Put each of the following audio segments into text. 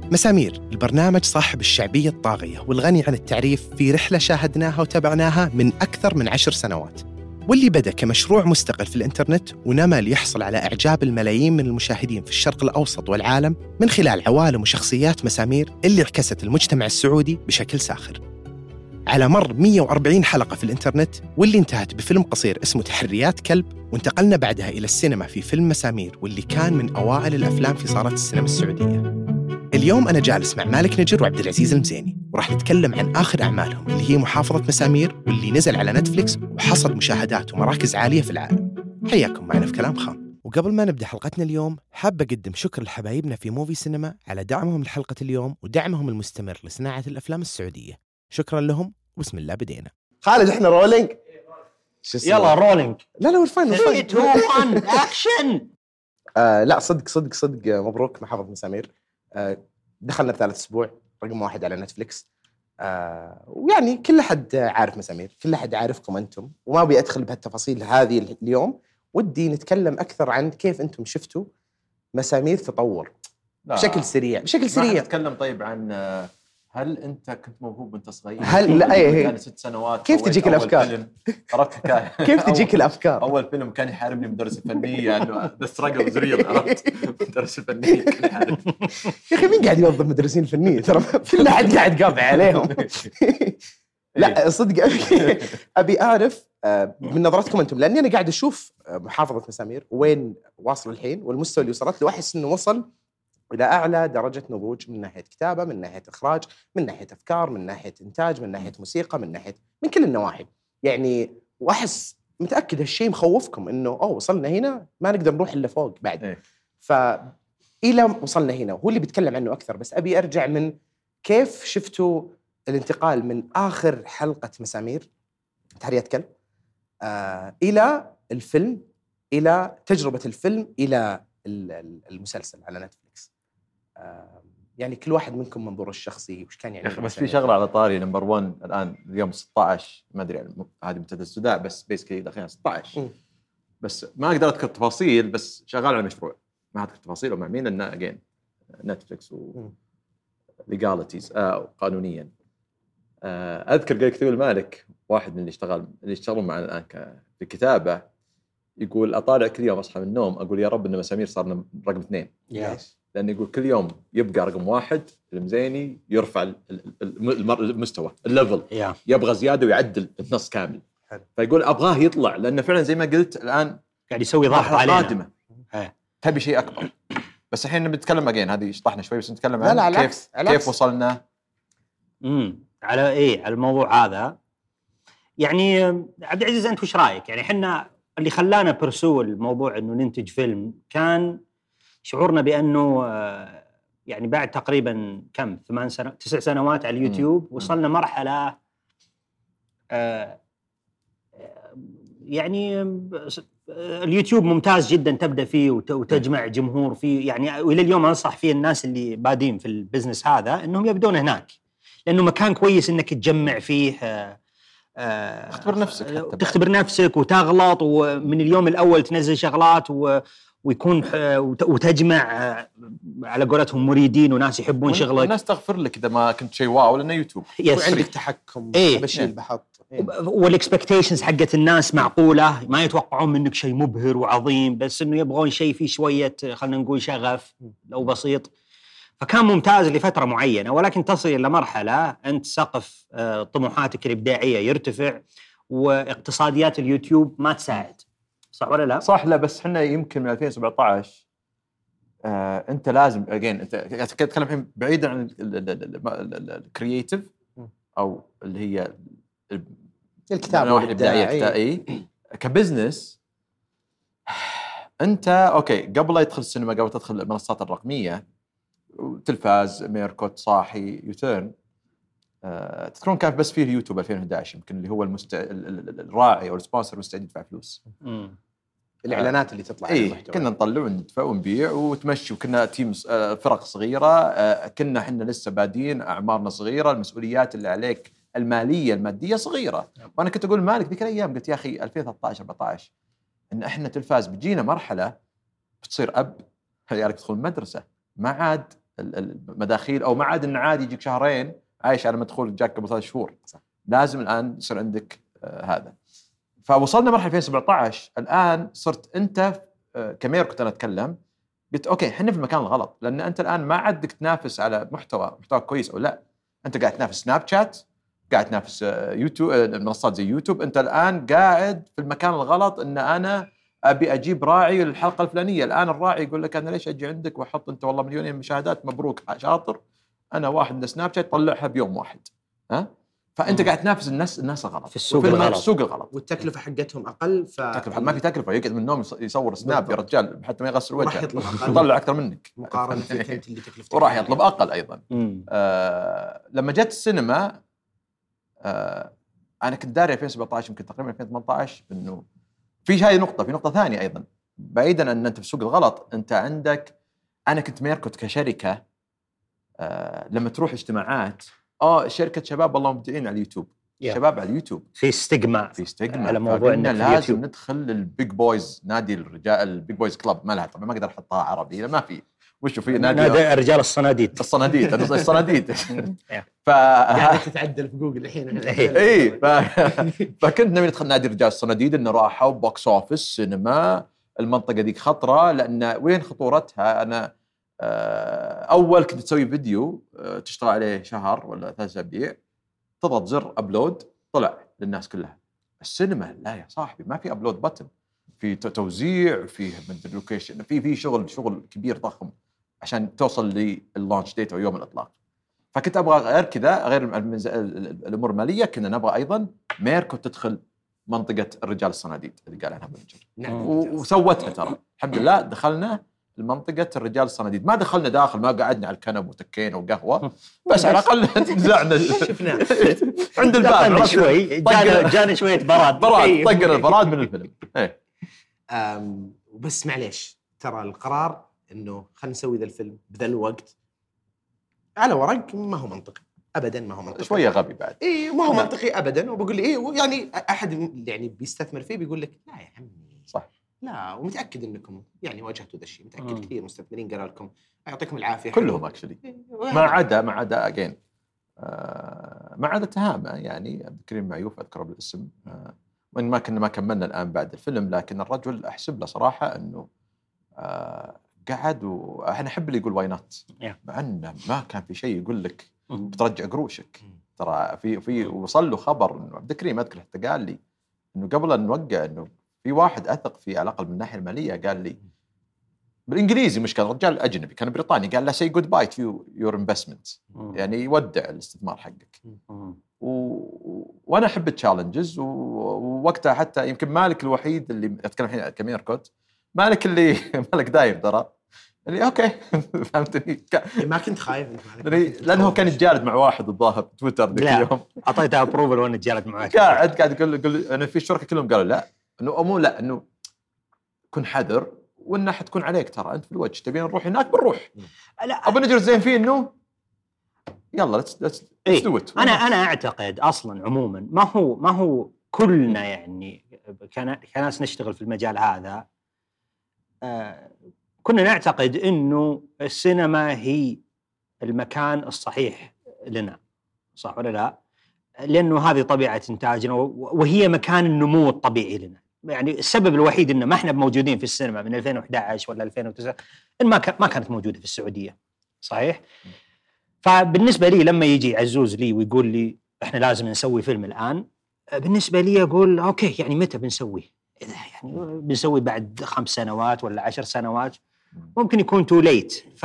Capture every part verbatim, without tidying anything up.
مسامير، البرنامج صاحب الشعبية الطاغية والغني عن التعريف، في رحلة شاهدناها وتابعناها من أكثر من عشر سنوات، واللي بدأ كمشروع مستقل في الإنترنت ونما ليحصل على إعجاب الملايين من المشاهدين في الشرق الأوسط والعالم من خلال عوالم وشخصيات مسامير اللي عكست المجتمع السعودي بشكل ساخر. على مر مئة وأربعين حلقة في الإنترنت، واللي انتهت بفيلم قصير اسمه تحريات كلب، وانتقلنا بعدها إلى السينما في فيلم مسامير، واللي كان من أوائل الأفلام في صالات السينما السعودية. اليوم أنا جالس مع مالك نجر وعبد العزيز المزيني، وراح نتكلم عن آخر أعمالهم اللي هي محافظة مسامير، واللي نزل على نتفليكس وحصد مشاهدات ومراكز عالية في العالم. حياكم معنا في كلام خام. وقبل ما نبدأ حلقتنا اليوم، حاب أقدم شكر لحبايبنا في موفي سينما على دعمهم لحلقة اليوم ودعمهم المستمر لصناعة الأفلام السعودية. شكرا لهم، وبسم الله بدينا. خالد احنا رولينج. يلا رولينج. لا لا والفن ثلاثة اثنين واحد اكشن. آه لا صدق صدق صدق مبروك محافظة مسامير. آه دخلنا بثالث اسبوع، رقم واحد على نتفليكس. آه ويعني كل حد عارف مسامير، كل حد عارفكم انتم، وما ابي ادخل بهالتفاصيل هذه اليوم. ودي نتكلم اكثر عن كيف انتم شفتوا مسامير تطور بشكل سريع بشكل سريع. نتكلم طيب عن هل انت كنت موهوب وانت صغير؟ هل لا اي يعني ست سنوات كيف تجيك الافكار؟ عرفت كيف تجيك الافكار؟ اول فيلم كان يحاربني مدرس الفنيه، انه ذا ستراجل ريل، عرفت؟ مدرس الفنيه كان يحاربني. يا اخي مين قاعد يوظف مدرسين الفنيه؟ ترى كل احد قاعد قابع عليهم. لا صدق ابي ابي اعرف من نظرتكم انتم، لاني انا قاعد اشوف محافظه مسامير وين واصل الحين والمستوى اللي وصلت له، واحس انه وصل إلى أعلى درجة نضوج من ناحية كتابة، من ناحية إخراج، من ناحية أفكار، من ناحية إنتاج، من ناحية موسيقى، من ناحية من كل النواحي. يعني وأحس متأكد هالشيء مخوفكم إنه أوه وصلنا هنا ما نقدر نروح إلا فوق بعد. إيه. فإلى وصلنا هنا وهو اللي بيتكلم عنه أكثر. بس أبي أرجع من كيف شفتوا الانتقال من آخر حلقة مسامير تحريات كلب آه إلى الفيلم، إلى تجربة الفيلم، إلى المسلسل على نتفليكس. يعني كل واحد منكم منظوره الشخصي وش كان يعني. بس في شغله على طاري نمبر واحد الان اليوم ستة عشر، ما ادري هذه منتدى السوداء، بس بيسكلي دخلنا ستة عشر. م. بس ما اقدر اذكر التفاصيل، بس شغال على مشروع ما اذكر التفاصيل ومع مين، لانه اجين نتفليكس و ليجاليتيز آه قانونيا. آه اذكر قال كثير المالك واحد من اللي اشتغل اللي يشتغلون معنا الان في الكتابه، يقول اطالع كل يوم اصحى من النوم اقول يا رب ان مسامير صارنا رقم اثنين. يس. لأنه يقول كل يوم يبقى رقم واحد، المزيني يرفع المستوى الليفل، yeah. يبغى زيادة ويعدل النص كامل. فيقول أبغاه يطلع، لأنه فعلا زي ما قلت الآن قاعد يسوي ضغط علينا قادمة، تبي شيء أكبر. بس الحين نبتكلم أجين، هذه شطحنا شوي، بس نتكلم عن لا لا كيف علاكس. كيف وصلنا امم على إيه على الموضوع هذا. يعني عبد العزيز أنت وش رأيك؟ يعني حنا اللي خلانا برسول الموضوع إنه ننتج فيلم كان شعورنا بأنه يعني بعد تقريباً كم ثمان سنوات تسع سنوات على اليوتيوب وصلنا مرحلة يعني اليوتيوب ممتاز جداً تبدأ فيه وتجمع جمهور فيه. يعني وإلى اليوم أنصح فيه الناس اللي بادين في البزنس هذا إنهم يبدون هناك، لأنه مكان كويس إنك تجمع فيه تختبر نفسك حتى تختبر نفسك وتغلط، ومن اليوم الأول تنزل شغلات و ويكون وتجمع على قولتهم مريدين وناس يحبون شغلك، والناس تغفر لك إذا ما كنت شيء واو، لأنه يوتيوب وعندك تحكم بشيء بحط إيه. والإكسبكتيشنز حقت الناس معقولة، ما يتوقعون منك شيء مبهر وعظيم، بس إنه يبغون شيء فيه شوية خلنا نقول شغف لو بسيط. فكان ممتاز لفترة معينة، ولكن تصل إلى مرحلة أنت سقف طموحاتك الإبداعية يرتفع واقتصاديات اليوتيوب ما تساعد. صح ولا لا؟ صح. لا بس حنا يمكن من ألفين وسبعة عشر آه، أنت لازم أجين أنت تتكلم الحين بعيدا عن الكرياتيف أو اللي هي الكتابة والإبداعية كبزنس. أنت أوكي قبل لا يدخل السينما، قبل تدخل المنصات الرقمية تلفاز ميركوت صاحي يوتيرن، آه، تذكرون كان بس فيه اليوتيوب ألفين وإحدى عشر يمكن اللي هو المست... الراعي أو السبونسر مستعد يدفع فلوس. مم. الإعلانات اللي تطلع إيه كنا نطلع وندفع ونبيع وتمشي، وكنا تيم فرق صغيرة، كنا حنا لسه بادين، أعمارنا صغيرة، المسؤوليات اللي عليك المالية المادية صغيرة. وأنا كنت أقول مالك ذيك الأيام، قلت يا أخي ألفين وثلاثة عشر أربعة عشر إن إحنا تلفاز بتجينا مرحلة بتصير أب عيالك تدخل مدرسة، ما عاد المداخيل، او ما عاد ان عادي يجيك شهرين عايش على مدخول جاك قبل ثلاث شهور. لازم الان يصير عندك آه هذا. فوصلنا مرحله ألفين وسبعة عشر، الان صرت انت آه كمير كنت انا اتكلم، قلت اوكي احنا في المكان الغلط، لان انت الان ما عندك تنافس على محتوى محتوى كويس او لا، انت قاعد تنافس سناب شات، قاعد تنافس آه يوتيوب، آه منصات زي يوتيوب. انت الان قاعد في المكان الغلط، ان انا ابي اجيب راعي للحلقه الفلانيه، الان الراعي يقول لك انا ليش اجي عندك واحط انت والله مليونين مشاهدات، مبروك شاطر، انا واحد من سناب شات طلعها بيوم واحد. ها فانت قاعد تنافس الناس الناس الغلط في السوق الغلط. السوق الغلط، والتكلفه حقتهم اقل. ف تكلفة ما في تكلفه، يقعد من النوم يصور سناب يا رجال حتى ما يغسل وراح وجهه، يطلب أقل. يطلع اكثر منك مقارنه فيك انت اللي تكلفتك، وراح يطلب اقل ايضا. مم. آه لما جت السينما آه انا كنت داري ألفين وسبعة عشر يمكن تقريبا ألفين وثمانية عشر انه في هاي نقطه، في نقطه ثانيه ايضا بعيدا ان انت في السوق الغلط. انت عندك، انا كنت ميركوت كشركه آه لما تروح اجتماعات، اه شركه شباب والله مبدعين على اليوتيوب، Yeah. شباب على اليوتيوب، في استجماع في استجماع على موضوع انك انك لازم ندخل البيج بويز، نادي الرجال البيج بويز كلب، ما لها طبعا ما اقدر احطها عربي، ما في وش في نادي, نادي رجال الصناديد. الصناديد الصناديد ف قاعد تتعدل في جوجل الحين. اي ف... فكنت نبي ندخل نادي رجال الصناديد، انه راحوا بوكس اوفيس سينما، المنطقه ذيك خطره، لان وين خطورتها؟ انا اول كنت تسوي فيديو تشتغل عليه شهر ولا ثلاث اسابيع، تضغط زر ابلود طلع للناس كلها. السينما لا يا صاحبي، ما في ابلود بتن، في توزيع، في مدري لوكيشن، في في شغل شغل كبير ضخم عشان توصل لللانش ديت او يوم الاطلاق. فكنت ابغى غير كذا، غير الامور الماليه، كنا نبغى ايضا ميركو تدخل منطقه الرجال الصناديد اللي قال عنها بنجر. نعم. وسوتها ترى الحمد لله، دخلنا المنطقة الرجال الصناديد، ما دخلنا داخل، ما قعدنا على الكنب وتكينا وقهوة، بس على الأقل نزعنا شفنا عند الباب شوي، جانا جانا شوية براد براد طقنا البراد من الفيلم. ايه بس معليش، ترى القرار انه خلينا نسوي ذا الفيلم بذا الوقت على ورق ما هو منطقي ابدا، ما هو منطقي، شوية غبي بعد. اي ما هو منطقي ابدا. وبقول لي ايه يعني احد يعني بيستثمر فيه بيقول لك لا يا عمي صح، لا، ومتاكد انكم يعني واجهتوا ذا الشيء، متاكد مم. كثير مستثمرين قالوا لكم يعطيكم العافيه كلهم اكشلي، ما عدا ما عدا اجين آه ما عدا تهامه، يعني عبد الكريم معيوف اذكره بالاسم، آه وان ما كنا ما كملنا الان بعد الفيلم، لكن الرجل احسب له صراحه انه آه قعد، واحنا نحب اللي يقول واينات مع انه ما كان في شيء يقول لك بترجع قروشك. ترى في في وصل له خبر انه عبد الكريم اذكر حتى قال لي انه قبل ان نوقع انه في واحد اثق فيه على الاقل من الناحيه الماليه، قال لي بالانجليزي، مش كان رجال اجنبي كان بريطاني، قال له سي جود باي تو يور انفستمنت، يعني يودع الاستثمار حقك. و... وانا احب التشالنجز، ووقتها حتى يمكن مالك الوحيد اللي اتكلم الحين كميركوت، مالك اللي مالك دايم ترى اللي اوكي فهمتني، ما كنت خايف لانه هو كان يتجالد مع واحد الظاهر بتويتر ذيك اليوم، اعطيته ابروفل وانا اتجالد معاه، قاعد قاعد يقول يقول انا في الشركه كلهم قالوا لا، انه مو لا، انه كن حذر، وانه حتكون عليك ترى انت في الوجه، تبين نروح هناك بنروح، لا ابى نجر زين فيه انه يلا ليتس ليتس دو ات. انا انا اعتقد اصلا عموما ما هو ما هو كلنا يعني كناس نشتغل في المجال هذا آه كنا نعتقد انه السينما هي المكان الصحيح لنا، صح ولا لا؟ لانه هذه طبيعه انتاجنا وهي مكان النمو الطبيعي لنا. يعني السبب الوحيد ان ما احنا موجودين في السينما من ألفين وإحدى عشر ولا ألفين وتسعة ان ما ما كانت موجوده في السعوديه، صحيح؟ فبالنسبه لي لما يجي عزوز لي ويقول لي احنا لازم نسوي فيلم الان، بالنسبه لي اقول اوكي يعني متى بنسويه؟ اذا يعني بنسوي بعد خمس سنوات ولا عشر سنوات ممكن يكون تو ليت. ف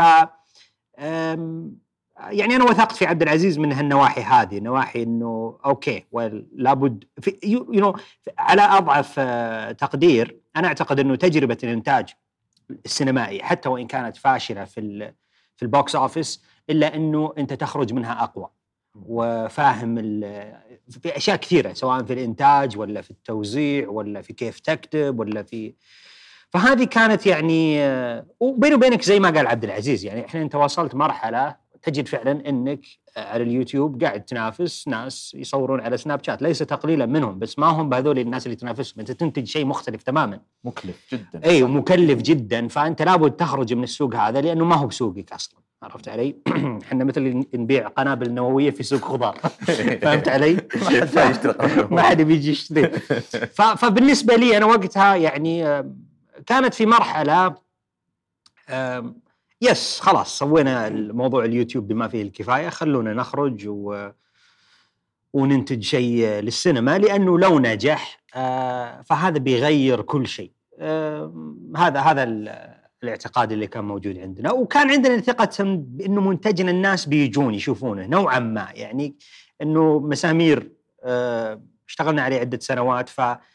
يعني انا وثقت في عبد العزيز من هالنواحي هذه، نواحي انه اوكي لابد يو نو على اضعف تقدير انا اعتقد انه تجربه الانتاج السينمائي حتى وان كانت فاشله في في البوكس اوفيس، الا انه انت تخرج منها اقوى وفاهم في اشياء كثيره، سواء في الانتاج ولا في التوزيع ولا في كيف تكتب ولا في. فهذه كانت يعني، وبيني وبينك زي ما قال عبد العزيز، يعني احنا انت وصلت مرحله تجد فعلا انك على اليوتيوب قاعد تنافس ناس يصورون على سناب شات، ليس تقليلا منهم، بس ما هم بهذول الناس اللي تنافسهم، انت تنتج شيء مختلف تماما، مكلف جدا، اي ومكلف جدا. فانت لابد تخرج من السوق هذا لانه ما هو بسوقك اصلا، عرفت علي؟ احنا مثل نبيع قنابل نوويه في سوق خضار. فهمت علي؟ ما حد بيجي يشتري. فبالنسبه لي انا وقتها يعني كانت في مرحله يس خلاص سوينا الموضوع اليوتيوب بما فيه الكفايه، خلونا نخرج و وننتج شيء للسينما، لانه لو نجح فهذا بيغير كل شيء. هذا هذا الاعتقاد اللي كان موجود عندنا، وكان عندنا ثقة بأنه منتجنا الناس بيجون يشوفونه نوعا ما، يعني أنه مسامير اشتغلنا عليه عدة سنوات،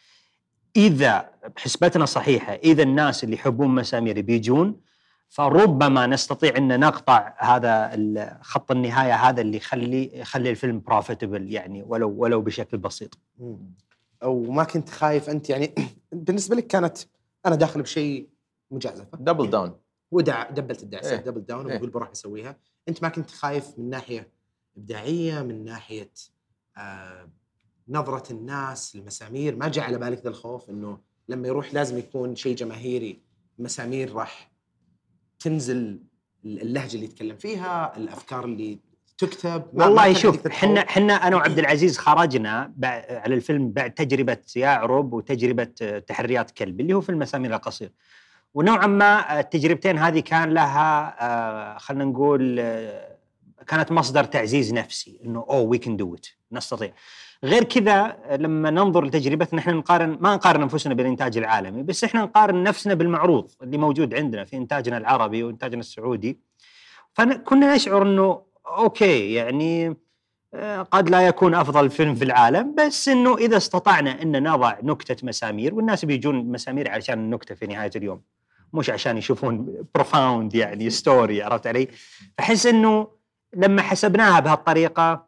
فإذا بحسبتنا صحيحة إذا الناس اللي يحبون مسامير بيجون فربما نستطيع أن نقطع هذا خط النهاية هذا اللي يخلي يخلي الفيلم بروفيتبل يعني ولو ولو بشكل بسيط. أو ما كنت خايف أنت يعني بالنسبة لك كانت أنا داخل بشيء مجازفة دبل داون ودع دبلت الدعسة إيه. دبل داون إيه. وبقول بروح أسويها. أنت ما كنت خايف من ناحية إبداعية، من ناحية آه نظرة الناس للمسامير؟ ما جاء على بالك ذا الخوف إنه لما يروح لازم يكون شيء جماهيري، مسامير راح تنزل اللهجة اللي يتكلم فيها، الأفكار اللي تكتب؟ والله شوف حنا حنا أنا وعبد العزيز خرجنا على الفيلم بعد تجربة يعرب وتجربة تحريات كلب اللي هو في المسامير القصير، ونوعا ما التجربتين هذه كان لها خلنا نقول كانت مصدر تعزيز نفسي إنه أوه we can do it نستطيع. غير كذا لما ننظر لتجربتنا احنا نقارن ما نقارن انفسنا بالانتاج العالمي، بس احنا نقارن نفسنا بالمعروض اللي موجود عندنا في انتاجنا العربي وانتاجنا السعودي، فكنا نشعر انه اوكي يعني قد لا يكون افضل فيلم في العالم، بس انه اذا استطعنا ان نضع نكتة مسامير، والناس بيجون مسامير علشان النكتة في نهاية اليوم مش عشان يشوفون بروفاوند يعني ستوري، عرفت علي؟ فحس انه لما حسبناها بهالطريقة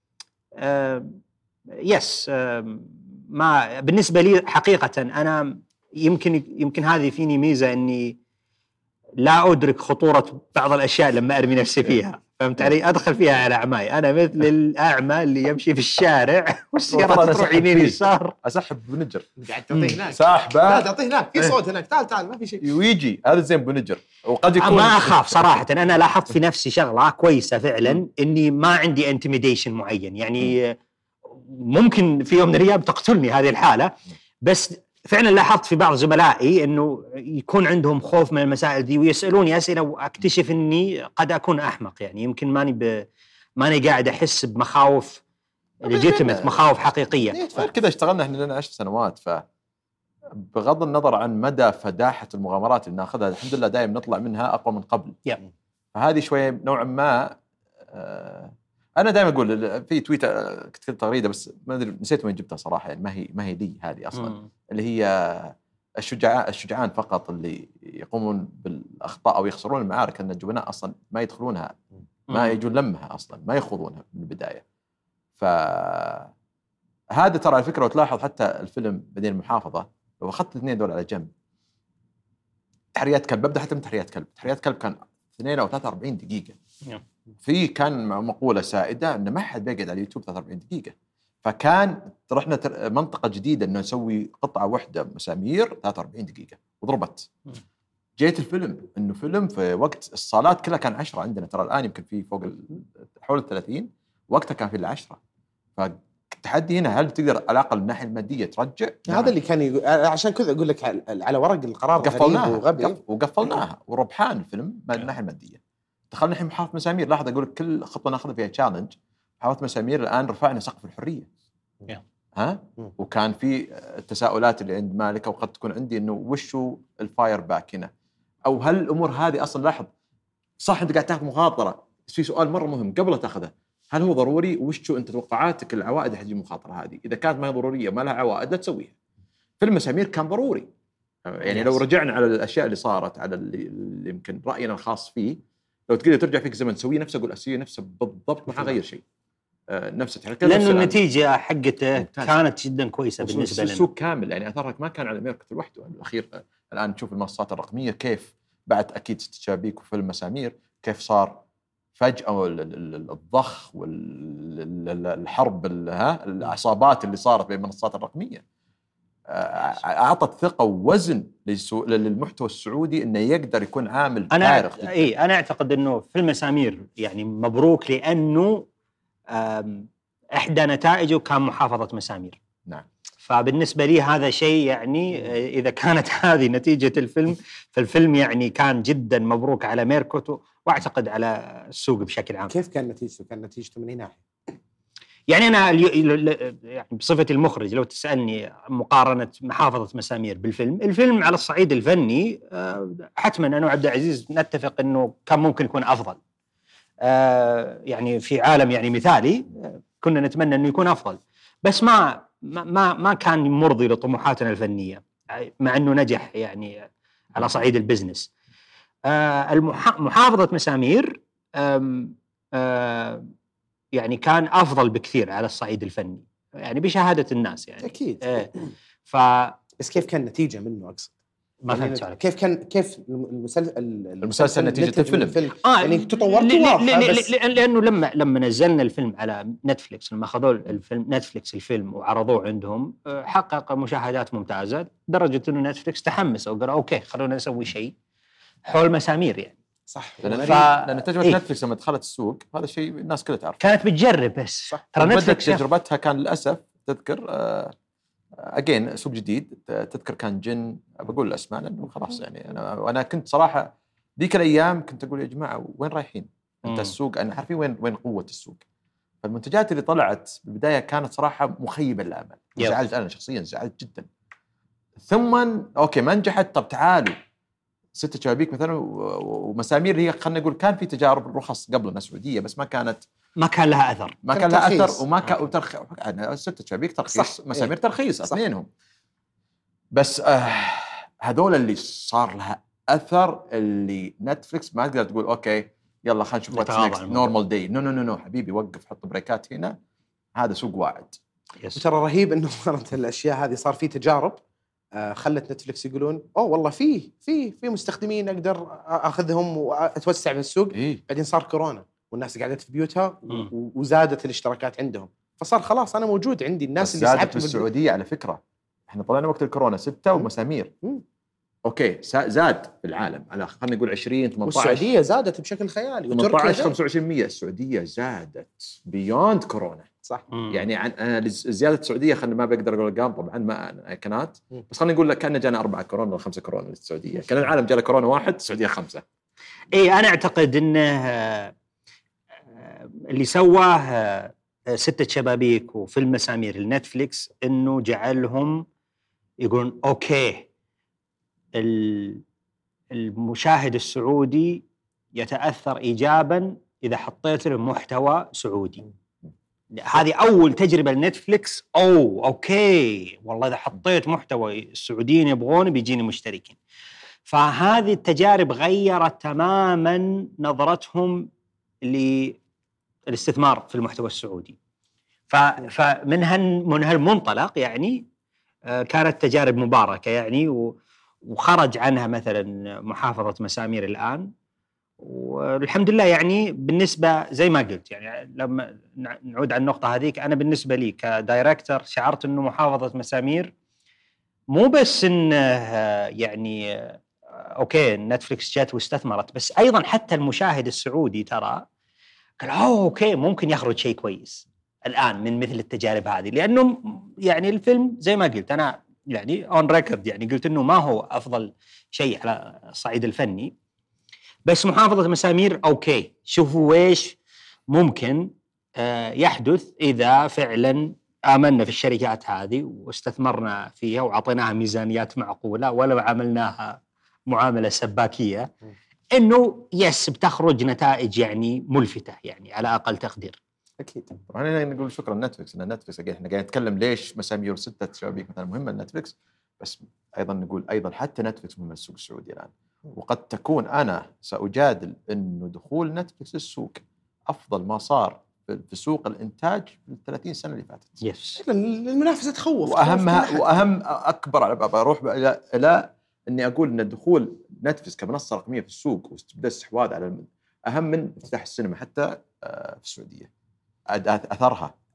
آه يس ما بالنسبة لي حقيقة أنا يمكن يمكن هذه فيني ميزة إني لا أدرك خطورة بعض الأشياء لما أرمي نفسي فيها، فهمت علي؟ أدخل فيها على أعماي. أنا مثل الأعمى اللي يمشي في الشارع والسيارة تروح يمين يسار أسحب بنجر قاعد تعطيه هناك ساحبة لا تعطيه هناك في صوت هناك تعال تعال ما في شيء ويجي هذا زين بنجر. وقد يكون ما أخاف صراحة. أنا لاحظت في نفسي شغلة كويسة فعلا إني ما عندي انتميديشن معين، يعني ممكن في يوم من الأيام تقتلني هذه الحالة، بس فعلا لاحظت في بعض زملائي إنه يكون عندهم خوف من المسائل دي ويسألوني أسئلة وأكتشف إني قد أكون أحمق، يعني يمكن ماني ب... ماني قاعد أحس بمخاوف ليجيتيمت، مخاوف حقيقية. كذا اشتغلنا إحنا لنا عشر سنوات، فبغض النظر عن مدى فداحة المغامرات اللي ناخذها الحمد لله دائما نطلع منها أقوى من قبل. yeah. فهذه شوية نوعا ما آه أنا دائما أقول في تويتر كتبت تغريدة بس ما أدري نسيت وين جبتها صراحة، يعني ما هي ما هي لي هذه أصلاً م. اللي هي الشجعان الشجعان فقط اللي يقومون بالأخطاء أو يخسرون المعارك، أن الجبناء أصلاً ما يدخلونها ما يجون لمها أصلاً ما يخوضونها من البداية. فهذا ترى على فكرة وتلاحظ حتى الفيلم بدين المحافظة لو أخذت الاثنين دول على جنب، تحريات كلب ببدأ حتى من تحريات كلب تحريات كلب كان اثنين أو ثلاثة وأربعين دقيقة yeah. في كان مقولة سائدة أن ما حد بيقعد على اليوتيوب ثلاثة وأربعين دقيقة، فكان رحنا منطقة جديدة أنه نسوي قطعة واحدة مسامير ثلاثة وأربعين دقيقة وضربت. جيت الفيلم أنه فيلم في وقت الصالات كلها كان عشرة عندنا، ترى الآن يمكن في فوق حول الثلاثين، وقتها كان في العشرة. فالتحدي هنا هل تقدر على الأقل الناحية المادية ترجع؟ هذا نعم. اللي كان يقول عشان كذا أقول لك على ورق القرار قفلناها وغبي وقفلناها وربحان الفيلم من الناحية المادية. دخلنا الحين محافظة مسامير، لاحظ أقول لك كل خطوة ناخذها فيها تشالنج. محافظة مسامير الآن رفعنا سقف الحرية yeah. ها وكان في التساؤلات اللي عند مالك وقد تكون عندي إنه وشو الفاير باك هنا، أو هل الأمور هذه أصلا لاحظ صح أنت قاعد تاخذ مخاطرة، بس في سؤال مرة مهم قبل لا تاخذه، هل هو ضروري؟ وشو أنت توقعاتك العوائد حق المخاطرة هذه؟ إذا كانت ما هي ضرورية ما لها عوائد لا تسويها. فيلم مسامير كان ضروري يعني yes. لو رجعنا على الأشياء اللي صارت على اللي يمكن رأينا الخاص فيه، لو تقدر ترجع فيك زمن تسوي نفسه أقول أسوي نفسه بالضبط ما حغير شيء آه نفسه تحرك لأنه النتيجة حقته كانت جدا كويسة بالنسبة لنا. السوق كامل يعني أثرك ما كان على أمريكا لوحده الأخير. الآن تشوف المنصات الرقمية كيف بعد أكيد تشابيك وفيلم مسامير كيف صار فجأة الضخ والحرب ها العصابات اللي صارت بين المنصات الرقمية. اعطت ثقه ووزن للمحتوى السعودي انه يقدر يكون عامل أنا فارق. اي انا اعتقد انه فيلم مسامير يعني مبروك، لانه احدى نتائجه كان محافظه مسامير. نعم. فبالنسبه لي هذا شيء يعني اذا كانت هذه نتيجه الفيلم، فالفيلم يعني كان جدا مبروك على ميركوت واعتقد على السوق بشكل عام. كيف كان نتيجته؟ كان نتيجته من اي ناحيه؟ يعني أنا يعني بصفتي المخرج لو تسألني مقارنة محافظة مسامير بالفيلم، الفيلم على الصعيد الفني حتما أنا وعبد العزيز نتفق أنه كان ممكن يكون أفضل. يعني في عالم يعني مثالي كنا نتمنى أنه يكون أفضل، بس ما ما ما كان مرضي لطموحاتنا الفنية، مع أنه نجح يعني على صعيد البزنس. محافظة مسامير يعني كان أفضل بكثير على الصعيد الفني، يعني بشهادة الناس يعني. أكيد. إيه. ف بس كيف كان نتيجة منه أقصد؟ ما يعني فهمت كيف كان كيف المسلسل المسلسل نتيجة الفيلم؟ الفيلم. آه يعني تطورت واضحة، بس لأنه لما لما نزلنا الفيلم على نتفليكس، لما أخذوا الفيلم نتفليكس الفيلم وعرضوه عندهم حقق مشاهدات ممتازة، درجة إنه نتفليكس تحمس وقال أوكي خلونا نسوي شيء حول مسامير يعني. صح. لأن, ف... لأن تجربة إيه؟ نتفليكس لما دخلت السوق هذا الشيء الناس كلها تعرف. كانت بتجرب بس. ترى نتفليكس تجربتها كان للأسف تذكر أجين سوق جديد، تذكر كان جن، بقول الأسماء لأنه خلاص يعني أنا وأنا كنت صراحة ذيك الأيام كنت أقول يا جماعة وين رايحين؟ أنت السوق أنا عارفين وين وين قوة السوق. فالمنتجات اللي طلعت بالبداية كانت صراحة مخيبة للأمل، زعلت أنا شخصيا زعلت جدا. ثم أوكي ما نجحت، طب تعالوا ستة شبابيك مثلا ومسامير، هي خلنا نقول كان في تجارب رخص قبلنا سعودية بس ما كانت ما كان لها أثر ما كان لها أثر وما كان وترخ أنا ستة شبابيك ترخيص، مسامير إيه. ترخيص اثنينهم. بس آه هذول اللي صار لها أثر اللي نتفليكس ما تقدر تقول أوكي يلا خلينا نشوف واتس نيكست نورمال داي. نو نو نو نو حبيبي وقف حط بريكات هنا، هذا سوق واعد. وترى رهيب إنه صارت الأشياء هذه صار في تجارب آه خلت نتفليكس يقولون أوه والله في في في مستخدمين أقدر أخذهم وأتوسع في السوق. إيه؟ بعدين صار كورونا والناس قعدت في بيوتها وزادت الاشتراكات عندهم، فصار خلاص أنا موجود عندي الناس اللي زادت في السعودية على فكرة. إحنا طلعنا وقت الكورونا ستة ومسامير مم. أوكي زاد في العالم على خلينا نقول عشرين ثمانية عشر. والسعودية زادت بشكل خيالي ثمانية عشر خمسة وعشرين بالمئة. السعودية زادت بيوند كورونا. صح. مم. يعني عن أنا زيادة السعودية خلنا ما بقدر أقول الأرقام طبعا ما كانت، بس خلينا نقول لك كأنه جانا أربعة كورونا ولا خمسة كورونا للسعودية، كان العالم جاله كورونا واحد السعودية خمسة. إيه أنا أعتقد إنه اللي سواه ستة شبابيك وفيلم مسامير النتفليكس إنه جعلهم يقولون أوكي المشاهد السعودي يتأثر إيجابا إذا حطيت له محتوى سعودي. هذه أول تجربة لنتفليكس. أو أوكي والله إذا حطيت محتوى السعوديين يبغون بيجيني مشتركين. فهذه التجارب غيرت تماما نظرتهم للاستثمار في المحتوى السعودي. فمن من هالمنطلق يعني كانت تجارب مباركة يعني، وخرج عنها مثلا محافظة مسامير الآن، والحمد لله يعني بالنسبة زي ما قلت يعني لما نعود على النقطة هذيك، أنا بالنسبة لي كدايركتر شعرت أنه محافظة مسامير مو بس إنه يعني أوكي نتفليكس جات واستثمرت، بس أيضا حتى المشاهد السعودي ترى قال أوه أوكي ممكن يخرج شيء كويس الآن من مثل التجارب هذه. لأنه يعني الفيلم زي ما قلت أنا يعني اون ريكورد يعني قلت انه ما هو افضل شيء على الصعيد الفني، بس محافظة مسامير اوكي شوفوا ايش ممكن يحدث اذا فعلا آمنا في الشركات هذه واستثمرنا فيها وعطيناها ميزانيات معقولة ولو عملناها معاملة سباكية، انه يس بتخرج نتائج يعني ملفتة يعني على اقل تقدير. اكيد. طبعا نقول شكرا نتفليكس، ان نتفليكس احنا قاعدين نتكلم ليش مسامير ستة شبابيك مثلا مهمه لنتفليكس، بس ايضا نقول ايضا حتى نتفليكس مهمه للسوق السعودي الان. وقد تكون انا ساجادل انه دخول نتفليكس للسوق افضل ما صار في سوق الانتاج في الثلاثين سنه اللي فاتت. يس. المنافسه تخوف. واهمها واهم اكبر بروح الى الى اني اقول ان دخول نتفليكس كمنصه رقميه في السوق واستبدال الاستحواذ على اهم من افتتاح السينما حتى في السعوديه. اثرها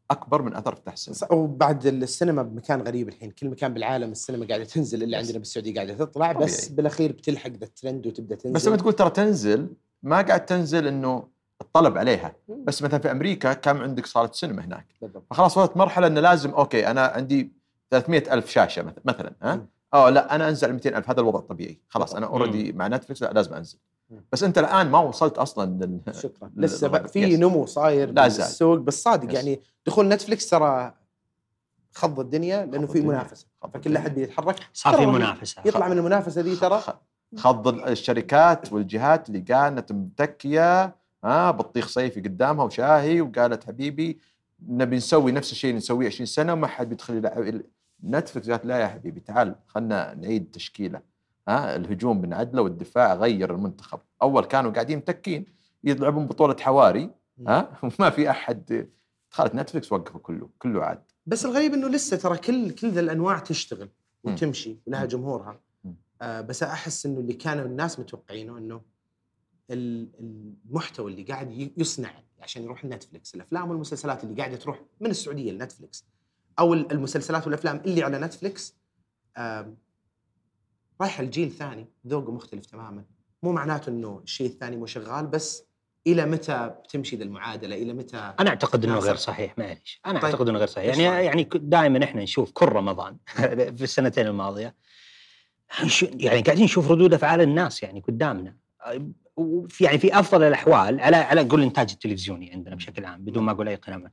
اكبر من اثر افتتاح السينما. وبعد السينما بمكان غريب الحين، كل مكان بالعالم السينما قاعده تنزل، الا عندنا بالسعوديه قاعده تطلع، بس طبيعي. بالاخير بتلحق ذا الترند وتبدا تنزل. بس لما تقول ترى تنزل، ما قاعد تنزل انه الطلب عليها، بس مثلا في امريكا كان عندك صاله سينما هناك، بالضبط. فخلاص وصلت مرحله انه لازم اوكي انا عندي ثلاثمئة ألف شاشه مثلا، ها اه لا انا انزل مئتين ألف، هذا الوضع الطبيعي، خلاص انا اوريدي مع نتفلكس لا لازم انزل. بس انت الان ما وصلت اصلا لل... شكرا لسه بقى في نمو صاير بالسوق، بس صادق يس. يعني دخول نتفلكس ترى خض الدنيا لانه في منافسه، فكل احد بيتحرك، صار في منافسه، يطلع من المنافسه دي ترى خض الشركات والجهات اللي كانت متكيه ها بطيخ صيفي قدامها وشاهي، وقالت حبيبي نبي نسوي نفس الشيء نسويه عشرين سنه وما حد بيدخل. نتفلكس قالت لا يا حبيبي تعال خلنا نعيد تشكيله، ها الهجوم بنعدله والدفاع غير المنتخب. اول كانوا قاعدين متكين يلعبون بطوله حواري، ها وما في احد، دخلت نتفلكس وقفوا كله كله عاد. بس الغريب انه لسه ترى كل كل ذا الانواع تشتغل وتمشي ولها جمهورها. آه بس احس انه اللي كانوا الناس متوقعينه انه المحتوى اللي قاعد يصنع عشان يروح نتفلكس، الافلام والمسلسلات اللي قاعده تروح من السعوديه لنتفلكس، او المسلسلات والافلام اللي على نتفلكس آه رايح الجيل ثاني ذوقه مختلف تماما. مو معناته انه الشيء الثاني مو شغال، بس الى متى بتمشي ذا المعادله؟ الى متى؟ انا اعتقد انه غير صحيح، معليش انا طيب. اعتقد انه غير صحيح. يعني يعني دائما احنا نشوف كل رمضان في السنتين الماضيه يعني قاعدين نشوف ردود افعال الناس يعني قدامنا، وفي يعني في افضل الاحوال على على قول الانتاج التلفزيوني عندنا بشكل عام بدون ما اقول اي قناه،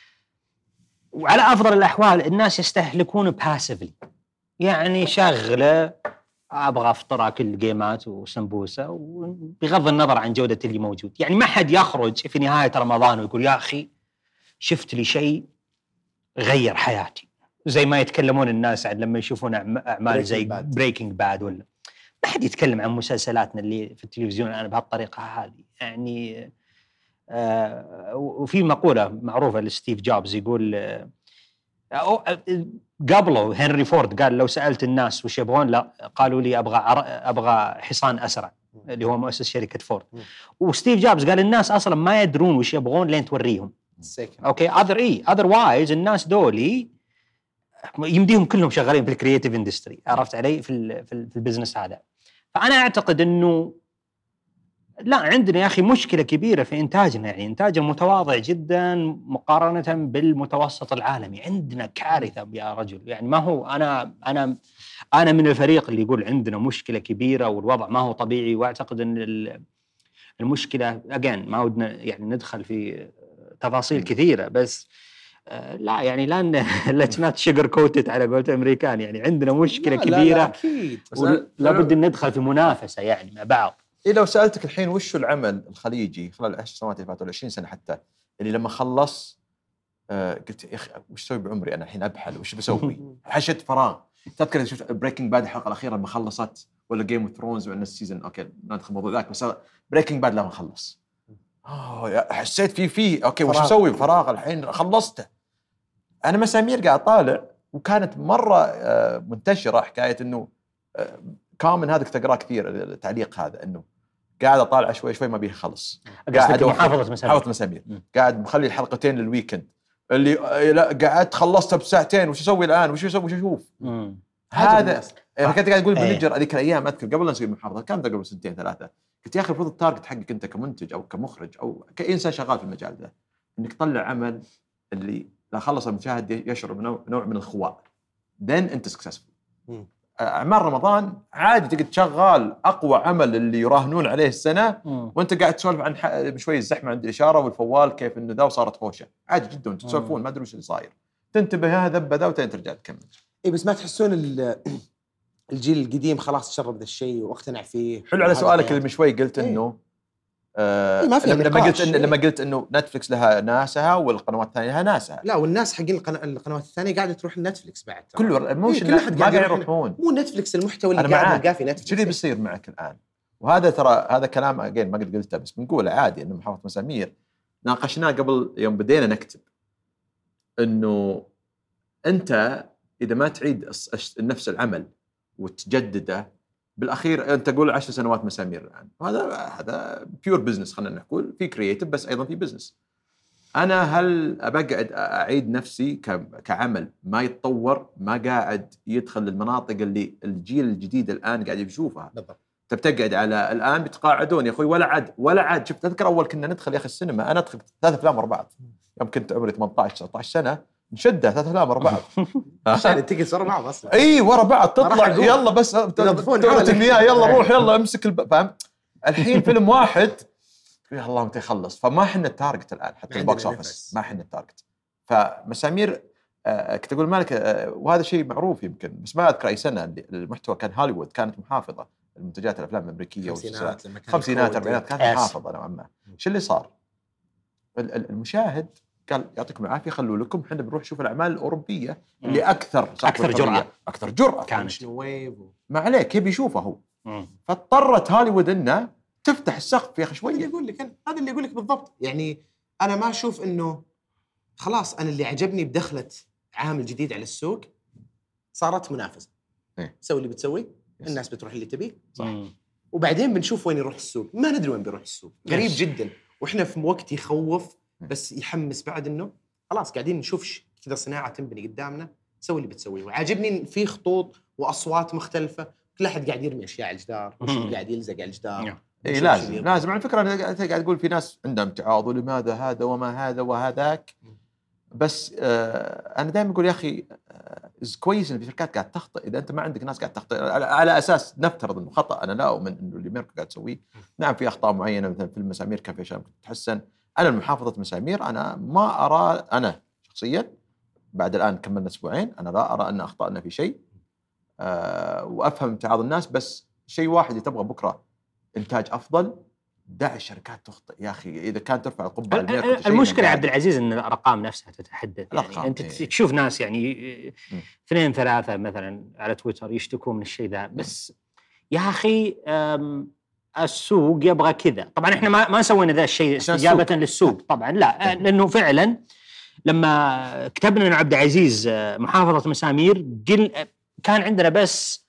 وعلى افضل الاحوال الناس يستهلكون باسفلي، يعني شغله ابغى افطر اكل جيمات وسمبوسه وبغض النظر عن جوده اللي موجود. يعني ما حد يخرج في نهايه رمضان ويقول يا اخي شفت لي شيء غير حياتي، زي ما يتكلمون الناس عن لما يشوفون اعمال زي بريكنج باد، ولا ما حد يتكلم عن مسلسلاتنا اللي في التلفزيون الان بهالطريقه هذه. يعني آه وفي مقوله معروفه لستيف جوبز يقول آه قبله هنري فورد قال لو سألت الناس وش يبغون، لا قالوا لي أبغى أبغى حصان أسرع، اللي هو مؤسس شركة فورد. وستيف جوبز قال الناس أصلا ما يدرون وش يبغون لين توريهم. أوكي other إيه otherwise الناس دولي يمديهم كلهم شغالين في الكرياتيف اندستري، عرفت علي، في ال في, في البزنس هذا. فأنا أعتقد إنه لا عندنا يا أخي مشكلة كبيرة في إنتاجنا، يعني إنتاجنا متواضع جدا مقارنة بالمتوسط العالمي. عندنا كارثة يا رجل، يعني ما هو أنا أنا أنا من الفريق اللي يقول عندنا مشكلة كبيرة والوضع ما هو طبيعي، وأعتقد أن المشكلة أجان ما ودنا يعني ندخل في تفاصيل كثيرة، بس لا يعني لا let's not sugarcoat it على قولة الأمريكان. يعني عندنا مشكلة لا كبيرة لا أكيد، ولا بد أن ندخل في منافسة يعني مع بعض. إيه لو سألتك الحين وش العمل الخليجي خلال العشر سنوات اللي فاتوا العشرين سنة حتى اللي لما خلص آه قلت يا أخي وش سوي بعمري أنا الحين أبحل وش بسوي؟ حشت فراغ. تذكر شفت بريكنج باد الحلقة الأخيرة لما خلصت، ولا جيم اوف ثرونز ولا السيزون أوكي ما ندخل موضوع ذاك، بس بريكنج باد لما خلص آه حسيت فيه فيه أوكي وش أسوي فراغ الحين خلصته. أنا مسامير قاعد طالع وكانت مرة آه منتشرة حكاية إنه آه كامن هذا تقرأ كثير التعليق هذا إنه قاعد أطالع شوي شوي ما بيه خلص، قاعد محافظة مسامير محافظة مسامير قاعد مخلي الحلقتين للويكند اللي لا قاعد خلصتها بساعتين وش أسوي الآن وش أسوي وش أشوف هذا. يعني كنت قاعد أقول مانجر هذيك الأيام أذكر قبل لا نسوي محافظة كان قبل سنتين ثلاثة قلت يا أخي المفروض التارجت حقك أنت كمنتج أو كمخرج أو كإنسان شغال في المجال ده إنك تطلع عمل اللي لا خلص المشاهد يشعر بنوع من الخواء then أنت successful. أعمال رمضان عادي تقدر تشغل أقوى عمل اللي يراهنون عليه السنة مم. وأنت قاعد تسولف عن بشوي الزحمة عند الإشارة والفوال كيف إنه ذا وصارت هوشة عادي جدا وأنت تسولفون ما أدري وش اللي صاير تنتبه هذا ذبة ذا وتين ترجع تكمل. إيه بس ما تحسون الجيل القديم خلاص تشرب ذا الشيء واقتنع فيه؟ حلو على سؤالك اللي من شوي قلت إيه؟ إنه آه إيه لما قلت إن لما قلت إنه نتفلكس لها ناسها والقنوات الثانية لها ناسها. لا والناس حقين القنوات الثانية قاعدة تروح نتفلكس بعد كله مش إيه ما قاعد يروحون مو نتفلكس المحتوى اللي قاعد يلقاه في نتفلكس. شو اللي بيصير معك الآن؟ وهذا ترى هذا كلام أجين ما قد قلته بس بنقوله عادي إنه محافظة مسامير ناقشناه قبل يوم بدينا نكتب إنه أنت إذا ما تعيد نفس العمل وتجدده بالأخير أنت تقول عشر سنوات مسامير الآن وهذا هذا بيور بزنس خلينا نقول في كرياتيف بس أيضا في بزنس. انا هل بقعد اعيد نفسي كعمل ما يتطور، ما قاعد يدخل للمناطق اللي الجيل الجديد الان قاعد يشوفها بالضبط. انت بتقعد على الان بتقاعدون يا اخوي ولا عاد ولا عاد. شفت اذكر اول كنا ندخل يا اخي السينما، انا ادخل ثلاث افلام ورا بعض يوم كنت عمري ثمانية عشر تسعة عشر سنه، نشدها ثلاث افلام ورا بعض عشان التيكتس ورا بعض اصلا. اي ورا بعض تطلع يلا بس تورط المياه يلا روح يلا امسك الب... فاهم. الحين فيلم واحد يا الله متى يخلص، فما حنا التارجت الان حتى البوكس اوفيس ما حنا التارجت. فمسامير آه كنت اقول مالك آه وهذا شيء معروف يمكن، بس ما اذكر اي سنه المحتوى كان هوليوود كانت محافظه المنتجات الافلام الامريكيه خمسينات خمسينات اربعينات كانت محافظه نوعا ما. شو اللي صار؟ المشاهد قال يعطيكم العافيه خلوا لكم احنا بنروح نشوف الاعمال الاوروبيه اللي اكثر اكثر جرأه اكثر جرأه كانت ما عليك يبي يشوفه هو. فاضطرت هوليوود انه تفتح السقف يا اخي شويه. هذا اللي يقول لك هذا اللي يقول لك بالضبط. يعني انا ما اشوف انه خلاص انا اللي عجبني بدخلت عامل جديد على السوق صارت منافسه. إيه؟ سوي اللي بتسوي، الناس بتروح اللي تبيه صح. وبعدين بنشوف وين يروح السوق. ما ندري وين بيروح السوق، غريب جدا. واحنا في وقت يخوف بس يحمس بعد انه خلاص قاعدين نشوف كذا صناعه تنبني قدامنا. سوي اللي بتسويه. وعاجبني في خطوط واصوات مختلفه، كل احد قاعد يرمي اشياء على الجدار وش قاعد يلزق على الجدار. اي لازم لازم على فكره. انا قاعد اقول في ناس عندها امتعاض ولماذا هذا وما هذا وهذاك، بس آه انا دائما اقول يا اخي آه كويس ان في شركات قاعد تخطئ. اذا انت ما عندك ناس قاعد تخطئ على, على اساس نفترض انه خطا، انا لا اؤمن انه اللي ميركو قاعد تسويه. نعم في اخطاء معينه مثلا في المسامير كان في اشياء تتحسن. انا المحافظه مسامير انا ما ارى، انا شخصيا بعد الان كملنا اسبوعين انا لا ارى ان اخطانا في شيء. آه وافهم امتعاض الناس، بس شيء واحد اللي تبغى بكره انتاج افضل، دع الشركات تخطئ يا اخي. اذا كانت ترفع القبعه الميركو المشكله عبد العزيز ان الارقام نفسها تتحدث. يعني انت إيه. تشوف ناس يعني اثنين ثلاثه مثلا على تويتر يشتكون من الشيء ذا، بس يا اخي السوق يبغى كذا. طبعا احنا ما ما سوينا ذا الشيء استجابه للسوق طبعا، لا، لانه فعلا لما كتبنا ان عبد العزيز محافظه مسامير قل كان عندنا بس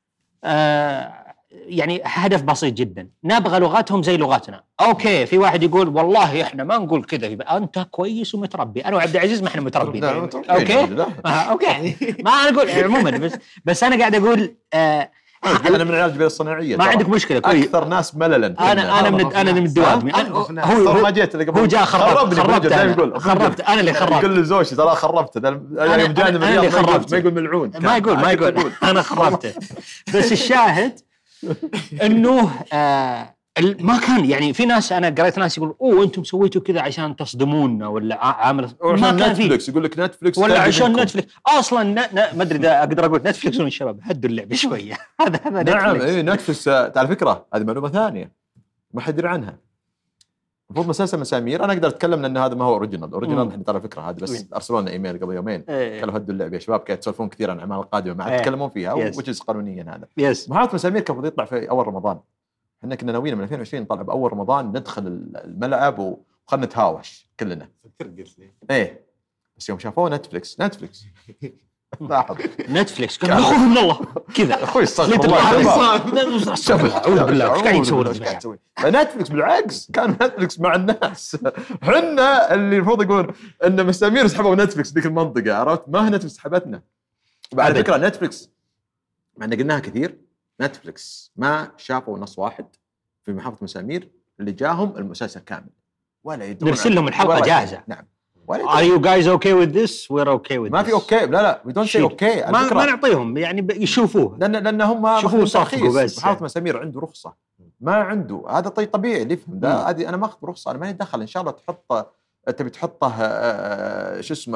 آه يعني هدف بسيط جدا، نبغى لغتهم زي لغتنا. اوكي في واحد يقول والله احنا ما نقول كذا، يبقى انت كويس ومتربي. انا وعبد العزيز ما احنا متربين. اوكي آه اوكي ما انا اقول عموما، بس بس انا قاعد اقول آه انا من العلاج البيئة الصناعيه ما عندك مشكله كويس. اكثر ناس مللا انا انا من انا من الدوام. هو ما جيت اللي قبل هو جاء خربت خربت يقول خربت انا اللي خربت. كل زوجي ترى خربت يوم جاني من الرياض ما يقول ملعون، ما يقول ما يقول انا خربته. بس الشاهد انه آه ما كان يعني في ناس انا قريت ناس يقول اوه انتم سويتوا كذا عشان تصدمونا ولا عامل ما كان نتفلكس يقول لك نتفلكس ولا عشان نتفلكس اصلا ما ادري اذا اقدر اقول نتفلكس من الشباب هدوا اللعبه شويه. هذا هذا نعم اي نتفلكس على فكره هذه معلومه ثانيه ما حد يدري عنها. المفروض مسلسل مسامير انا اقدر اتكلم لان هذا ما هو اوريجينال. اوريجينال احنا ترى الفكره هذه بس ارسلوا لنا ايميل قبل يومين قالوا هدوا اللعبه يا شباب كانوا يتسولفون كثير عن الاعمال القادمه ما عاد يتكلمون فيها وجز قانونيا هذا. محافظه مسامير كان المفروض يطلع في اول رمضان. احنا كنا ناويين من ألفين وعشرين نطلع باول رمضان ندخل الملعب وخلنا نتهاوش كلنا. فكرت لي ايه بس يوم شافوه نتفلكس نتفلكس لاحظ نتفلكس قال نخوف من الله كذا اخوي استغفر الله شوف اعوذ بالله ايش قاعد يسوي نتفلكس بالعكس كان نتفلكس مع الناس. احنا اللي المفروض يقول ان مسامير سحبوا نتفلكس ذيك المنطقه عرفت ما هي نتفلكس سحبتنا. وعلى فكره نتفلكس مع ان قلناها كثير نتفلكس ما شافوا نص واحد في محافظه مسامير اللي جاهم المسلسل كامل ولا يدرون نرسل لهم الحلقه جاهزه. نعم Are you guys okay with this? We're okay with this. ما في اوكي لا لا we don't say okay ما, ما نعطيهم يعني يشوفوه لان لان هم شوفوا صفقوا بس. محافظه مسامير عنده رخصه ما عنده هذا طيب طبيعي اللي يفهم ده. هذه انا ما اخذ رخصه انا ماني دخل ان شاء الله تحط تبي تحطه شو اسمه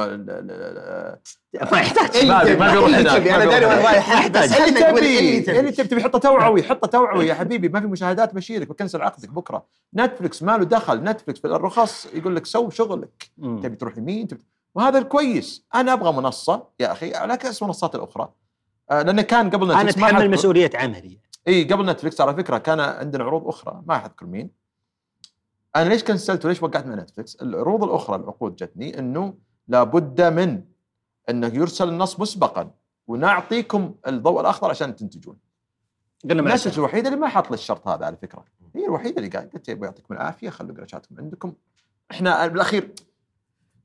ما يحتاج ما بيروح هناك. انا داري وين رايح بس اللي تبي اللي تبي تحطه توعوي حطه توعوي يا حبيبي ما في مشاهدات بشيرك بكنسل عقدك بكره. نتفلكس ما له دخل. نتفلكس في الرخص يقول لك سو شغلك تبي تروح يمين تبي وهذا الكويس. انا ابغى منصه يا اخي على كاس المنصات الاخرى لان كان قبل نتفلكس انا اتحمل مسؤوليه عملي. اي قبل نتفلكس على فكره كان عندنا عروض اخرى ما اذكر مين. أنا ليش كنسلت وليش وقعت مع نتفلكس؟ العروض الأخرى العقود جتني إنه لابد من إنه يرسل النص مسبقاً ونعطيكم الضوء الأخضر عشان تنتجون. نتفلكس الوحيدة اللي ما حط للشرط هذا على فكرة. هي الوحيدة اللي قالت يعطيكم العافية خلوا قراشاتكم عندكم. إحنا بالأخير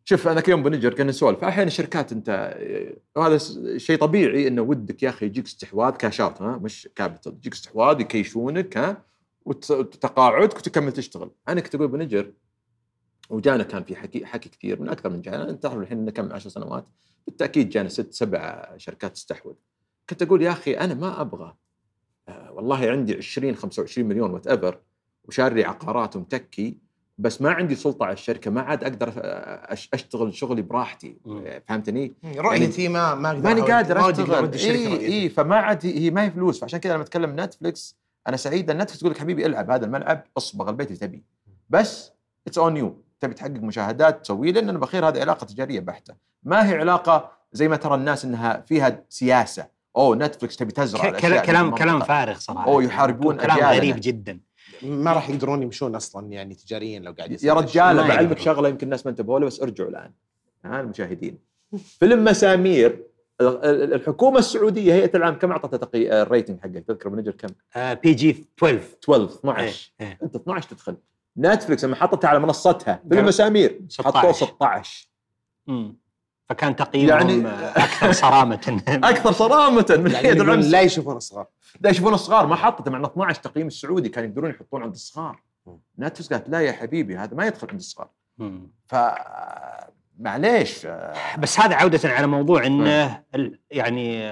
شوف انا كيوم بنجر كنا نسولف احيانا الشركات انت وهذا شيء طبيعي انه ودك يا اخي يجيك استحواذ كاشات ها مش كابيتال يجيك استحواذ يكيشونك ها وتقاعدك وتكمل تشتغل. انا كنت اقول بنجر وجانا كان في حكي حكي كثير من اكثر من جهه. انت تعرف الحين كم عشر سنوات بالتاكيد جانا ست سبع شركات تستحوذ. كنت اقول يا اخي انا ما ابغى آه والله عندي عشرين خمسة وعشرين مليون وات ايفر وشاري عقارات ومتكي بس ما عندي سلطه على الشركه ما عاد اقدر اشتغل شغلي براحتي. فهمتني؟ رؤيتي يعني ما ما ماني قادر اشتغل اي اي فما عاد هي ما هي فلوس. فعشان كذا لما اتكلم نتفليكس انا سعيد ان نتفليكس تقول لك حبيبي العب هذا الملعب اصبغ البيت اللي تبي بس اتس اون يو تبي تحقق مشاهدات تسويه لان بالاخير هذه علاقه تجاريه بحته ما هي علاقه زي ما ترى الناس انها فيها سياسه. اوه نتفليكس تبي تزرع الاشياء كلام كلام فارغ صراحه. اوه يحاربون كلام غريب جدا ما راح يقدرون يمشون اصلا يعني تجاريا لو قاعد يا رجال بعلمك شغله يمكن الناس ما انتبهوا له بس ارجعوا الان ها المشاهدين فيلم مسامير الحكومه السعوديه هيئه الاعلام كم اعطت تقييم الريتنج حقه تذكر بنجر كم؟ بي جي اثنا عشر اثنا عشر اثناشر ايه. انت اثنا عشر تدخل. نتفليكس لما حطتها على منصتها فيلم مسامير حطوه ستة عشر امم فكان تقييمهم يعني اكثر صرامه اكثر صرامه من يعني لا يشوفون الصغار لا يشوفون الصغار ما حطته مع اثنا عشر تقييم السعودي كان يقدرون يحطون عند الصغار. نتفليكس قالت لا يا حبيبي هذا ما يدخل عند الصغار. ف معليش بس هذا عودة على موضوع انه يعني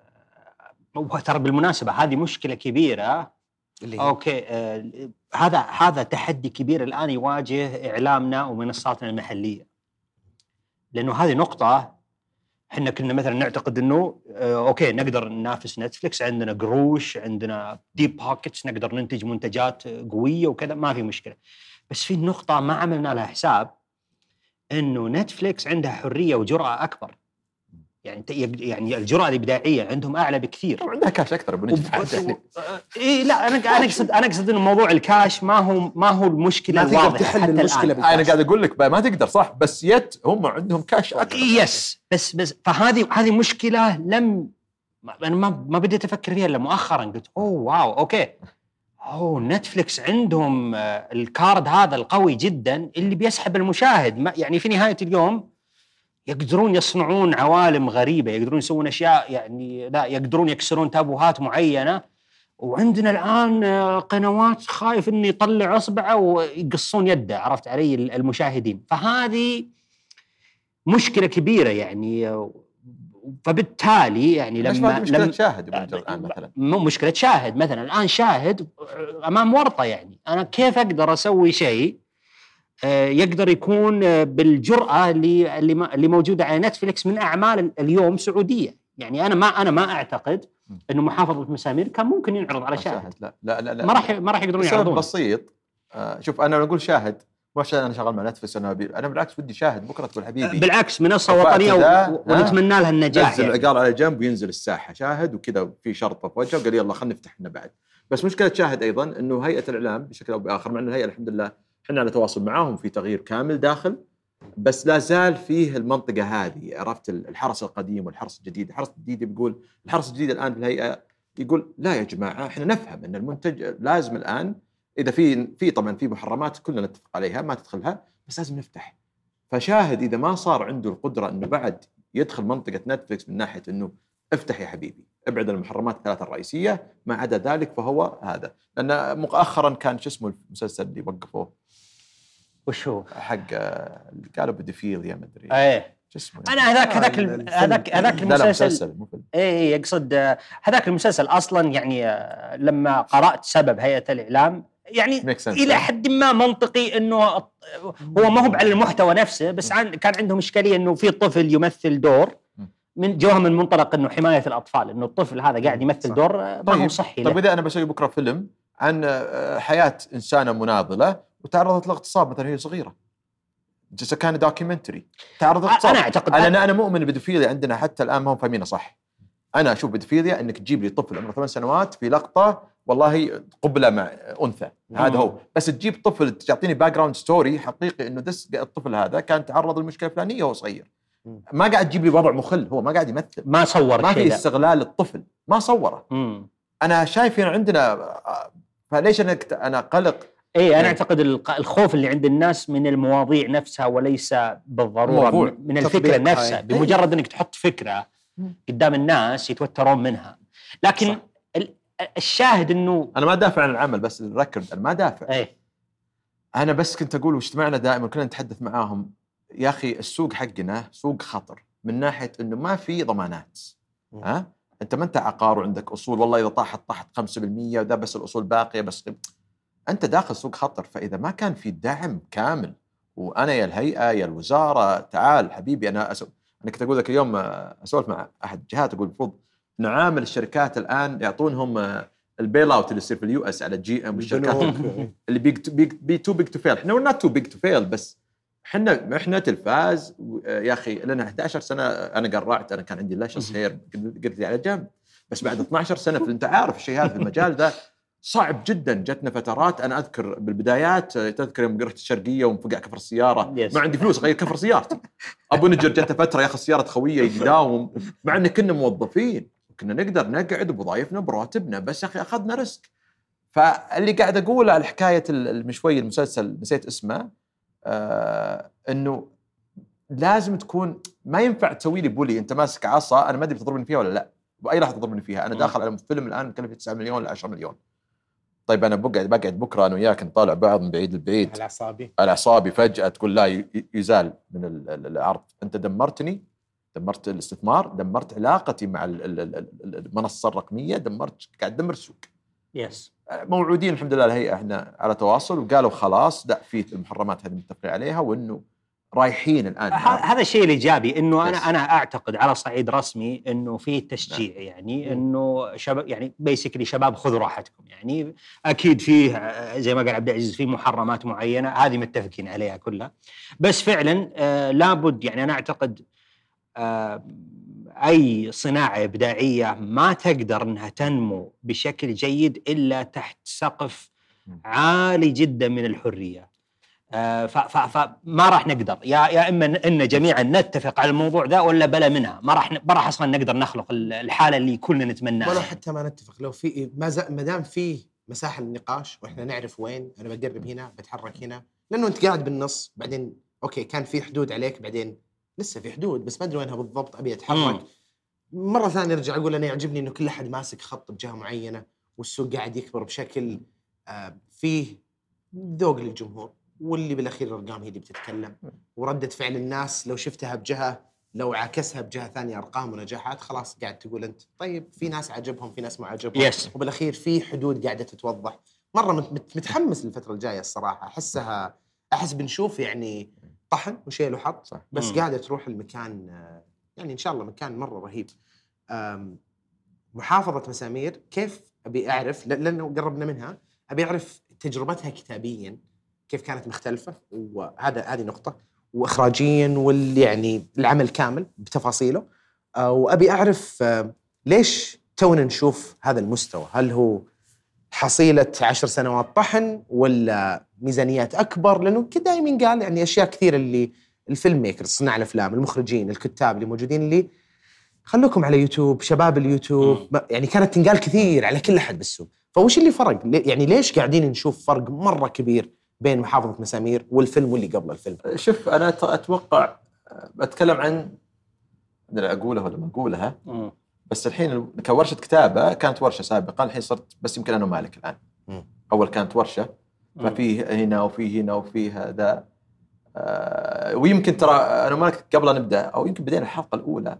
ترى بالمناسبة هذه مشكلة كبيرة اللي اوكي آه هذا هذا تحدي كبير الان يواجه اعلامنا ومنصاتنا المحلية لانه هذه نقطة احنا كنا مثلا نعتقد انه آه اوكي نقدر ننافس نتفليكس عندنا قروش عندنا ديب بوكيتس نقدر ننتج منتجات قوية وكذا ما في مشكلة. بس في نقطة ما عملنا لها حساب انه نتفليكس عندها حريه وجرأه اكبر يعني يعني الجرأه الابداعيه عندهم اعلى بكثير وعندها كاش اكثر بنجي اي لا انا انا اقصد انا اقصد انه موضوع الكاش ما هو ما هو المشكله الواضحه حتى المشكله الآن. انا قاعد اقول لك ما تقدر صح بس يت هم عندهم كاش اكثر يس بس بس فهذه هذه مشكله لم انا ما ما بديت افكر فيها الا مؤخرا قلت اوه واو اوكي اوه نتفليكس عندهم الكارد هذا القوي جدا اللي بيسحب المشاهد يعني في نهاية اليوم يقدرون يصنعون عوالم غريبة يقدرون يسوون أشياء يعني لا يقدرون يكسرون تابوهات معينة. وعندنا الآن قنوات خايف إنه يطلع أصبعه ويقصون يده عرفت علي المشاهدين. فهذه مشكلة كبيرة يعني فبالتالي يعني لما مشكلة لما شاهد الآن مثلا مو مشكلة شاهد مثلا الآن شاهد أمام ورطة يعني أنا كيف أقدر أسوي شيء يقدر يكون بالجرأة اللي اللي موجودة على نتفليكس من أعمال اليوم سعودية. يعني أنا ما أنا ما أعتقد إنه محافظة مسامير كان ممكن ينعرض على شاهد. لا لا لا, لا ما راح ما راح يقدرون يعرضون. بسيط آه شوف أنا أقول شاهد مش أنا شغال مع نتفلكس أنا أنا بالعكس ودي شاهد بكرة تقول حبيبي بالعكس منصة وطنية ونتمنى لها النجاح. نزل يعني. عقال على جنب وينزل الساحة شاهد وكذا في شرطة في وجهه وقال يلا خلينا نفتح لنا بعد. بس مشكلة شاهد أيضا إنه هيئة الإعلام بشكل أو بآخر مع إنه الهيئة الحمد لله إحنا على تواصل معاهم في تغيير كامل داخل بس لا زال فيه المنطقة هذه عرفت الحرس القديم والحرس الجديد. الحرس الجديد بيقول الحرس الجديد الآن في الهيئة يقول لا يا جماعة إحنا نفهم إن المنتج لازم الآن إذا في في طبعا في محرمات كلنا نتفق عليها ما تدخلها بس لازم نفتح. فشاهد إذا ما صار عنده القدرة إنه بعد يدخل منطقة نتفلكس من ناحية إنه افتح يا حبيبي ابعد المحرمات الثلاثة الرئيسية ما عدا ذلك فهو هذا. لأن مؤخرا كان شو اسمه المسلسل اللي وقفوه وش هو حق اللي قالوا بديفيل يا مدري ايه شو اسمه انا هذاك هذاك هذاك هذاك المسلسل اي يقصد هذاك المسلسل اصلا يعني لما قرأت سبب هيئة الإعلام يعني الى حد ما منطقي انه هو ما هو على المحتوى نفسه بس عن كان عندهم اشكاليه انه في طفل يمثل دور من جوها من منطلق انه حمايه الاطفال انه الطفل هذا قاعد يمثل دور ما هو صحي. طيب اذا انا بسوي بكره فيلم عن حياه انسانه مناضله وتعرضت لاغتصاب مثلا هي صغيره جالس كان دوكيومنتري تعرض اغتصاب انا اعتقد انا انا مؤمن البيدوفيليا عندنا حتى الان ما هم فاهمينها صح. انا اشوف بيدوفيليا انك تجيب لي طفل عمره ثمان سنوات في لقطه والله قبله مع انثى هذا هو بس تجيب طفل تعطيني باك جراوند ستوري حقيقي انه دس الطفل هذا كان تعرض للمشكله الفلانيه وهو صغير ما قاعد تجيب لي وضع مخل هو ما قاعد يمثل ما صور ما في استغلال الطفل ما صوره. مم. انا شايف هنا عندنا فليش انا انا قلق اي انا اعتقد الخوف اللي عند الناس من المواضيع نفسها وليس بالضروره موضوع. من الفكره نفسها. بمجرد انك تحط فكره قدام الناس يتوترون منها. لكن صح. الشاهد انه انا ما دافع عن العمل، بس الركض انا ما دافع. ايه انا بس كنت اقول واجتمعنا دائما كنا نتحدث معاهم، يا اخي السوق حقنا سوق خطر من ناحيه انه ما في ضمانات. ها انت ما انت عقار وعندك اصول، والله اذا طاحت طاحت خمسة بالمية وذا بس الاصول باقيه، بس انت داخل سوق خطر. فاذا ما كان في دعم كامل، وانا يا الهيئه يا الوزاره تعال حبيبي انا أسو... انا كنت اقول لك اليوم اسولف مع احد الجهات اقول المفروض نعامل الشركات الان يعطونهم البيل اوت اللي يصير في اليو اس على جي ام والشركات اللي بيج بيج بي تو بيج تو فيل. احنا نوت تو بيج تو فيل، بس احنا احنا تلفاز يا اخي لنا إحدى عشرة سنه. انا قرعت، انا كان عندي لاشس هير قلت لي على جنب، بس بعد اثنا عشر سنه انت عارف الشيء هذا في المجال ذا صعب جدا. جتنا فترات انا اذكر بالبدايات، تذكر يوم رحت الشرقيه ومفقع كفر السياره ما عندي فلوس غير كفر سيارتي. ابو نجر جت فتره ياخذ سياره خويه يداوم، مع ان كنا موظفين كنا نقدر نقعد بوظائفنا براتبنا، بس يا اخي اخذنا ريسك. فاللي قاعد اقوله على حكايه المشوي المسلسل نسيت اسمه، آه انه لازم تكون ما ينفع تسوي لي بولي انت ماسك عصا انا ما ادري بتضربني فيها ولا لا، باي لحظه تضربني فيها. انا داخل على فيلم الان مكلف تسعة مليون ل عشرة مليون. طيب انا بقعد بقعد بكره انا وياك نطالع بعض من بعيد لبعيد على اعصابي على اعصابي فجاه تقول لا يزال من العرض. انت دمرتني، دمرت الاستثمار، دمرت علاقتي مع المنصه الرقميه، دمرت قاعد دمر السوق. يس موعودين الحمد لله الهيئه احنا على تواصل وقالوا خلاص لا في المحرمات هذه متفقين عليها وانه رايحين الان. هذا الشيء الايجابي انه انا انا اعتقد على صعيد رسمي انه في تشجيع نعم. يعني انه شباب يعني بيسكلي شباب خذوا راحتكم. يعني اكيد فيه زي ما قال عبد العزيز في محرمات معينه هذه متفقين عليها كلها، بس فعلا آه لابد يعني انا اعتقد آه أي صناعة إبداعية ما تقدر أنها تنمو بشكل جيد إلا تحت سقف عالي جدا من الحرية. آه فما راح نقدر يا يا إما إن جميعا نتفق على الموضوع ذا ولا بلا منها. ما راح ما راح أصلا نقدر نخلق الحالة اللي كلنا نتمناها. ولا حتى ما نتفق لو في ما ما دام في مساحة للنقاش وإحنا نعرف وين أنا بقرب هنا بتحرك هنا، لأنه أنت قاعد بالنص بعدين أوكي كان في حدود عليك بعدين لسه في حدود بس ما أدري وينها بالضبط أبي أتحرك. مم. مرة ثانية أرجع أقول أنا يعجبني إنه كل أحد ماسك خط بجهة معينة والسوق قاعد يكبر بشكل آه فيه ذوق للجمهور، واللي بالأخير الأرقام هي اللي بتتكلم وردة فعل الناس لو شفتها بجهة لو عكسها بجهة ثانية أرقام ونجاحات خلاص قاعد تقول أنت طيب في ناس عجبهم في ناس ما عجبهم yes. وبالأخير في حدود قاعدة تتوضح. مرة متحمس للفترة الجاية الصراحة، أحسها أحس بنشوف يعني طحن وشيء له حط صح. بس مم. قاعدة تروح المكان يعني إن شاء الله مكان مرة رهيب. محافظة مسامير كيف أبي أعرف لأنه قربنا منها، أبي أعرف تجربتها كتابيا كيف كانت مختلفة، وهذا هذه نقطة، وإخراجيا واللي يعني العمل كامل بتفاصيله. وأبي أعرف ليش تونا نشوف هذا المستوى، هل هو حصيلة عشر سنوات طحن ولا ميزانيات أكبر؟ لأنه كده دائما قال يعني أشياء كثيرة اللي الفيلم ميكرز صناع الأفلام المخرجين الكتاب اللي موجودين اللي خلوكم على يوتيوب شباب اليوتيوب يعني كانت تنقال كثير على كل أحد بالسوق. فوش اللي فرق يعني ليش قاعدين نشوف فرق مرة كبير بين محافظة مسامير والفيلم واللي قبل الفيلم؟ شوف أنا أتوقع بتكلم عن أنا أقولها ولا ما أقولها م. بس الحين كورشة كتابة كانت ورشة سابقا، الحين صرت بس يمكن أنا ومالك الآن م. أول كانت ورشة ففيه هنا وفيه هنا وفيه هذا آه ويمكن ترى أنا ومالك قبل نبدأ أو يمكن بدينا الحلقة الأولى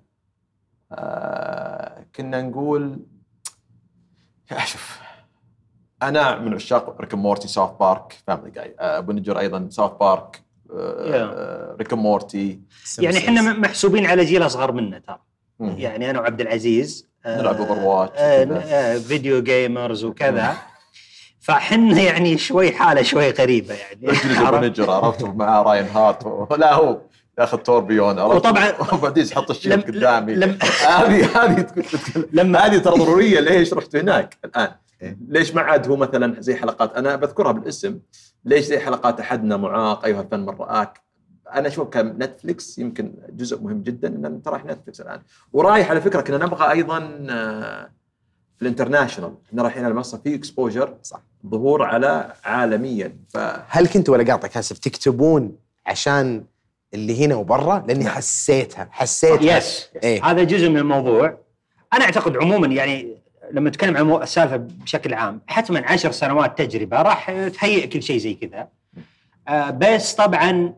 آه كنا نقول شوف أنا من عشاق ريك مورتي ساوث بارك فاميلي جاي أبو نجر أيضا ساوث بارك آه ريك مورتي يعني إحنا محسوبين على جيل أصغر منا ترى يعني أنا وعبد العزيز آه نلعب أوفرواتش آه آه فيديو جيمرز وكذا فحنا يعني شوي حالة شوي غريبة يعني أبو نجر عرفت مع راين هارت لا هو ياخذ توربيون وطبعا وبعدين يحط الشيء قدامي هذه هذه لما هذه ترى ضرورية. ليش رحت هناك الآن؟ ليش ما عاد هو مثلا زي حلقات أنا بذكرها بالاسم ليش زي حلقات أحدنا معاق أيها الفن من رآك؟ أنا أشوف كنتفليكس يمكن جزء مهم جدا إن أنت رايح نتفليكس الآن ورايح على فكرة كنا نبغى أيضا في الانترناشونال، احنا رايحين على المنصه في اكسبوجر، صح، ظهور على عالميا. ف هل كنتوا ولا قاطعك اسف تكتبون عشان اللي هنا وبرا؟ لاني نعم. حسيتها حسيتها يس إيه؟ هذا جزء من الموضوع. انا اعتقد عموما يعني لما نتكلم عن السالفه بشكل عام، حتما عشر سنوات تجربه راح تهيئ كل شيء زي كذا. آه بس طبعا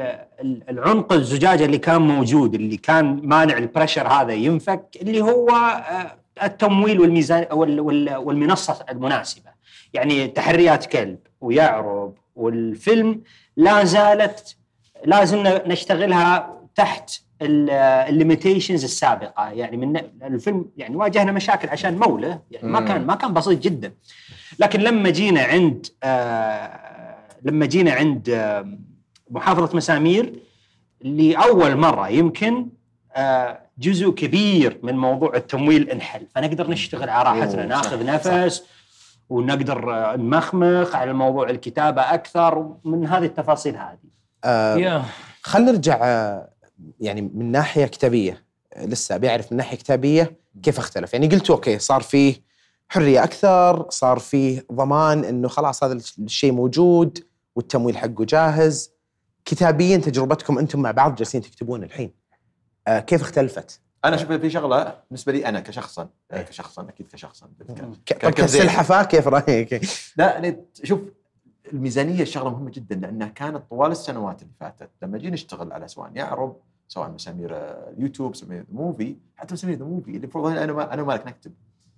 العنق الزجاجه اللي كان موجود، اللي كان مانع البريشر هذا ينفك، اللي هو آه التمويل والميزان والمنصه المناسبه. يعني تحريات كلب ويعرب والفيلم لا زالت لازم نشتغلها تحت الليميتيشنز السابقه. يعني من الفيلم يعني واجهنا مشاكل عشان موله، يعني ما كان ما كان بسيط جدا. لكن لما جينا عند آه لما جينا عند آه محافظه مسامير لاول مره يمكن آه جزء كبير من موضوع التمويل انحل، فنقدر نشتغل على راحتنا، ناخذ نفس ونقدر آه نمخمخ على موضوع الكتابه اكثر من هذه التفاصيل هذه. آه خلينا نرجع آه يعني من ناحيه كتابيه، لسه بيعرف من ناحيه كتابيه كيف اختلف. يعني قلت اوكي صار فيه حريه اكثر، صار فيه ضمان انه خلاص هذا الشيء موجود والتمويل حقه جاهز. كتابيا تجربتكم انتم مع بعض جالسين تكتبون الحين، آه كيف اختلفت؟ انا شوف في شغله بالنسبه لي انا كشخصا إيه؟ كشخصا اكيد كشخصا طب كالسلحفاه كيف رايك؟ لا شوف الميزانيه الشغله مهمه جدا، لانها كانت طوال السنوات اللي فاتت لما جينا نشتغل على سواء يعرب سواء مسامير اليوتيوب مسامير موفي، حتى مسامير الموفي اللي المفروض انا ما انا مالك نكتب،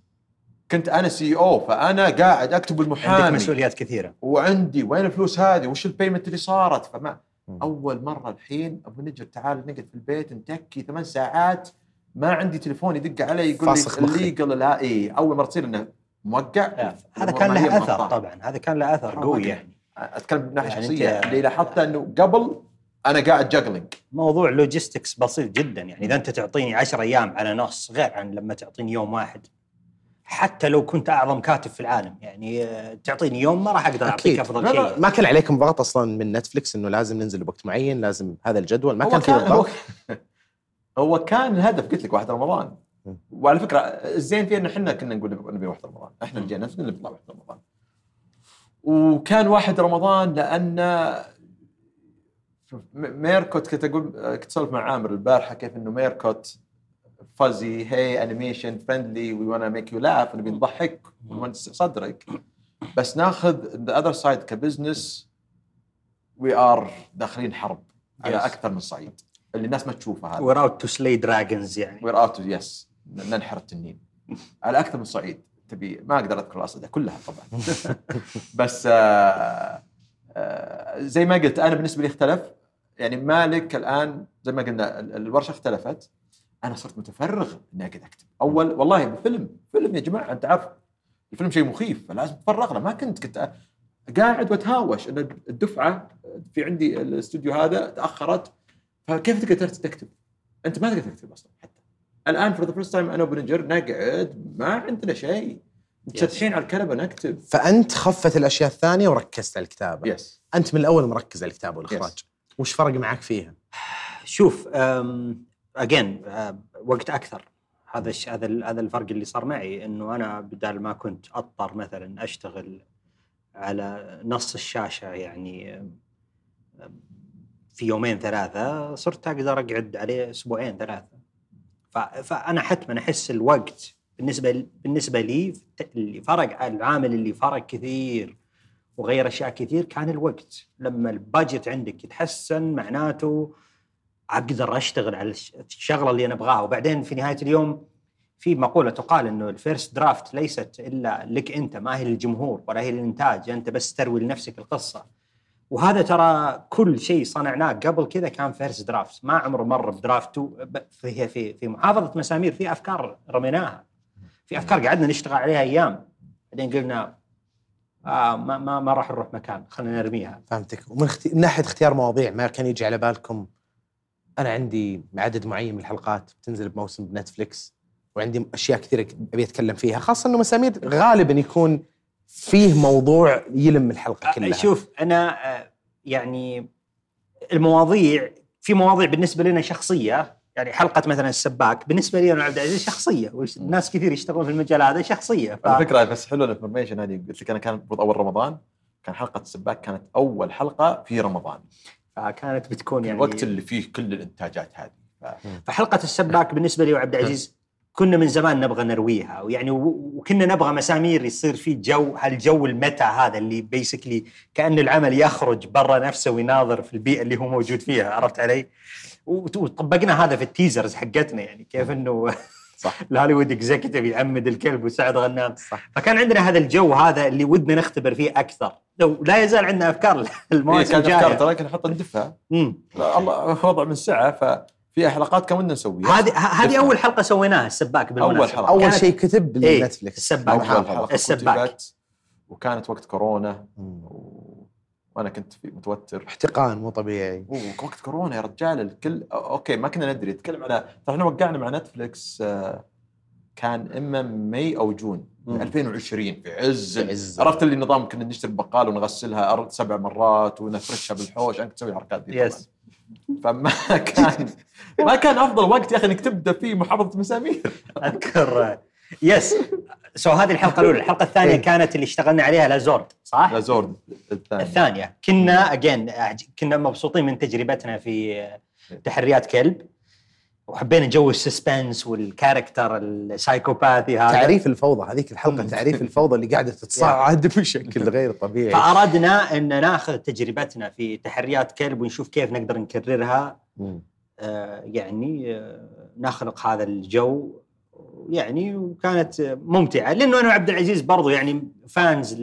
كنت انا سي او، فانا قاعد اكتب المحامي، عندك مسؤوليات كثيره وعندي وين الفلوس هذه وش البيمنت اللي صارت. فما اول مره الحين ابو نجر تعال نقعد في البيت نتكي ثمان ساعات، ما عندي تليفون يدق علي يقول لي الليجل لا ايه. اول مره تصير انه موقع، هذا كان له اثر طبعا، هذا كان له اثر قوي. يعني اتكلم من ناحيه يعني شخصيه اللي لاحظته انه قبل انا قاعد جاجلينج موضوع لوجيستكس بسيط جدا. يعني اذا انت تعطيني عشر ايام على نص غير عن لما تعطيني يوم واحد، حتى لو كنت اعظم كاتب في العالم. يعني تعطيني يوم ما راح اقدر اعطيك افضل شيء. ما كان عليكم ضغط اصلا من نتفليكس انه لازم ننزل بوقت معين، لازم هذا الجدول؟ ما كان في ضغط. هو كان الهدف قلت لك واحد رمضان، وعلى فكره الزين فيه ان احنا كنا نقول نبي واحد رمضان، احنا اللي جينا نبي نطلع واحد رمضان. وكان واحد رمضان لان ميركوت، كنت اقول كنت اسولف مع عامر البارحه كيف انه ميركوت فازي هي انيميشن فريندلي وي وانا ميك يو لاف، نبي نضحك ونونس صدرك، بس ناخذ ذا اذر سايد كبزنس وي ار داخلين حرب على yes. اكثر من صعيد اللي الناس ما تشوفها. هذا we're out to slay dragons، يعني we're out to yes ننحر التنين على اكثر من صعيد. تبي ما اقدر اذكر الاصداء كلها طبعا بس آآ آآ زي ما قلت انا بالنسبه لي اختلف. يعني مالك الان زي ما قلنا الورشه اختلفت، انا صرت متفرغ اني اقعد اكتب. اول والله بالفيلم فيلم يا جماعه انت عارف الفيلم شيء مخيف، فلازم تتفرغ له. ما كنت كنت قاعد واتهاوش ان الدفعه في عندي الاستوديو هذا تاخرت، فكيف تقدر تكتب؟ انت ما تقدر تكتب اصلا. حتى الان فور ذا فيرست تايم انا وبنجر نقعد ما عندنا شيء، متشتشين على الكنبه نكتب. فانت خفت الاشياء الثانيه وركزت على الكتابه. يس. انت من الاول مركز على الكتابه والاخراج. يس. وش فرق معك فيها؟ شوف اجين وقت اكثر. هذا الش... هذا ال... هذا الفرق اللي صار معي، انه انا بدال ما كنت اضطر مثلا اشتغل على نص الشاشه يعني في يومين ثلاثه، صرت اقدر اقعد عليه اسبوعين ثلاثه. ف... فانا حتما احس الوقت بالنسبه ل... بالنسبه لي اللي فرق، العامل اللي فرق كثير وغير اشياء كثير كان الوقت. لما البادجت عندك يتحسن معناته اقدر اشتغل على الشغله اللي انا ابغاها. وبعدين في نهايه اليوم في مقوله تقال انه الفيرست درافت ليست الا لك انت، ما هي للجمهور ولا هي للانتاج، انت بس تروي لنفسك القصه. وهذا ترى كل شيء صنعناه قبل كذا كان فيرست درافت، ما عمره مر بدرافت تو. في في في محافظه مسامير في افكار رميناها، في افكار قعدنا نشتغل عليها ايام، بعدين قلنا آه ما ما ما راح نروح مكان، خلينا نرميها. فهمتك. ومن اختي... من ناحيه اختيار مواضيع، ما كان يجي على بالكم انا عندي عدد معين من الحلقات بتنزل بموسم بنتفليكس وعندي اشياء كثيره ابي اتكلم فيها، خاصه انه مسامير غالبا يكون فيه موضوع يلم الحلقه كلها؟ شوف انا يعني المواضيع، في مواضيع بالنسبه لنا شخصيه يعني حلقه مثلا السباك بالنسبه لي انا عبد العزيز شخصيه، والناس كثير يشتغلون في المجال هذا شخصيه. ف... الفكره بس حلوه الانفورميشن هذه، قلت لك انا كان المفروض اول رمضان، كان حلقه السباك كانت اول حلقه في رمضان، فكانت بتكون يعني الوقت اللي فيه كل الانتاجات هذه. ف... فحلقه السباك بالنسبه لي وعبد العزيز كنا من زمان نبغى نرويها، ويعني وكنا نبغى مسامير يصير فيه جو، هالجو المتا هذا اللي بيسكلي كأن العمل يخرج برا نفسه ويناظر في البيئة اللي هو موجود فيها، عرفت علي؟ وطبقنا هذا في التيزرز حقتنا، يعني كيف انه صح الهوليوود اكزيكتيف يعمد الكلب وسعد غنام. فكان عندنا هذا الجو هذا اللي ودنا نختبر فيه اكثر. لو لا يزال عندنا افكار المواسم الجايه، كان افكار ترى كنا نحط ندفها. الله وضع من سعه، ففي حلقات كان ودنا نسويها. هذه هذه اول حلقه سويناها السباك بالمناسبه. اول حلقه اول شيء كتب بالنتفلكس السباك. السباك وكانت وقت كورونا و... وانا كنت متوتر، احتقان مو طبيعي. وقت كورونا يا رجال الكل اوكي ما كنا ندري. نتكلم على ترى احنا وقعنا مع نتفلكس كان اما ماي او جون من ألفين وعشرين في عز, عز عرفت اللي نظام كنا نشتري بقال ونغسلها أرض سبع مرات ونفرشها بالحوش. انا كنت اسوي الحركات دي يس. فما كان ما كان افضل وقت يا اخي انك تبدا في محافظه مسامير. اذكر يس. سو هذه الحلقه الاولى. الحلقه الثانيه كانت اللي اشتغلنا عليها لازورد، صح؟ لازورد الثانيه. الثانيه كنا اجين كنا مبسوطين من تجربتنا في تحريات كلب، وحبينا جو السسبنس والكاركتر السايكوباثي هذا. تعريف الفوضى هذيك الحلقه، تعريف الفوضى اللي قاعده تتصاعد بشكل غير طبيعي. فاردنا ان ناخذ تجربتنا في تحريات كلب ونشوف كيف نقدر نكررها. آه يعني آه نخلق هذا الجو يعني، وكانت ممتعه لانه انا وعبد العزيز برضو يعني فانز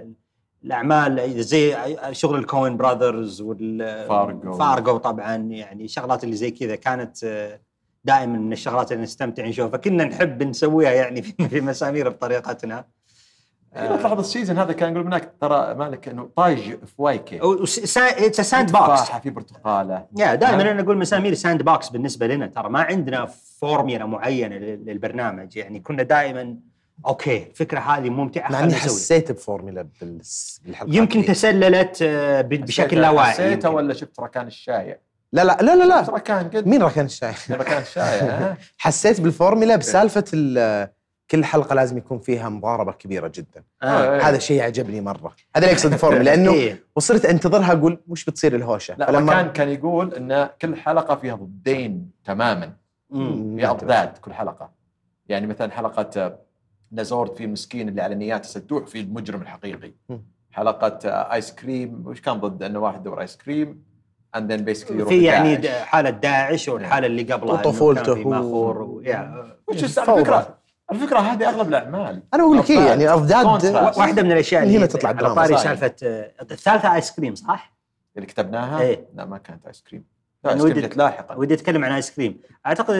الاعمال زي شغل الكوين براذرز والفارغو فارغو طبعا، يعني شغلات اللي زي كذا كانت دائما من الشغلات اللي نستمتع نشوفها. فكنا نحب نسويها يعني في مسامير بطريقتنا. إذا تلاحظ السيزن هذا كان يقول هناك ترى مالك انه طايج فواكه، اتس ساند بوكس، في برتقاله. يا دائما انا اقول مسامير ساند بوكس بالنسبه لنا. ترى ما عندنا فورميلا معينه للبرنامج، يعني كنا دائما اوكي الفكره هذه ممتعه خلينا نسوي. حسيت بفورمولا بالحلقه يمكن تسللت بشكل لا واعي. حسيتها ولا شفت ركان الشاي؟ لا لا لا لا, لا. ركان قد مين ركان الشاي؟ ركان الشاي. حسيت بالفورمولا بسالفه كل حلقه لازم يكون فيها مضاربه كبيره جدا. آه. هذا شيء عجبني مره. هذا اللي يقصد الفورمولا، لانه وصرت انتظرها اقول وش بتصير الهوشه. فلما كان كان يقول ان كل حلقه فيها ضدين تماما، في اضداد كل حلقه. يعني مثلا حلقه لازورد في مسكين اللي على نياته سدوح في المجرم الحقيقي. حلقه ايس كريم وش كان ضد انه واحد دور ايس كريم and then basically في يعني دا حاله داعش والحاله اللي قبلها وطفولته في ماخور ويا وش الفكره الفكره هذه اغلب الاعمال. انا اقول لك يعني اضداد واحده من الاشياء اللي هنا تطلع دراما. طاري سالفه الثالثه ايس كريم صح اللي كتبناها؟ ايه؟ لا ما كانت ايس كريم. ايس كريم جت لاحقا. ودي اتكلم عن ايس كريم. اعتقد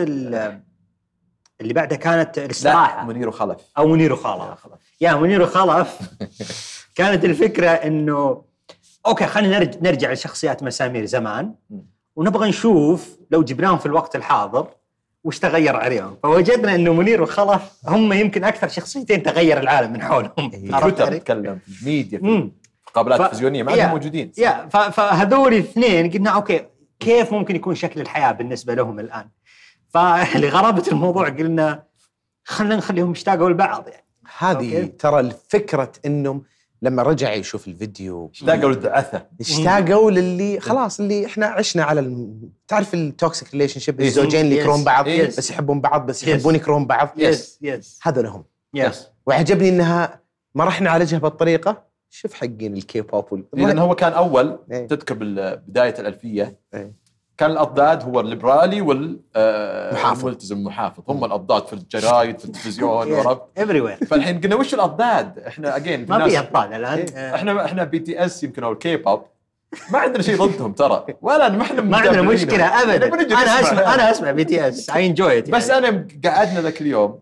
اللي بعدها كانت الاستراحه. منير وخلف او منير وخلف. يا منير وخلف كانت الفكره انه اوكي خلينا نرجع نرجع لشخصيات مسامير زمان ونبغى نشوف لو جبناهم في الوقت الحاضر وش تغير عليهم. فوجدنا انه منير وخلف هم يمكن اكثر شخصيتين تغير العالم من حولهم. تويتر نتكلم في الميديا في قابلات تلفزيونيه ما هم موجودين. يا فهذول الاثنين قلنا اوكي كيف ممكن يكون شكل الحياه بالنسبه لهم الان. فلغرابه الموضوع قلنا خلينا نخليهم يشتاقوا لبعض. يعني هذه ترى الفكره انهم لما رجع يشوف الفيديو اشتاقوا للدعثه، اشتاقوا للي خلاص اللي احنا عشنا على الم... تعرف التوكسيك ريليشن شيب، الزوجين اللي يكرهون بعض يس. بس يحبون بعض بس يحبون يكرهون بعض. يس يس هذا لهم. يس وعجبني انها ما راح نعالجها بالطريقه شوف حقين الكي بوب. لأن هو كان اول ايه. تذكر بدايه الالفيه ايه. كان الأضداد هو الليبرالي والملتزم المحافظ، هم الأضداد في الجرايد في التلفزيون ورب everywhere. فالحين قلنا وش الأضداد؟ إحنا أجين ما في أضداد الآن. إحنا إحنا بي تي إس يمكن أو الكي بوب ما عندنا شيء ضدهم ترى، ولا ما إحنا ما عندنا مشكلة أبدا. أنا أسمع أنا أسمع بي تي إس I enjoy it. بس يعني. أنا قعدنا ذاك اليوم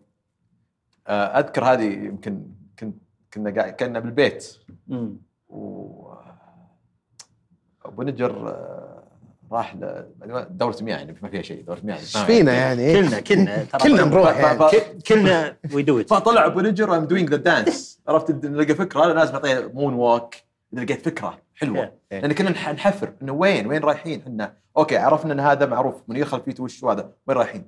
أذكر هذه يمكن كنا قاعد كنا بالبيت و أبو نجر راح دورة مياه يعني ما فيها شيء دورة مياه فينا يعني كلنا كلنا كلنا نروح يعني كلنا وي دو ات. فطلع ابو نجر ام دوينج ذا دانس عرفت نلقى فكره انا لازم اعطيه مون ووك اذا لقيت فكره حلوه إيه. لان كنا نح- نحفر انه وين وين رايحين احنا. اوكي عرفنا ان هذا معروف منير خلفيته وش هذا وين رايحين.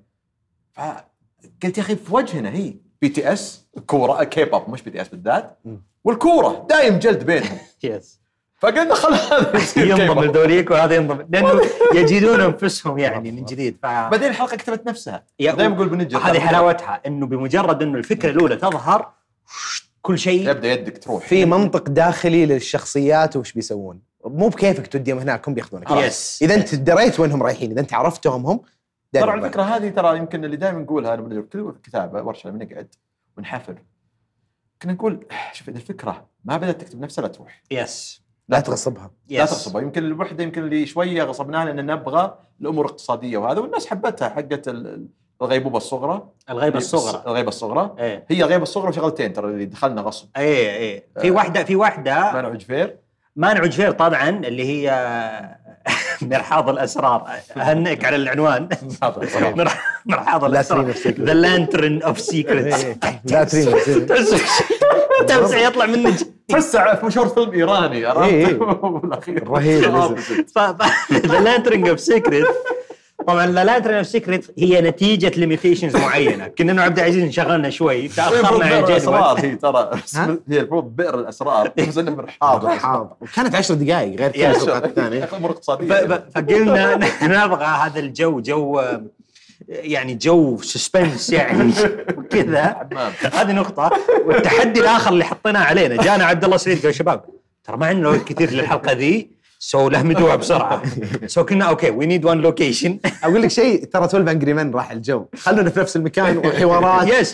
فقلت يا اخي في وجهنا هي بي تي اس كوره كيباب مش بي تي اس بالذات والكوره دايم جلد بينهم. يس فقلنا خل هذا يصير ينضم كيباب. لذوليك وهذا ينضم لانه يجدون انفسهم يعني من جديد. ف بعدين الحلقه كتبت نفسها يا- دائما نقول بنجي هذه حلاوتها انه بمجرد انه الفكره الاولى تظهر كل شيء يبدا يدك تروح. في منطق داخلي للشخصيات وش بيسوون، مو بكيفك توديهم هناك هم بياخذونك. يس. اذا انت دريت وينهم رايحين، اذا انت عرفتهم هم ترى دايماً على الفكره هذه ترى يمكن اللي دائما نقولها لما نجرب كل كتابه ورشه لما نقعد ونحفر كنا نقول شوف اذا الفكره ما بدات تكتب نفسها لا تروح يس لا تغصبها. لا تغصبها. يمكن الوحده يمكن اللي شويه غصبناها لان نبغى الامور اقتصاديه وهذا والناس حبتها حقت ال- الغيبوبه الصغرى. الغيبه الصغرى. الغيبه الصغرى ايه هي الغيبه الصغرى وشغلتين ترى اللي دخلنا غصب. ايه ايه في واحده في واحده مانع جفير مانع جفير طبعا اللي هي مرحاض الاسرار. اهنئك على العنوان. مرح- مرحاض الاسرار ذا لانترن اوف سيكريتس. لا تريم تمسح يطلع منك تحسه مشهور فيلم ايراني عرفت. إيه. بالاخير رهيب. ذا لانترن اوف سيكريت. طبعا ذا لانترن اوف سيكريت هي نتيجه ليميتيشنز معينه. كنا انه عبد العزيز انشغلنا شوي تاخرنا عن بئر الاسرار الجدول. هي ترى هي المفروض بئر الاسرار بس انه مرحاض حاضر. وكانت عشر دقائق غير كذا الحلقات الثانيه. امور ف- اقتصاديه. ف- فقلنا نبغى هذا الجو جو يعني جو سسبنس يعني كذا. حمام. هذه نقطة. والتحدي الآخر اللي حطيناه علينا جانا عبد الله سعيد قال شباب ترى ما عندنا وقت كثير للحلقة ذي سو لهمدوها بسرعة. سو كنا اوكي وي نيد وان لوكيشن. اقول لك شيء ترى تويلف انجري مان راح الجو، خلونا في نفس المكان وحوارات. يس.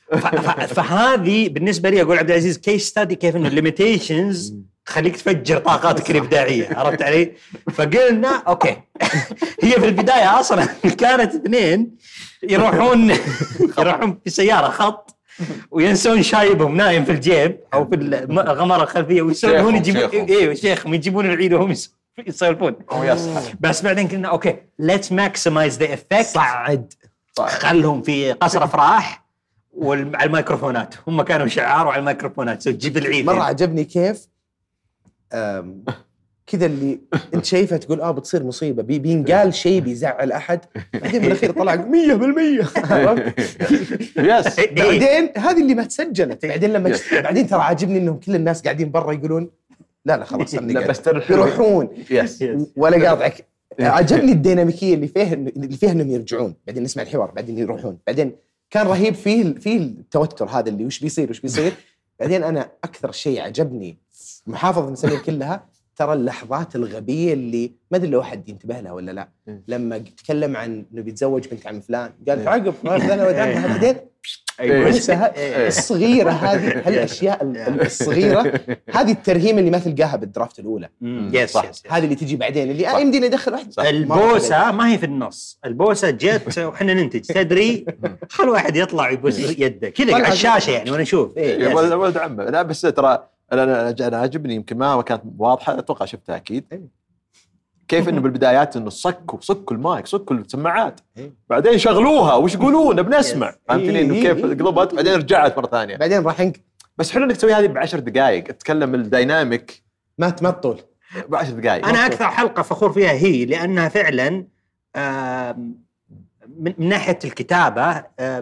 فهذه بالنسبة لي اقول عبد العزيز كيس ستادي كيف انه الليميتيشنز تخليك تفجر طاقاتك الابداعيه. عرفت علي؟ فقلنا اوكي هي في البدايه اصلا كانت اثنين يروحون يروحون في سياره خط وينسون شايبهم نايم في الجيب او في الغمره الخلفيه ويسولفون يجيبون ايوه شيخهم يجيبون العيد وهم يسولفون. بس بعدين قلنا اوكي ليتس ماكسمايز ذا افكت. صعد خلهم في قصر افراح وعلى الميكروفونات هم كانوا شعار وعلى الميكروفونات سو تجيب العيد. مره عجبني كيف أم، كذا اللي انت شايفه تقول اه بتصير مصيبه بي بينقال شيء بيزعل احد بعدين بالاخير طلع مية بالمية. يس بعدين هذه اللي ما تسجلت. بعدين لما بعدين ترى عاجبني انهم كل الناس قاعدين برا يقولون لا لا خلاص يروحون يس ولا قاطعك. عجبني الديناميكيه اللي فيها اللي فيها انهم يرجعون بعدين نسمع الحوار بعدين يروحون بعدين كان رهيب فيه فيه التوتر هذا اللي وش بيصير وش بيصير. بعدين انا اكثر شيء عجبني في محافظه مسامير كلها ترى اللحظات الغبيه اللي ما ادري لو حد ينتبه لها ولا لا. لما تكلم عن انه بيتزوج بنت عم فلان قال في عقب انا ودعمها بعدين الصغيره هذه هالاشياء الصغيره هذه الترهيم اللي ما تلقاها بالدرافت الاولى. يس يس هذه اللي تجي بعدين اللي آه يمدينا ندخل واحد. البوسه ما هي في النص. البوسه جت وحنا ننتج تدري خل واحد يطلع يبوس يده كذا على الشاشه يعني وانا اشوف إيه ولد عمه. لا بس ترى انا انا عاجبني يمكن ما كانت واضحه اتوقع شفتها اكيد كيف انه بالبدايات انه صكوا صكوا المايك صكوا السماعات بعدين شغلوها وش يقولون بنسمع فهمتني انه كيف قلبت بعدين رجعت مره ثانيه بعدين راح ينك. بس حلو انك تسوي هذه بعشر دقائق تتكلم الديناميك ما تمطل بعشر دقائق. انا اكثر حلقه فخور فيها هي لانها فعلا من ناحيه الكتابه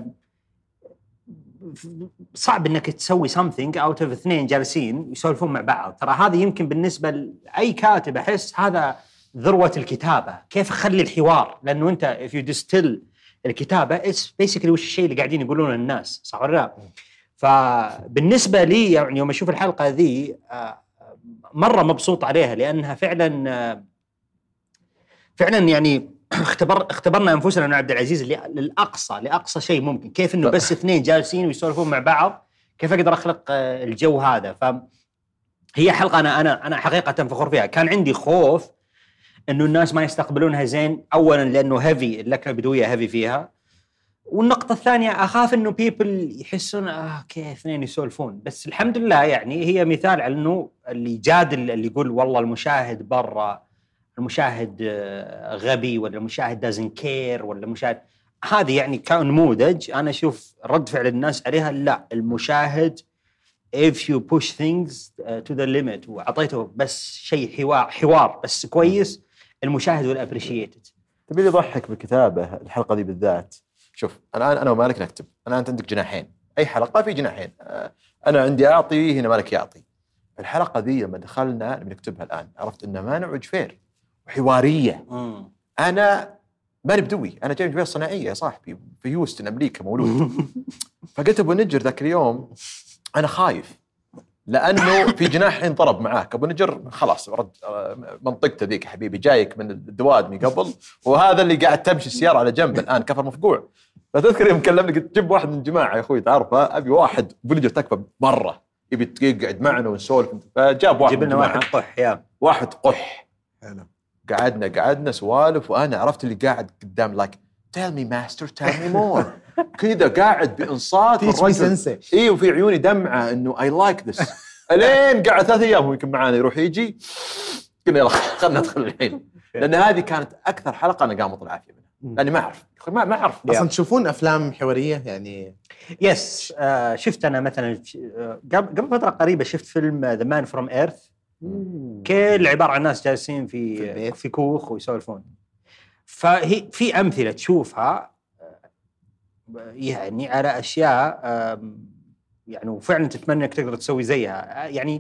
صعب انك تسوي something out of اثنين جالسين يسولفون مع بعض. ترى هذه يمكن بالنسبه لاي كاتب احس هذا ذروه الكتابه. كيف اخلي الحوار لانه انت if you distill الكتابه it's basically وش الشيء اللي قاعدين يقولونه الناس صح ولا لا. فبالنسبه لي يعني يوم اشوف الحلقه ذي مره مبسوط عليها لانها فعلا فعلا يعني اختبر اختبرنا انفسنا انا عبد العزيز للاقصى لاقصى شيء ممكن. كيف انه بس اثنين جالسين ويسولفون مع بعض كيف اقدر اخلق الجو هذا. فهي حلقه انا انا انا حقيقه فخور فيها. كان عندي خوف انه الناس ما يستقبلونها زين اولا لانه هيفي اللكنه البدويه هيفي فيها والنقطه الثانيه اخاف انه بيبل يحسون اه اوكي اثنين يسولفون. بس الحمد لله يعني هي مثال على انه اللي يجادل اللي يقول والله المشاهد برا المشاهد غبي ولا المشاهد doesn't care ولا المشاهد هذه يعني كنموذج انا اشوف رد فعل الناس عليها لا المشاهد if you push things uh, to the limit وعطيته بس شيء حوار حوار بس كويس المشاهد will appreciate it. تبي لي ضحك بالكتابة الحلقة دي بالذات. شوف أنا أنا ومالك نكتب، أنا أنت عندك جناحين، أي حلقة في جناحين، أنا عندي أعطي هنا مالك يعطي. الحلقة ذي لما دخلنا بنكتبها الآن عرفت إنه ما نوع فير وحوارية. مم. أنا ماني بدوي، أنا جاي من بيئة صناعية يا صاحبي في هيوستن أمريكا مولود. فقلت أبو نجر ذاك اليوم أنا خايف لأنه في جناح انضرب معاك. أبو نجر خلاص رد منطقته ذيك حبيبي، جايك من الدوادمي قبل وهذا اللي قاعد تمشي السيارة على جنب الآن كفر مفقوع. فتذكر يوم كلمني قلت جيب واحد من الجماعة يا أخوي تعرفه، أبي واحد أبو نجر تكفى مرة يبي يقعد معنا ونسولف. فجاب واحد جيب لنا واحد قح يا واحد قح. قعدنا قعدنا سوالف وأنا عرفت اللي قاعد قدام لايك tell me master tell me more كذا قاعد بإنصات الرجل إيه وفي عيوني دمعة إنه I like this. الين قاعد ثلاث أيام يمكن معانا يروح يجي قلنا يلا خلنا ندخل الحين، لأن هذه كانت أكثر حلقة أنا قامت العافية منها لأني ما أعرف ما ما أعرف أصلاً تشوفون أفلام حوارية يعني. يس آه شفت أنا مثلا آه قبل قبل فترة قريبة شفت فيلم The Man from Earth. كل عبارة عن ناس جالسين في في, في كوخ ويسولفون. فهي في أمثلة تشوفها يعني على أشياء يعني وفعلا تتمنى إنك تقدر تسوي زيها يعني.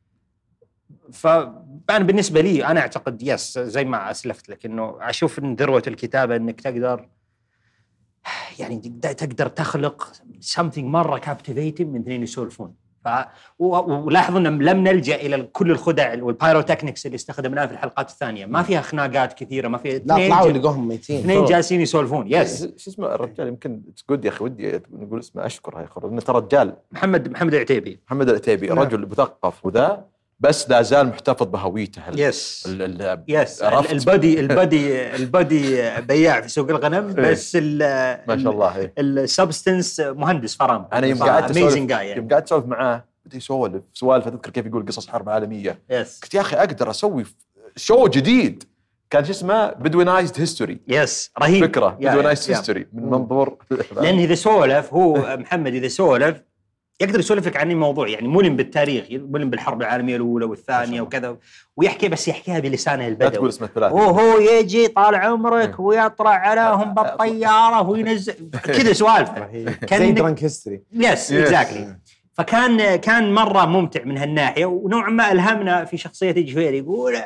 فأنا بالنسبة لي أنا أعتقد يس زي ما أسلفت لك إنه أشوف إن ذروة الكتابة إنك تقدر يعني تقدر تخلق something مرة captivating من اثنين يسولفون. ف ولاحظوا ان لم نلجأ الى كل الخدع والبايروتكنيكس اللي استخدمناها في الحلقات الثانيه، ما فيها خناقات كثيره، ما فيها لا طلعوا لقوهم ميتين اثنين جالسين يسولفون. يس شو اسمه الرجال يمكن تقول يا اخي ودي نقول اسمه اشكر هاي خرج انه ترى رجال محمد محمد العتيبي محمد العتيبي رجل مثقف وذا بس لا زال محتفظ بهويته. يس ال يس البادي البادي البادي بياع في سوق الغنم بس ما شاء الله السبستنس مهندس فرام. انا يوم قاعد اسولف يوم قاعد اسولف معاه بدي يسولف سوالف اذكر كيف يقول قصص حرب عالميه. يس قلت يا اخي اقدر اسوي شو جديد كان شو اسمه بدوينايزد هيستوري. يس رهيب فكره بدوينايزد هيستوري من منظور لان اذا سولف هو محمد اذا سولف يقدر يسولف لك عن الموضوع يعني ملم بالتاريخ ملم بالحرب العالميه الاولى والثانيه وكذا ويحكي بس يحكيها بلسانه البدوي. لا تقول اسمه ثلاثي وهو يجي طال عمرك ويطلع عليهم بالطياره وينزل كذا سوالف زي درانك هيستوري. يس اكزاكتلي. فكان كان مره ممتع من هالناحيه ونوعا ما الهمنا في شخصيه الجفيري يقول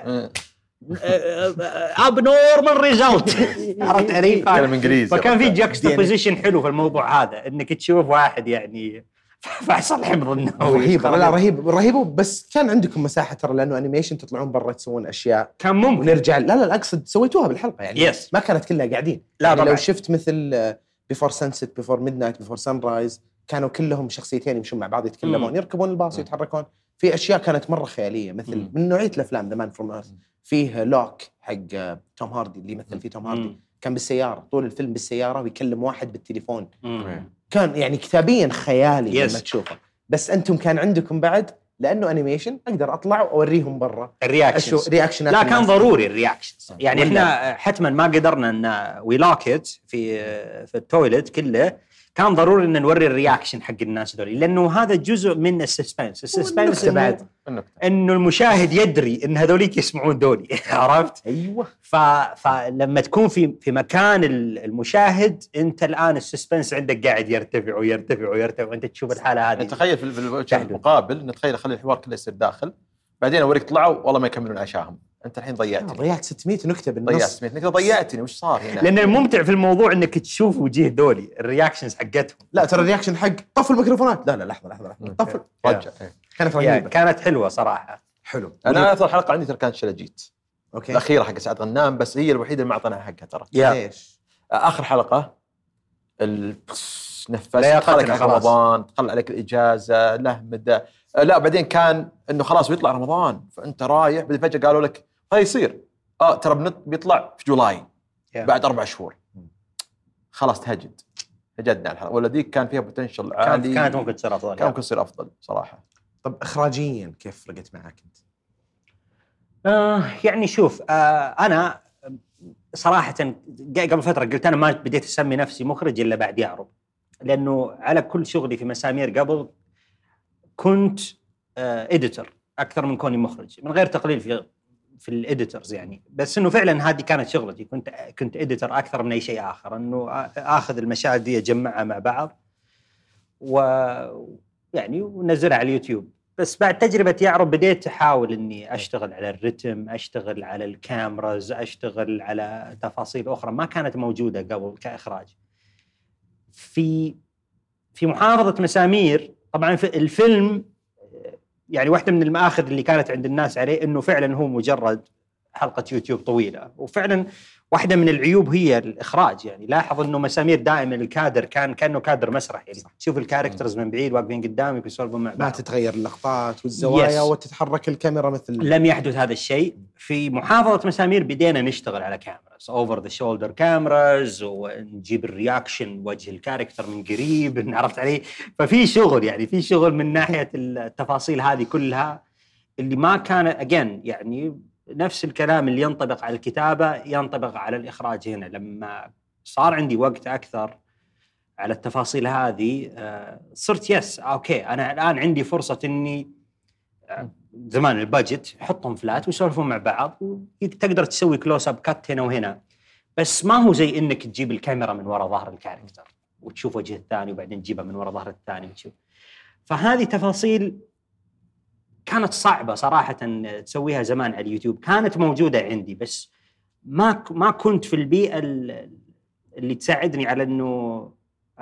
اب نورمال ريزلت عرفت علي كلام انجليزي. فكان في جاكستابوزيشن حلو في الموضوع هذا انك تشوف واحد يعني فيصل حمض النووي رهيب لا رهيب رهيب. بس كان عندكم مساحه ترى لانه انيميشن تطلعون برا تسوون اشياء كان ممكن ونرجع لا لا اقصد سويتوها بالحلقه يعني yes. ما كانت كلها قاعدين لا يعني طبعا. لو شفت مثل بيفور سانست بيفور ميدنايت بيفور سان رايز كانوا كلهم شخصيتين يمشون مع بعض يتكلمون يركبون الباص يتحركون في اشياء كانت مره خياليه مثل مم. من نوعيه الافلام ذا مان فروم ايرث فيه لوك حق توم هاردي اللي مثل فيه توم هاردي مم. كان بالسياره طول الفيلم بالسياره ويكلم واحد بالتليفون مم. كان يعني كتابيا خيالي yes. لما تشوفه. بس انتم كان عندكم بعد لانه انيميشن اقدر اطلع واوريهم برا الرياكشنز رياكشنات لا كان ضروري الرياكشنز يعني احنا حتما ما قدرنا ان وي لاك في في التويلت كله كان ضروري ان نوري الرياكشن حق الناس ذولي لانه هذا جزء من السسبنس. السسبنس بعد انه المشاهد يدري ان هذوليك يسمعون دولي عرفت ايوه. ف... فلما تكون في في مكان المشاهد انت الان السسبنس عندك قاعد يرتفع ويرتفع ويرتفع وانت تشوف الحاله هذه. تخيل في الوجه المقابل نتخيل خلي الحوار كله يصير داخل بعدين اوريك طلعوا والله ما يكملون عشاهم انت الحين ضيعتني. ضيعت ستمية نكته بالنص. ضيعت ستمية نكته ضيعتني وش صار هنا. لان الممتع في الموضوع انك تشوف وجيه دولي الرياكشنز حقتهم. لا ترى الرياكشن حق طفوا الميكروفونات لا لا لحظه لحظه لحظه طفل رجع كانت رهيبه كانت حلوه صراحه. حلو. انا افضل حلقه عندي ترى كانت شلاجيت اوكي الاخيره حق سعد غنام بس هي الوحيده اللي ما اعطيناها حقها ترى. ليش اخر حلقه النفس دخلك على رمضان دخل عليك الاجازه له مدى لا بعدين كان انه خلاص بيطلع رمضان فانت رايح بعدين فجاه قالوا لك هاي يصير اه ترى بيطلع في جولاي بعد اربع شهور خلاص تهجد هجدنا الحلقه ولا ذيك كان فيها بوتنشل عالي كانت ممكن تصير افضل كان ممكن تصير افضل صراحه. طب اخراجيا كيف فرقت معك انت؟ آه يعني شوف آه انا صراحه قبل فتره قلت انا ما بديت اسمي نفسي مخرج الا بعد يعرب لانه على كل شغلي في مسامير قبل كنت اديتور اكثر من كوني مخرج، من غير تقليل في في الاديتورز يعني، بس انه فعلا هذه كانت شغلتي. كنت كنت اديتور اكثر من اي شيء اخر، انه اخذ المشاهد دي اجمعها مع بعض و يعني ونزلها على اليوتيوب. بس بعد تجربة يعرب بديت أحاول إني أشتغل على الرتم، أشتغل على الكاميراز، أشتغل على تفاصيل أخرى ما كانت موجودة قبل كإخراج. في في محافظة مسامير طبعاً في الفيلم يعني واحدة من المآخذ اللي كانت عند الناس عليه إنه فعلاً هو مجرد حلقة يوتيوب طويلة، وفعلاً واحدة من العيوب هي الإخراج. يعني لاحظ إنه مسامير دائما الكادر كان كأنه كادر مسرح، يعني تشوف الكاركترز من بعيد واقفين قدامك ويسولفون مع بعض، ما تتغير اللقطات والزوايا yes. وتتحرك الكاميرا مثل. لم يحدث هذا الشيء في محافظة مسامير. بدينا نشتغل على كاميراز اوفر ذا شولدر كاميراز، ونجيب الرياكشن وجه الكاركتر من قريب، عرفت علي؟ ففي شغل يعني في شغل من ناحية التفاصيل هذه كلها اللي ما كان أجين يعني نفس الكلام اللي ينطبق على الكتابة ينطبق على الإخراج هنا. لما صار عندي وقت أكثر على التفاصيل هذه صرت يس أوكي أنا الآن عندي فرصة إني زمان البادجت حطهم فلات ويسولفون مع بعض وتقدر تسوي كلوز أب كات هنا وهنا، بس ما هو زي إنك تجيب الكاميرا من وراء ظهر الكاركتر وتشوف وجه الثاني وبعدين تجيبها من وراء ظهر الثاني وتشوف. فهذه تفاصيل كانت صعبة صراحة تسويها زمان على اليوتيوب، كانت موجودة عندي بس ما ما كنت في البيئة اللي تساعدني على إنه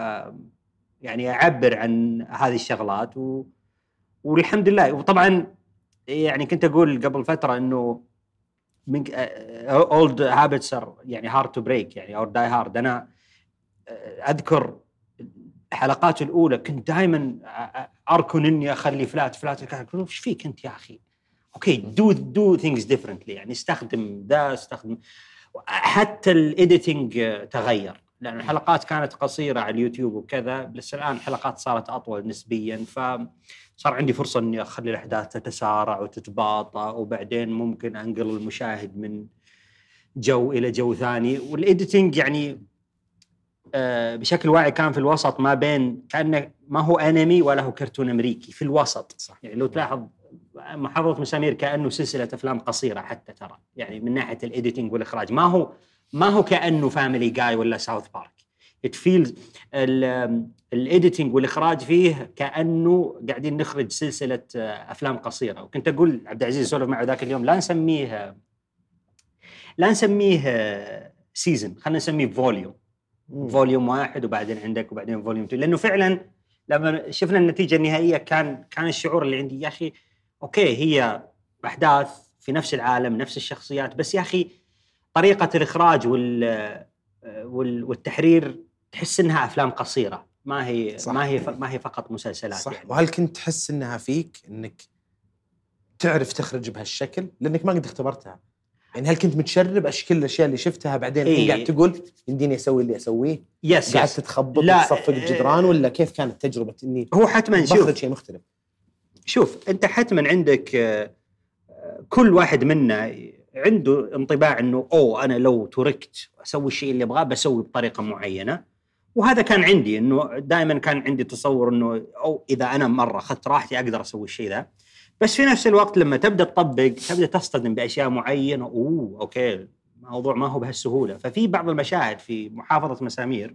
يعني أعبر عن هذه الشغلات و والحمد لله. وطبعا يعني كنت أقول قبل فترة إنه من old habits are يعني hard to break يعني or die hard. أنا أذكر الحلقات الأولى كنت دائما أركن إني أخلي فلات فلات الكاركتر. وش فيك أنت يا أخي؟ أوكي do do things differently يعني استخدم ده استخدم. حتى الإيديتينج تغير لأن الحلقات كانت قصيرة على اليوتيوب وكذا، بس الآن الحلقات صارت أطول نسبيا، فصار عندي فرصة إني أخلي الأحداث تتسارع وتتباطأ وبعدين ممكن أنقل المشاهد من جو إلى جو ثاني. والإيديتينج يعني بشكل واعي كان في الوسط ما بين كأنه ما هو أنمي ولا هو كرتون أمريكي، في الوسط صح. يعني لو تلاحظ محافظة مسامير كأنه سلسلة أفلام قصيرة حتى ترى يعني من ناحية الإيديتينج والإخراج ما هو ما هو كأنه فاميلي جاي ولا ساوث بارك. it feels الإيديتينج والإخراج فيه كأنه قاعدين نخرج سلسلة أفلام قصيرة. وكنت أقول عبد العزيز سولف معه ذاك اليوم لا نسميه لا نسميه سيزن، خلينا نسميه فوليوم. فوليوم واحد وبعدين عندك وبعدين فوليوم اثنين، لأنه فعلا لما شفنا النتيجة النهائية كان كان الشعور اللي عندي يا أخي أوكي هي أحداث في نفس العالم نفس الشخصيات، بس يا أخي طريقة الإخراج وال والتحرير تحس إنها أفلام قصيرة ما هي صح. ما هي ما هي فقط مسلسلات صح. يعني. وهل كنت تحس إنها فيك إنك تعرف تخرج بهالشكل لأنك ما قد اختبرتها؟ يعني هل كنت متشرب أشكال الأشياء اللي شفتها بعدين إيه؟ قاعد تقول يمديني أسوي اللي أسويه يس قاعد يس. تتخبط وتصفق الجدران ولا كيف كانت تجربة إني هو حتما بخرج شيء مختلف؟ شوف أنت حتما عندك كل واحد منا عنده انطباع إنه أو أنا لو تركت أسوي الشيء اللي أبغاه بسوي بطريقة معينة، وهذا كان عندي إنه دائما كان عندي تصور إنه أو إذا أنا مرة أخذت راحتي أقدر أسوي الشيء ذا. بس في نفس الوقت لما تبدأ تطبق تبدأ تصطدم بأشياء معينة أوه أوكي الموضوع ما هو بهالسهولة. ففي بعض المشاهد في محافظة مسامير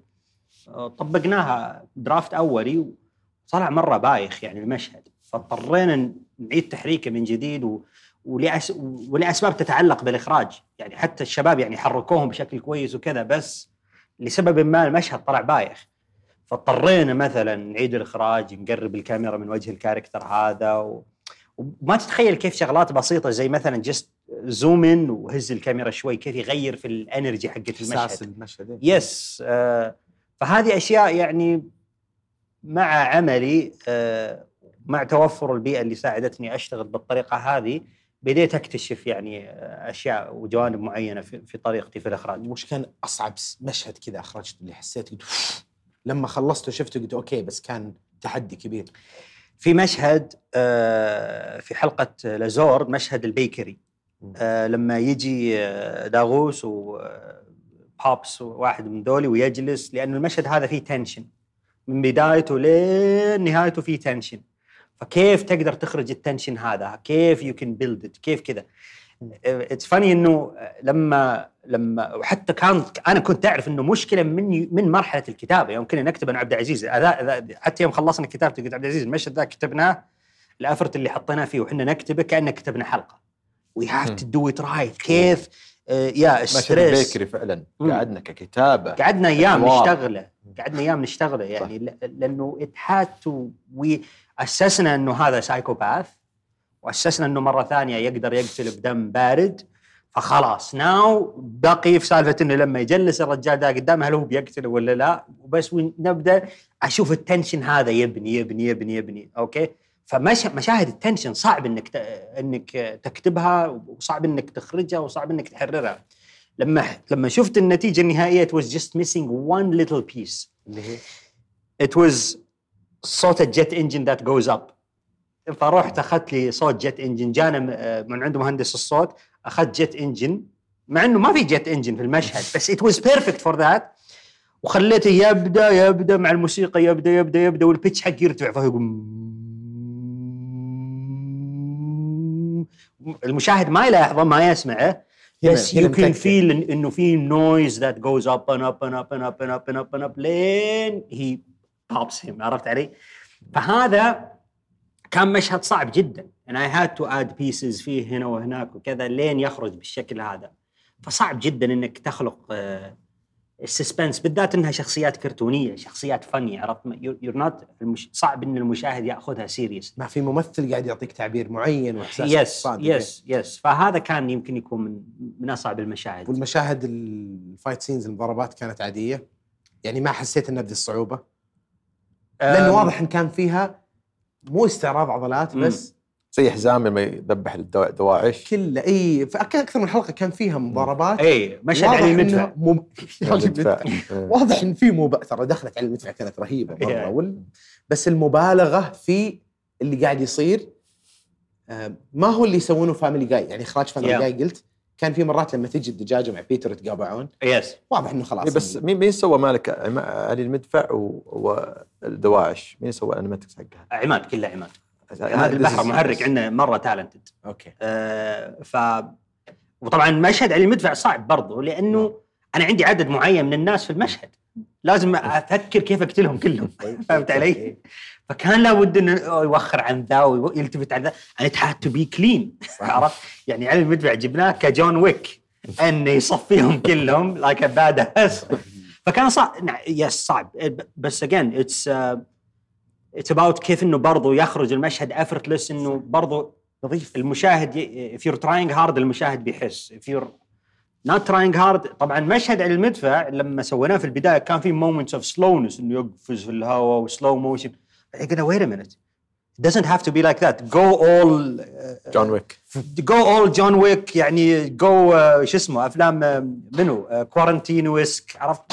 طبقناها درافت أولي وطلع مرة بايخ يعني المشهد، فاضطرينا نعيد تحريكه من جديد و ولأس... ولأسباب تتعلق بالإخراج. يعني حتى الشباب يعني حركوهم بشكل كويس وكذا، بس لسبب ما المشهد طلع بايخ، فاضطرينا مثلا نعيد الإخراج نقرب الكاميرا من وجه الكاركتر هذا و... وما تتخيل كيف شغلات بسيطة زي مثلا جست زومين وهز الكاميرا شوي كيف يغير في الانرجي حقت المشهد. المشهد يس آه فهذه أشياء يعني مع عملي آه مع توفر البيئة اللي ساعدتني أشتغل بالطريقة هذه بديت أكتشف يعني أشياء وجوانب معينة في, في طريقتي في الإخراج. وش كان أصعب مشهد كذا أخرجت اللي حسيت قلت لما خلصت وشفته قلت أوكي بس كان تحدي كبير؟ في مشهد آه في حلقة لازور مشهد البيكري آه لما يجي داغوس وبابس واحد من دولي ويجلس، لأن المشهد هذا فيه تنشن من بدايته لنهايته فيه تنشن، فكيف تقدر تخرج التنشن هذا؟ كيف يو كان بيلد ات؟ كيف كذا؟ اتس فاني انه لما لما وحتى كان انا كنت اعرف انه مشكله من من مرحله الكتابه يوم كنا نكتب انا عبد العزيز حتى يوم خلصنا كتابته قلت عبد العزيز المشهد ذا كتبناه الافرت اللي حطيناه فيه وحنا نكتبه كأننا كتبنا حلقه وي هاف تو دو ات رايت كيف uh, يا ستريس بيكري فعلا قعدنا ككتابه قعدنا ايام نشتغله قعدنا ايام نشتغله يعني ل- لانه ات هاد تو وي اسسنا انه هذا سايكوباث واسسنا انه مره ثانيه يقدر يقتل بدم بارد فخلاص ناو بقي في سالفه انه لما يجلس الرجال ده قدامه هل هو بيقتله ولا لا وبس نبدا اشوف التنشن هذا يبني يبني يبني يبني اوكي فمشاهد التنشن صعب انك ت... انك تكتبها وصعب انك تخرجها وصعب انك تحررها لما لما شفت النتيجه النهائيه it was just missing one little piece اللي هي it was صوت الجيت انجن that goes up فروحت اخذت لي صوت جيت انجن جانا من عنده مهندس الصوت اخذت جيت انجن مع انه ما في جيت انجن في المشهد بس it was perfect for that وخليته يبدا يبدا مع الموسيقى يبدا يبدا يبدا والبيتش حق يرتفع فيقوم المشاهد ما يلاحظه ما يسمعه بس you can feel انه في noise that goes up and up and up and up and up and up and up لين he pops him عرفت علي؟ فهذا كان مشهد صعب جدا and I had to add pieces فيه هنا وهناك وكذا لين يخرج بالشكل هذا فصعب جدا انك تخلق السسبنس بالذات انها شخصيات كرتونيه شخصيات فنيه عرفت you're not المش... صعب ان المشاهد ياخذها سيريس ما في ممثل قاعد يعطيك تعبير معين واحساس يس يس يس فهذا كان يمكن يكون من من اصعب المشاهد والمشاهد الفايت سينز المضاربات كانت عاديه يعني ما حسيت انها بذي الصعوبه لانه واضح ان كان فيها مو استعراض عضلات بس زي حزام لما يذبح الدواعش كله اي اكثر من حلقه كان فيها مضاربات اي مشهد على المدفع مم... واضح ان في مو ترى دخلت على المدفع كانت رهيبه مره وال... بس المبالغه في اللي قاعد يصير آه ما هو اللي يسوونه فاميلي جاي يعني اخراج فاميلي جاي قلت كان في مرات لما تجي الدجاجه مع بيتر يتقابعون يس واضح انه خلاص بس مين مين سوى مالك علي المدفع والدواعش مين سوى الانيماتكس حقها عماد كله عماد هذا البحر محرك عندنا مره تالنتد اوكي آه ف وطبعا مشهد علي المدفع صعب برضه لانه انا عندي عدد معين من الناس في المشهد لازم افكر كيف اقتلهم كلهم فهمت علي فكان لابد انه يوخر عن ذا ويلتفت عن ذا انا had to be clean عرفت يعني علي المدفع جبناه كجون ويك انه يصفيهم كلهم لايك باد اس فكان صعب يس صعب بس again it's uh, it's about كيف انه برضو يخرج المشهد effortless انه برضو نظيف المشاهد ي... if you're trying hard المشاهد بيحس if you're not trying hard طبعا مشهد على المدفع لما سويناه في البداية كان في moments of slowness انه يقفز في الهواء و slow motion قلنا wait a minute it doesn't have to be like that go all جون ويك go all John Wick يعني go uh, شو اسمه افلام uh, منو كوارنتين ويسك عرفت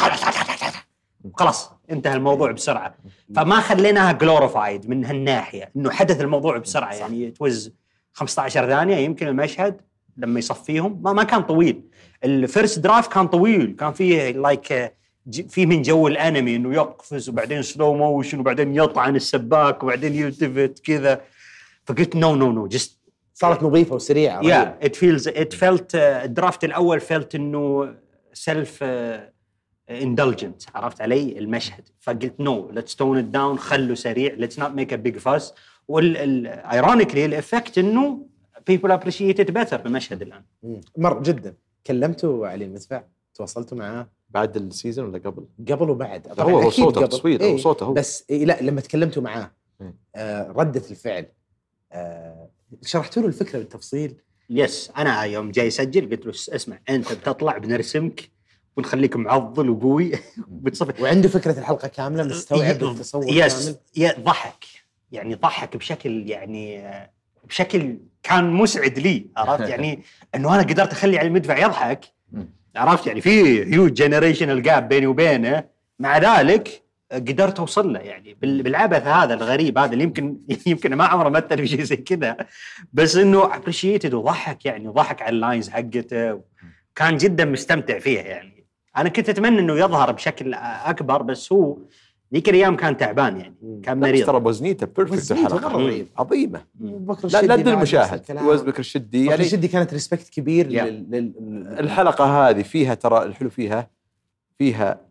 خلاص انتهى الموضوع بسرعة فما خليناها glorified من هالناحية انه حدث الموضوع بسرعة يعني it was خمسة عشر ثانية يمكن المشهد لما يصفيهم ما ما كان طويل الفيرست دراف كان طويل كان فيه لايك فيه من جو الانمي انه يقفز وبعدين سلو موشن وبعدين يطعن السباك وبعدين يلتفت كذا فقلت نو نو نو جست صارت نظيفة وسريعة يا ات فيلز ات فيلت الدرافت الاول فيلت انه سيلف indulgent عرفت علي المشهد فقلت نو let's tone it down خلوا سريع let's not make a big fuss والايرونيكلي الافكت انه people appreciate it better بالمشهد الان مر جدا كلمته علي المدفع تواصلتوا معاه بعد السيزون ولا قبل قبل وبعد هو هو صوته تصوير إيه هو صوته هو بس إيه لا لما تكلمتوا معاه آه ردة الفعل آه شرحتوا له الفكرة بالتفصيل يس انا يوم جاي اسجل قلت له اسمع انت بتطلع بنرسمك ونخليك معضل وقوي بتصفي وعنده فكرة الحلقة كاملة مستوعب التصور يس كامل يا ضحك يعني ضحك بشكل يعني بشكل كان مسعد لي عرفت يعني انه انا قدرت اخلي على المدفع يضحك عرفت يعني في هيوج جنريشنال جاب بيني وبينه مع ذلك قدرت اوصل له يعني بالعبث هذا الغريب هذا اللي يمكن يمكن ما عمره مثل في شيء زي كذا بس انه ابريشيتد وضحك يعني وضحك على اللاينز حقته كان جدا مستمتع فيها يعني انا كنت اتمنى انه يظهر بشكل اكبر بس هو ذيك الايام كان تعبان يعني كان مريض. ترى وزنيته بيرفكت الحلقه عظيمه. لا لد المشاهد فواز بكر الشدي يعني الشدي كانت ريسبكت كبير لل... لل... الحلقه هذه فيها ترى الحلو فيها فيها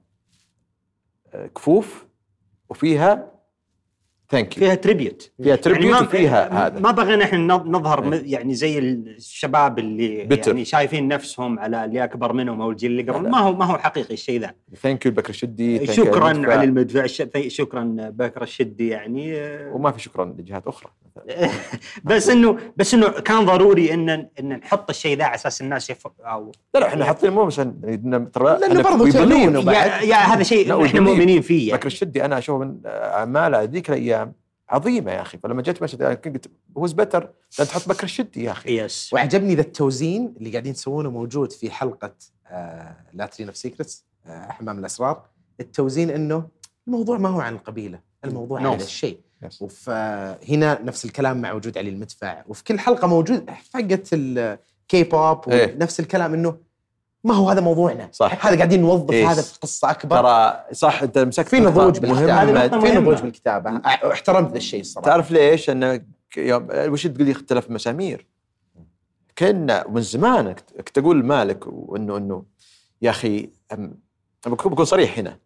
كفوف وفيها ثانك يو فيها تريبيوت فيها تريبيوت يعني فيها هذا ما بغينا احنا نظهر م... يعني زي الشباب اللي بتر. يعني شايفين نفسهم على اللي اكبر منهم او الجيل اللي قبل. ما هو ما هو حقيقي الشيء ذا. ثانك يو بكر الشدي. شكرا على المدفع. شكرا بكر الشدي يعني وما في شكرا لجهات اخرى بس انه بس انه كان ضروري ان ان نحط الشيء ذا على اساس الناس يف... او لا لا احنا حاطين مو عشان ترى لانه برضه تقولون يا, يا هذا شيء احنا مؤمنين فيه يعني. بكر الشدي انا اشوفه من اعماله ذيك الايام عظيمه يا اخي. فلما جت مشهد قلت هوز بتر لا تحط بكر الشدي يا اخي. يس. وعجبني ذا التوزين اللي قاعدين تسوونه موجود في حلقه آه لا ترين اوف سيكريتس آه حمام الاسرار. التوزين انه الموضوع ما هو عن القبيله، الموضوع عن الشيء. yes. وهنا نفس الكلام مع وجود علي المدفع، وفي كل حلقه موجود حقه الكي بوب ونفس الكلام انه ما هو هذا موضوعنا. صح. هذا قاعدين نوظف إيه. هذا في قصه اكبر. ترى صح انت مسكت في نضوج بالكتابه، في نضوج بالكتابه. احترمت ذا الشيء الصراحه. تعرف ليش؟ انه وش تقول لي اختلف مسامير كنا من زمان. كنت تقول مالك وانه انه يا اخي بكون صريح هنا،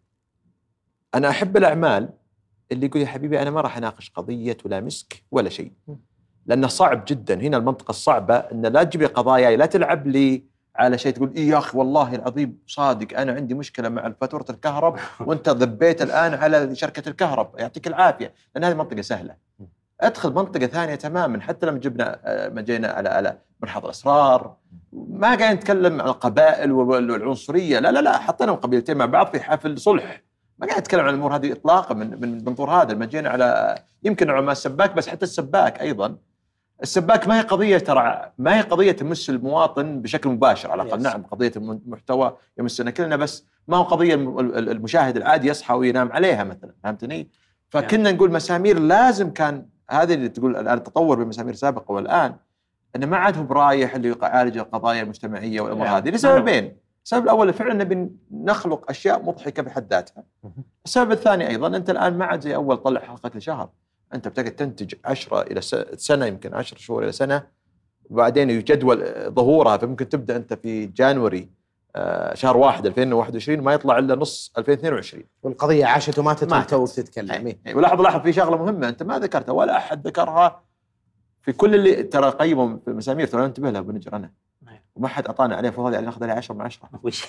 انا احب الاعمال اللي يقول يا حبيبي انا ما راح اناقش قضيه ولا مسك ولا شيء، لانه صعب جدا. هنا المنطقه الصعبه ان لا تجيب لي قضايا، لا تلعب لي على شيء تقول إيه يا أخي والله العظيم صادق أنا عندي مشكلة مع فاتورة الكهرب وأنت ذبيت الآن على شركة الكهرب يعطيك العافية، لأن هذه منطقة سهلة. أدخل منطقة ثانية تماماً. حتى لما جبنا ما جينا على على مرحاض الأسرار ما قاعد نتكلم عن القبائل والعنصرية، لا لا لا حطينا قبيلتين مع بعض في حفل صلح، ما قاعد نتكلم عن الأمور هذه إطلاقاً من من المنظور هذا. لما جينا على يمكن علماء السباك، بس حتى السباك أيضاً السباك ما هي قضية ترى ما هي قضية تمس المواطن بشكل مباشر على الأقل. نعم قضية المحتوى يمسنا كلنا، بس ما هو قضية المشاهد العادي يصحى وينام عليها مثلا، فهمتني؟ فكنا نقول مسامير لازم كان هذه اللي تقول الآن التطور بمسامير سابقة والآن أنه ما عاد هو برايح اللي يعالج القضايا المجتمعية والأمور هذه لسببين. السبب الأول فعلا نبي نخلق أشياء مضحكة بحد ذاتها. السبب الثاني أيضا أنت الآن ما عاد زي أول طلع حلقة لشهر، أنت بتقدر تنتج عشرة إلى سنة، يمكن عشر شهور إلى سنة، وبعدين يجدول ظهورها. فممكن تبدأ أنت في جانوري آه شهر واحد ألفين وواحد وعشرين ما يطلع إلا نص ألفين واثنين وعشرين، والقضية عاشت وماتت وأنت تتكلم. إيه. ولاحظ لاحظ في شغلة مهمة أنت ما ذكرتها ولا أحد ذكرها في كل اللي ترى قيمهم في المسامير، ترى انتبه لها بنجر أنا وما حد أعطانا عليه فضل، يعني ناخذ عليه عشرة من عشرة.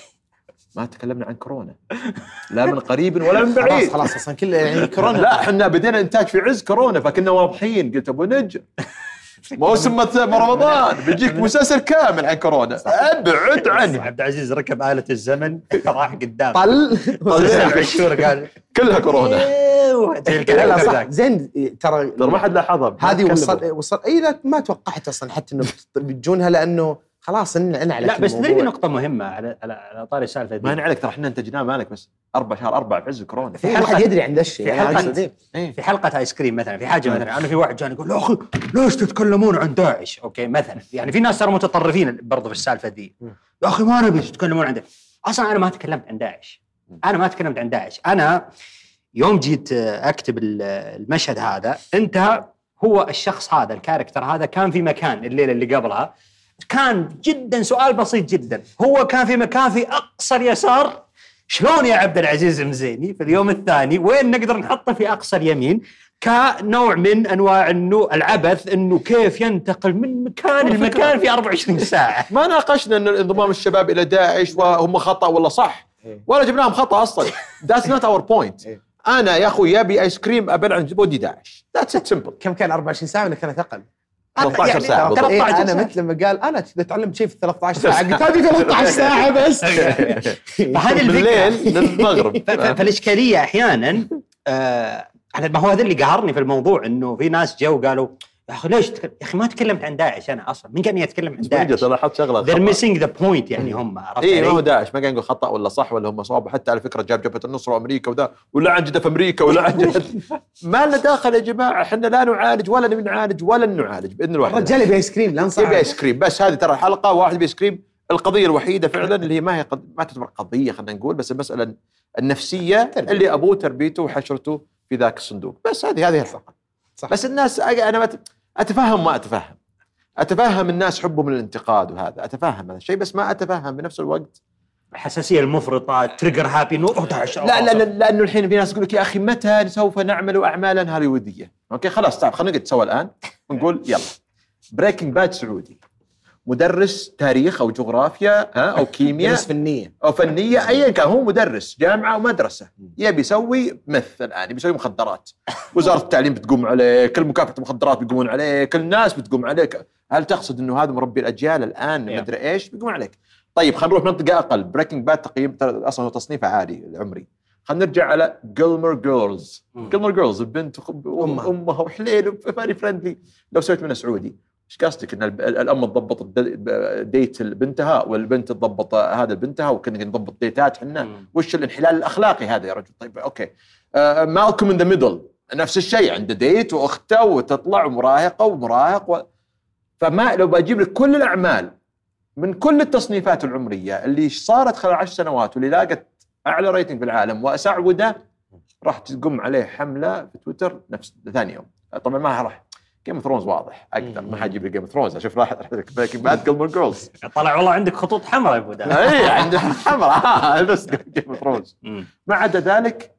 ما تكلمنا عن كورونا لا من قريب ولا من بعيد. خلاص خلاص اصلا كله يعني كورونا. لا احنا بدينا انتاج في عز كورونا فكنا واضحين. قلت ابو نجر موسم رمضان بيجيك مسلسل كامل عن كورونا ابعد عنه. عبد العزيز ركب آلة الزمن راح قدام طل طل عشور قال كلها كورونا. لا صح زين ترى ترى ما حد لاحظها. هذه وصل وصل اي لا ما توقعت اصلا حتى انه بيجونها لانه خلاص ان على. لا بس تدري نقطة مهمة على على على طاري السالفة دي. ما نعلك ترى احنا انتجناه مالك بس أربع شهر أربعة في عز كورونا. في حد يدري عن ذا الشيء. في حلقة في حلقة آيس كريم مثلا في حاجة مثلا أنا في واحد جاني يقول يا أخي ليش تتكلمون عن داعش؟ أوكي مثلا يعني في ناس صاروا متطرفين برضو في السالفة دي. يا أخي ما نبي تتكلمون عن داعش. أصلا أنا ما تكلمت عن داعش. أنا ما تكلمت عن داعش. أنا يوم جيت أكتب المشهد هذا أنت هو الشخص هذا الكاركتر هذا كان في مكان الليلة اللي قبلها كان جدا سؤال بسيط جدا. هو كان في مكان في أقصى اليسار. شلون يا عبد العزيز مزيني في اليوم الثاني وين نقدر نحطه في أقصى اليمين كنوع من أنواع إنه العبث إنه كيف ينتقل من مكان لمكان في أربعة وعشرين ساعة. ما ناقشنا إن انضمام الشباب إلى داعش وهم خطأ ولا صح ولا جبناهم خطأ أصلا. That's not our point. أنا يا أخوي يبي آيس كريم أبلع عن بودي داعش. That's it simple. كم كان أربعة وعشرين ساعة ولا كانت أقل؟ ثلاثة عشر ساعة. إيه أنا مثل ما قال أنا إذا تعلمت شيء في ثلاثة عشر ساعة قلت هذه ثلاثة عشر ساعة بس. فهذه الليل للمغرب. فالإشكالية أحياناً آه ما هو هذا اللي قهرني في الموضوع إنه في ناس جو قالوا يا أخي ليش تك... يا أخي ما تكلمت عن داعش أنا أصلاً من قام يتكلم عن داعش. أنا حط شغلة they're missing the point يعني هم. إيه ما هو داعش ما قاعد نقول خطأ ولا صح ولا هم صواب. حتى على فكرة جاب جبهة النصر وأمريكا وذا ولا عن جدة في أمريكا ولا عن جدة ما لنا داخل يا جماعة. إحنا لا نعالج ولا نبي نعالج ولا نعالج بإذن الله. الرجال يبي آيس كريم لا نصح. يبي آيس كريم بس. هذه ترى حلقة واحد يبي آيس كريم. القضية الوحيدة فعلاً اللي هي ما هي قد... ما تعتبر قضية خلينا نقول بس المسألة النفسيه تربية. اللي ابوه تربيته وحشرته في ذاك الصندوق. بس هذه هذه الفقط. صح. بس الناس انا اتفهم ما اتفهم اتفهم الناس حبهم للانتقاد وهذا اتفهم هذا الشيء، بس ما اتفهم بنفس الوقت الحساسيه المفرطه تريجر هابي انه لا لا لا لانه الحين في ناس يقول لك يا اخي متى سوف نعمل اعمالا هوليووديه؟ اوكي خلاص تعال خلينا نقعد سوا الان ونقول يلا بريكنج باد سعودي، مدرس تاريخ او جغرافيا ها او كيمياء درس فنيه او فنيه ايا كان، هو مدرس جامعه او مدرسه يبي يسوي مثل الان يبي يسوي مخدرات، وزاره التعليم بتقوم عليه، كل مكافحه المخدرات بيقومون عليه، كل الناس بتقوم عليك. هل تقصد انه هذا مربي الاجيال الان ما ادري ايش بيقومون عليك؟ طيب خلينا نروح منطقه اقل. بريكنج باد تقييم اصلا هو تصنيفه عالي العمري. خلينا نرجع على جيلمر جيرلز. جيلمر جيرلز البنت امها امها وحليل وفاري فريندلي. لو سويت منها سعودي ايش قصدك؟ ان الام تضبط ديت بنتها والبنت تضبط هذا بنتها وكنا نضبط ديتات احنا؟ وش الانحلال الاخلاقي هذا يا رجل؟ طيب اوكي آه مالكم ان ذا ميدل نفس الشيء، عنده ديت واخته وتطلع ومراهقه ومراهق و... فما لو بجيب لك كل الاعمال من كل التصنيفات العمريه اللي صارت خلال عشر سنوات واللي لاقت اعلى ريتنج في العالم واسعوده، راح تقوم عليه حمله في تويتر نفس ثاني يوم. طبعا ما راح جيم اوف ثرونز واضح اقدر، ما حجيب لي جيم اوف ثرونز اشوف راح بريكنج باد جيلمور جيرلز. طلع والله عندك خطوط حمراء يا ابو دهب. اي عندي حمراء بس جيم اوف ثرونز. ما عدا ذلك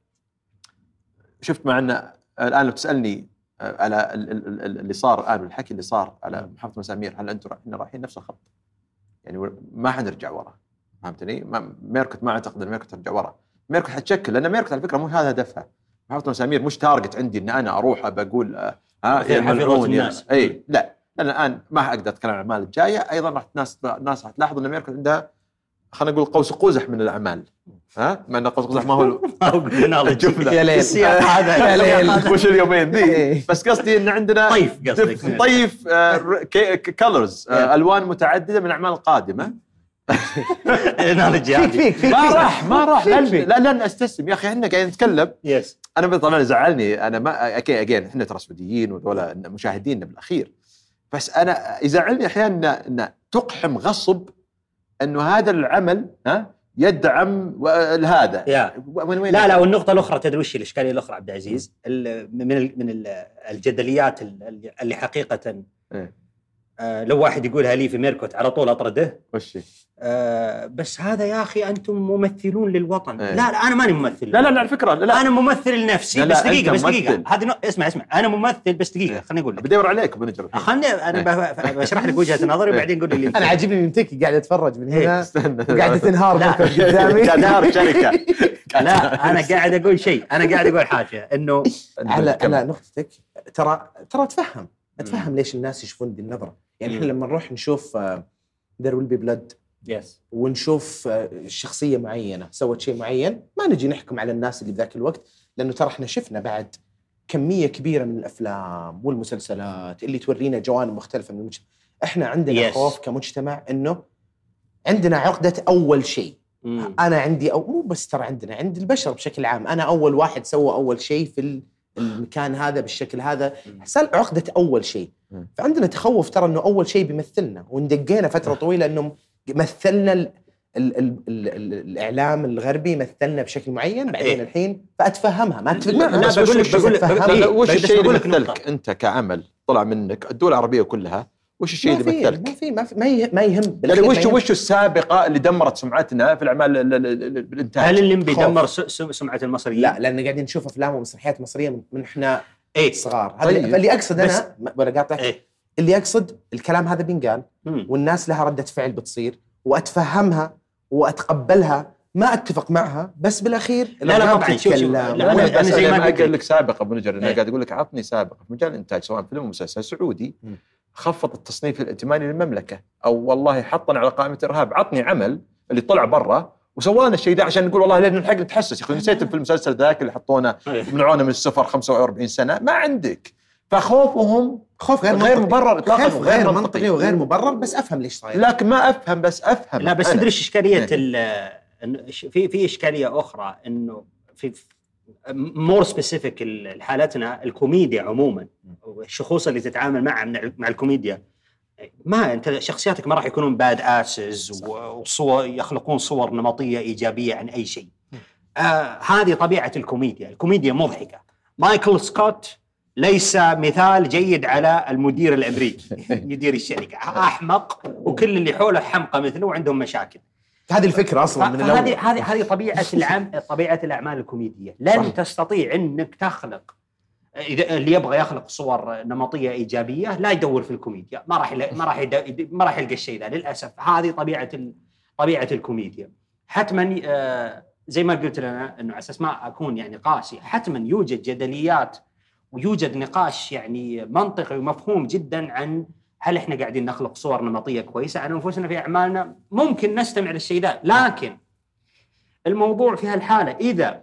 شفت مع ان الان لو تسالني على اللي صار الان والحكي اللي صار على محافظه مسامير، هل انتم احنا رايحين نفس الخط؟ يعني ما حنرجع ورا، فهمتني؟ ما ميركوت ما اعتقد ان ميركوت ترجع ورا. ميركوت حتشكل، لان ميركوت على فكره مو هذا هدفها. محافظه مسامير مش تارجت عندي ان انا اروح بقول ها يمنعون الناس. اي لا، لان الان ما اقدر اتكلم عن الاعمال الجايه. ايضا راح الناس الناس راح تلاحظ ان ميركوت عندها خلينا نقول قوس قزح من الاعمال. ها مع ان قوس قزح ما هو الجمله يا ليل هذا يا ليل وش اليومين ذي. بس قصدي ان عندنا طيف قصدك طيف كلرز الوان متعدده من الاعمال القادمه. فيك فيك ما راح ما راح لا لن استسلم يا اخي. احنا قاعدين نتكلم يس انا طبعا زعلني انا ما اكيد اجين احنا ترى سعوديين ولا مشاهديننا بالاخير، بس انا يزعلني احيانا ان تقحم غصب انه هذا العمل ها يدعم هذا لا لا. والنقطه الاخرى تدري وش الاشكاليه الاخرى عبد العزيز؟ من من الجدليات اللي حقيقه آه لو واحد يقولها لي في ميركوت على طول اطرده. وش آه بس هذا يا اخي انتم ممثلون للوطن. ايه. لا لا انا ماني ممثل. لا لا لا الفكره لا, لا. انا ممثل لنفسي. بس دقيقه بس دقيقه هذه نو... اسمع اسمع انا ممثل بس دقيقه خليني اقول لك. بدور عليك بنجرب خلني انا ب... بشرح لك وجهه نظري وبعدين قول لي. انا عاجبني من تكي قاعد اتفرج من هنا وقاعده تنهار قدامي. تنهار شركه. لا انا قاعد اقول شيء، انا قاعد اقول حاجه انه على على نقطتك ترى ترى اتفهم اتفهم ليش الناس يشوفون دي النظره. يعني احنا لما نروح نشوف There will be blood يس ونشوف شخصيه معينه سوت شيء معين، ما نجي نحكم على الناس اللي بذاك الوقت، لانه ترى احنا شفنا بعد كميه كبيره من الافلام والمسلسلات اللي تورينا جوانب مختلفه من المجتمع. احنا عندنا yes. خوف كمجتمع انه عندنا عقده اول شيء. مم. انا عندي او مو بس ترى عندنا عند البشر بشكل عام، انا اول واحد سوى اول شيء في المكان هذا بالشكل هذا، سل عقده اول شيء. فعندنا تخوف ترى انه اول شيء بيمثلنا، وندقينا فتره طويله انه مثلنا ال ال ال ال الاعلام الغربي مثلنا بشكل معين. بعدين الحين فاتفهمها ما اتفق معها. انا بقول لك بقول لك وش الشيء اللي مثلك انت كعمل طلع منك الدول العربيه كلها؟ وش الشيء اللي مثلك؟ ما في ما في ما يهم, ما يهم. يعني وش وش السابقه اللي دمرت سمعتنا في الاعمال الانتاج؟ هل اللي بيدمر سمعه المصريين؟ لا، لان قاعدين نشوف افلام ومسرحيات مصريه من احنا ايه صغار. هذا طيب. اللي اقصد انا ولا قاطعك ايه؟ اللي اقصد الكلام هذا بينقال والناس لها رده فعل بتصير واتفهمها واتقبلها، ما اتفق معها، بس بالاخير لا لا طبعا شوف انا زي ما قلت لك سابقه ابو نجر، انا قاعد اقول لك عطني سابقه في مجال الانتاج سواء فيلم او مسلسل سعودي خفض التصنيف الائتماني للمملكه او والله حطنا على قائمه الارهاب. عطني عمل اللي طلع برا وسوى لنا الشيء ده عشان نقول والله لين نلحق نتحسس. يا اخي نسيت في المسلسل ذاك اللي حطونا منعونا من السفر خمسة وأربعين سنه. ما عندك. فخوفهم خوف غير, غير مبرر اطلاقا، غير منطقي وغير مبرر، بس افهم ليش صاير. لكن ما افهم بس افهم. لا بس تدري اشكاليه في في اشكاليه اخرى انه في مور سبيسيفيك لحالتنا الكوميديا عموما، الشخوص اللي تتعامل معها مع الكوميديا ما انت شخصياتك ما راح يكونون باد اسز وصور يخلقون صور نمطيه ايجابيه عن اي شيء. آه هذه طبيعة الكوميديا، الكوميديا مضحكة. مايكل سكوت ليس مثال جيد على المدير الأمريكي يدير الشركة، أحمق وكل اللي حوله حمقى مثله وعندهم مشاكل. هذه الفكرة أصلا من الأول. هذه هذه هذه طبيعة العم طبيعة الأعمال الكوميدية. لن صح. تستطيع إنك تخلق، إذا اللي يبغى يخلق صور نمطية إيجابية لا يدور في الكوميديا، ما راح ما راح ما راح يلقى الشيء ذا للأسف. هذه طبيعة طبيعة الكوميديا. حتما آه زي ما قلت لنا إنه على أساس ما أكون يعني قاسي، حتما يوجد جدليات ويوجد نقاش يعني منطقي ومفهوم جدا عن هل إحنا قاعدين نخلق صور نمطية كويسة عن أنفسنا في أعمالنا. ممكن نستمع للشيء ذا، لكن الموضوع في هالحالة إذا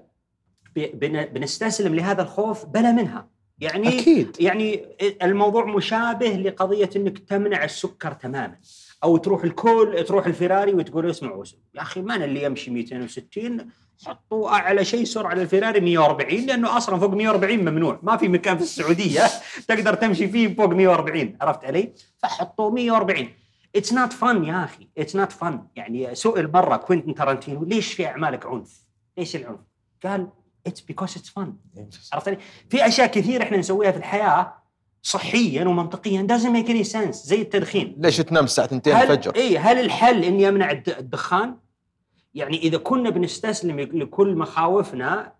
بنستسلم لهذا الخوف بلا منها. يعني أكيد. يعني الموضوع مشابه لقضية إنك تمنع السكر تماما، أو تروح الكل تروح الفيراري وتقول اسمعوا يا أخي ما أنا اللي يمشي مئتين وستين، حطوا أعلى شيء سرعة للفيراري مئة وأربعين، لأنه أصلا فوق مئة وأربعين ممنوع، ما في مكان في السعودية تقدر تمشي فيه فوق مئة وأربعين، عرفت علي؟ فحطوا مئة وأربعين. It's not fun يا أخي، it's not fun. يعني سئل مرة كوينتين تارانتينو ليش في أعمالك عنف؟ ليش العنف؟ قال It's because it's fun. عرفت علي؟ في أشياء كثير إحنا نسويها في الحياة صحيا ومنطقيا doesn't make any sense، زي التدخين. ليش تنام الساعة اثنتين الفجر؟ إيه، هل الحل إني أمنع الدخان؟ يعني إذا كنا بنستسلم لكل مخاوفنا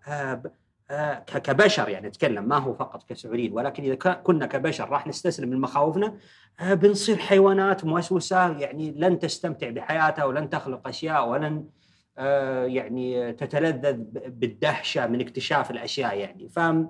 كبشر، يعني أتكلم ما هو فقط كسعوديين، ولكن إذا كنا كبشر راح نستسلم لمخاوفنا بنصير حيوانات موسوسة، يعني لن تستمتع بحياتها ولن تخلق أشياء ولن يعني تتلذذ بالدهشة من اكتشاف الأشياء. يعني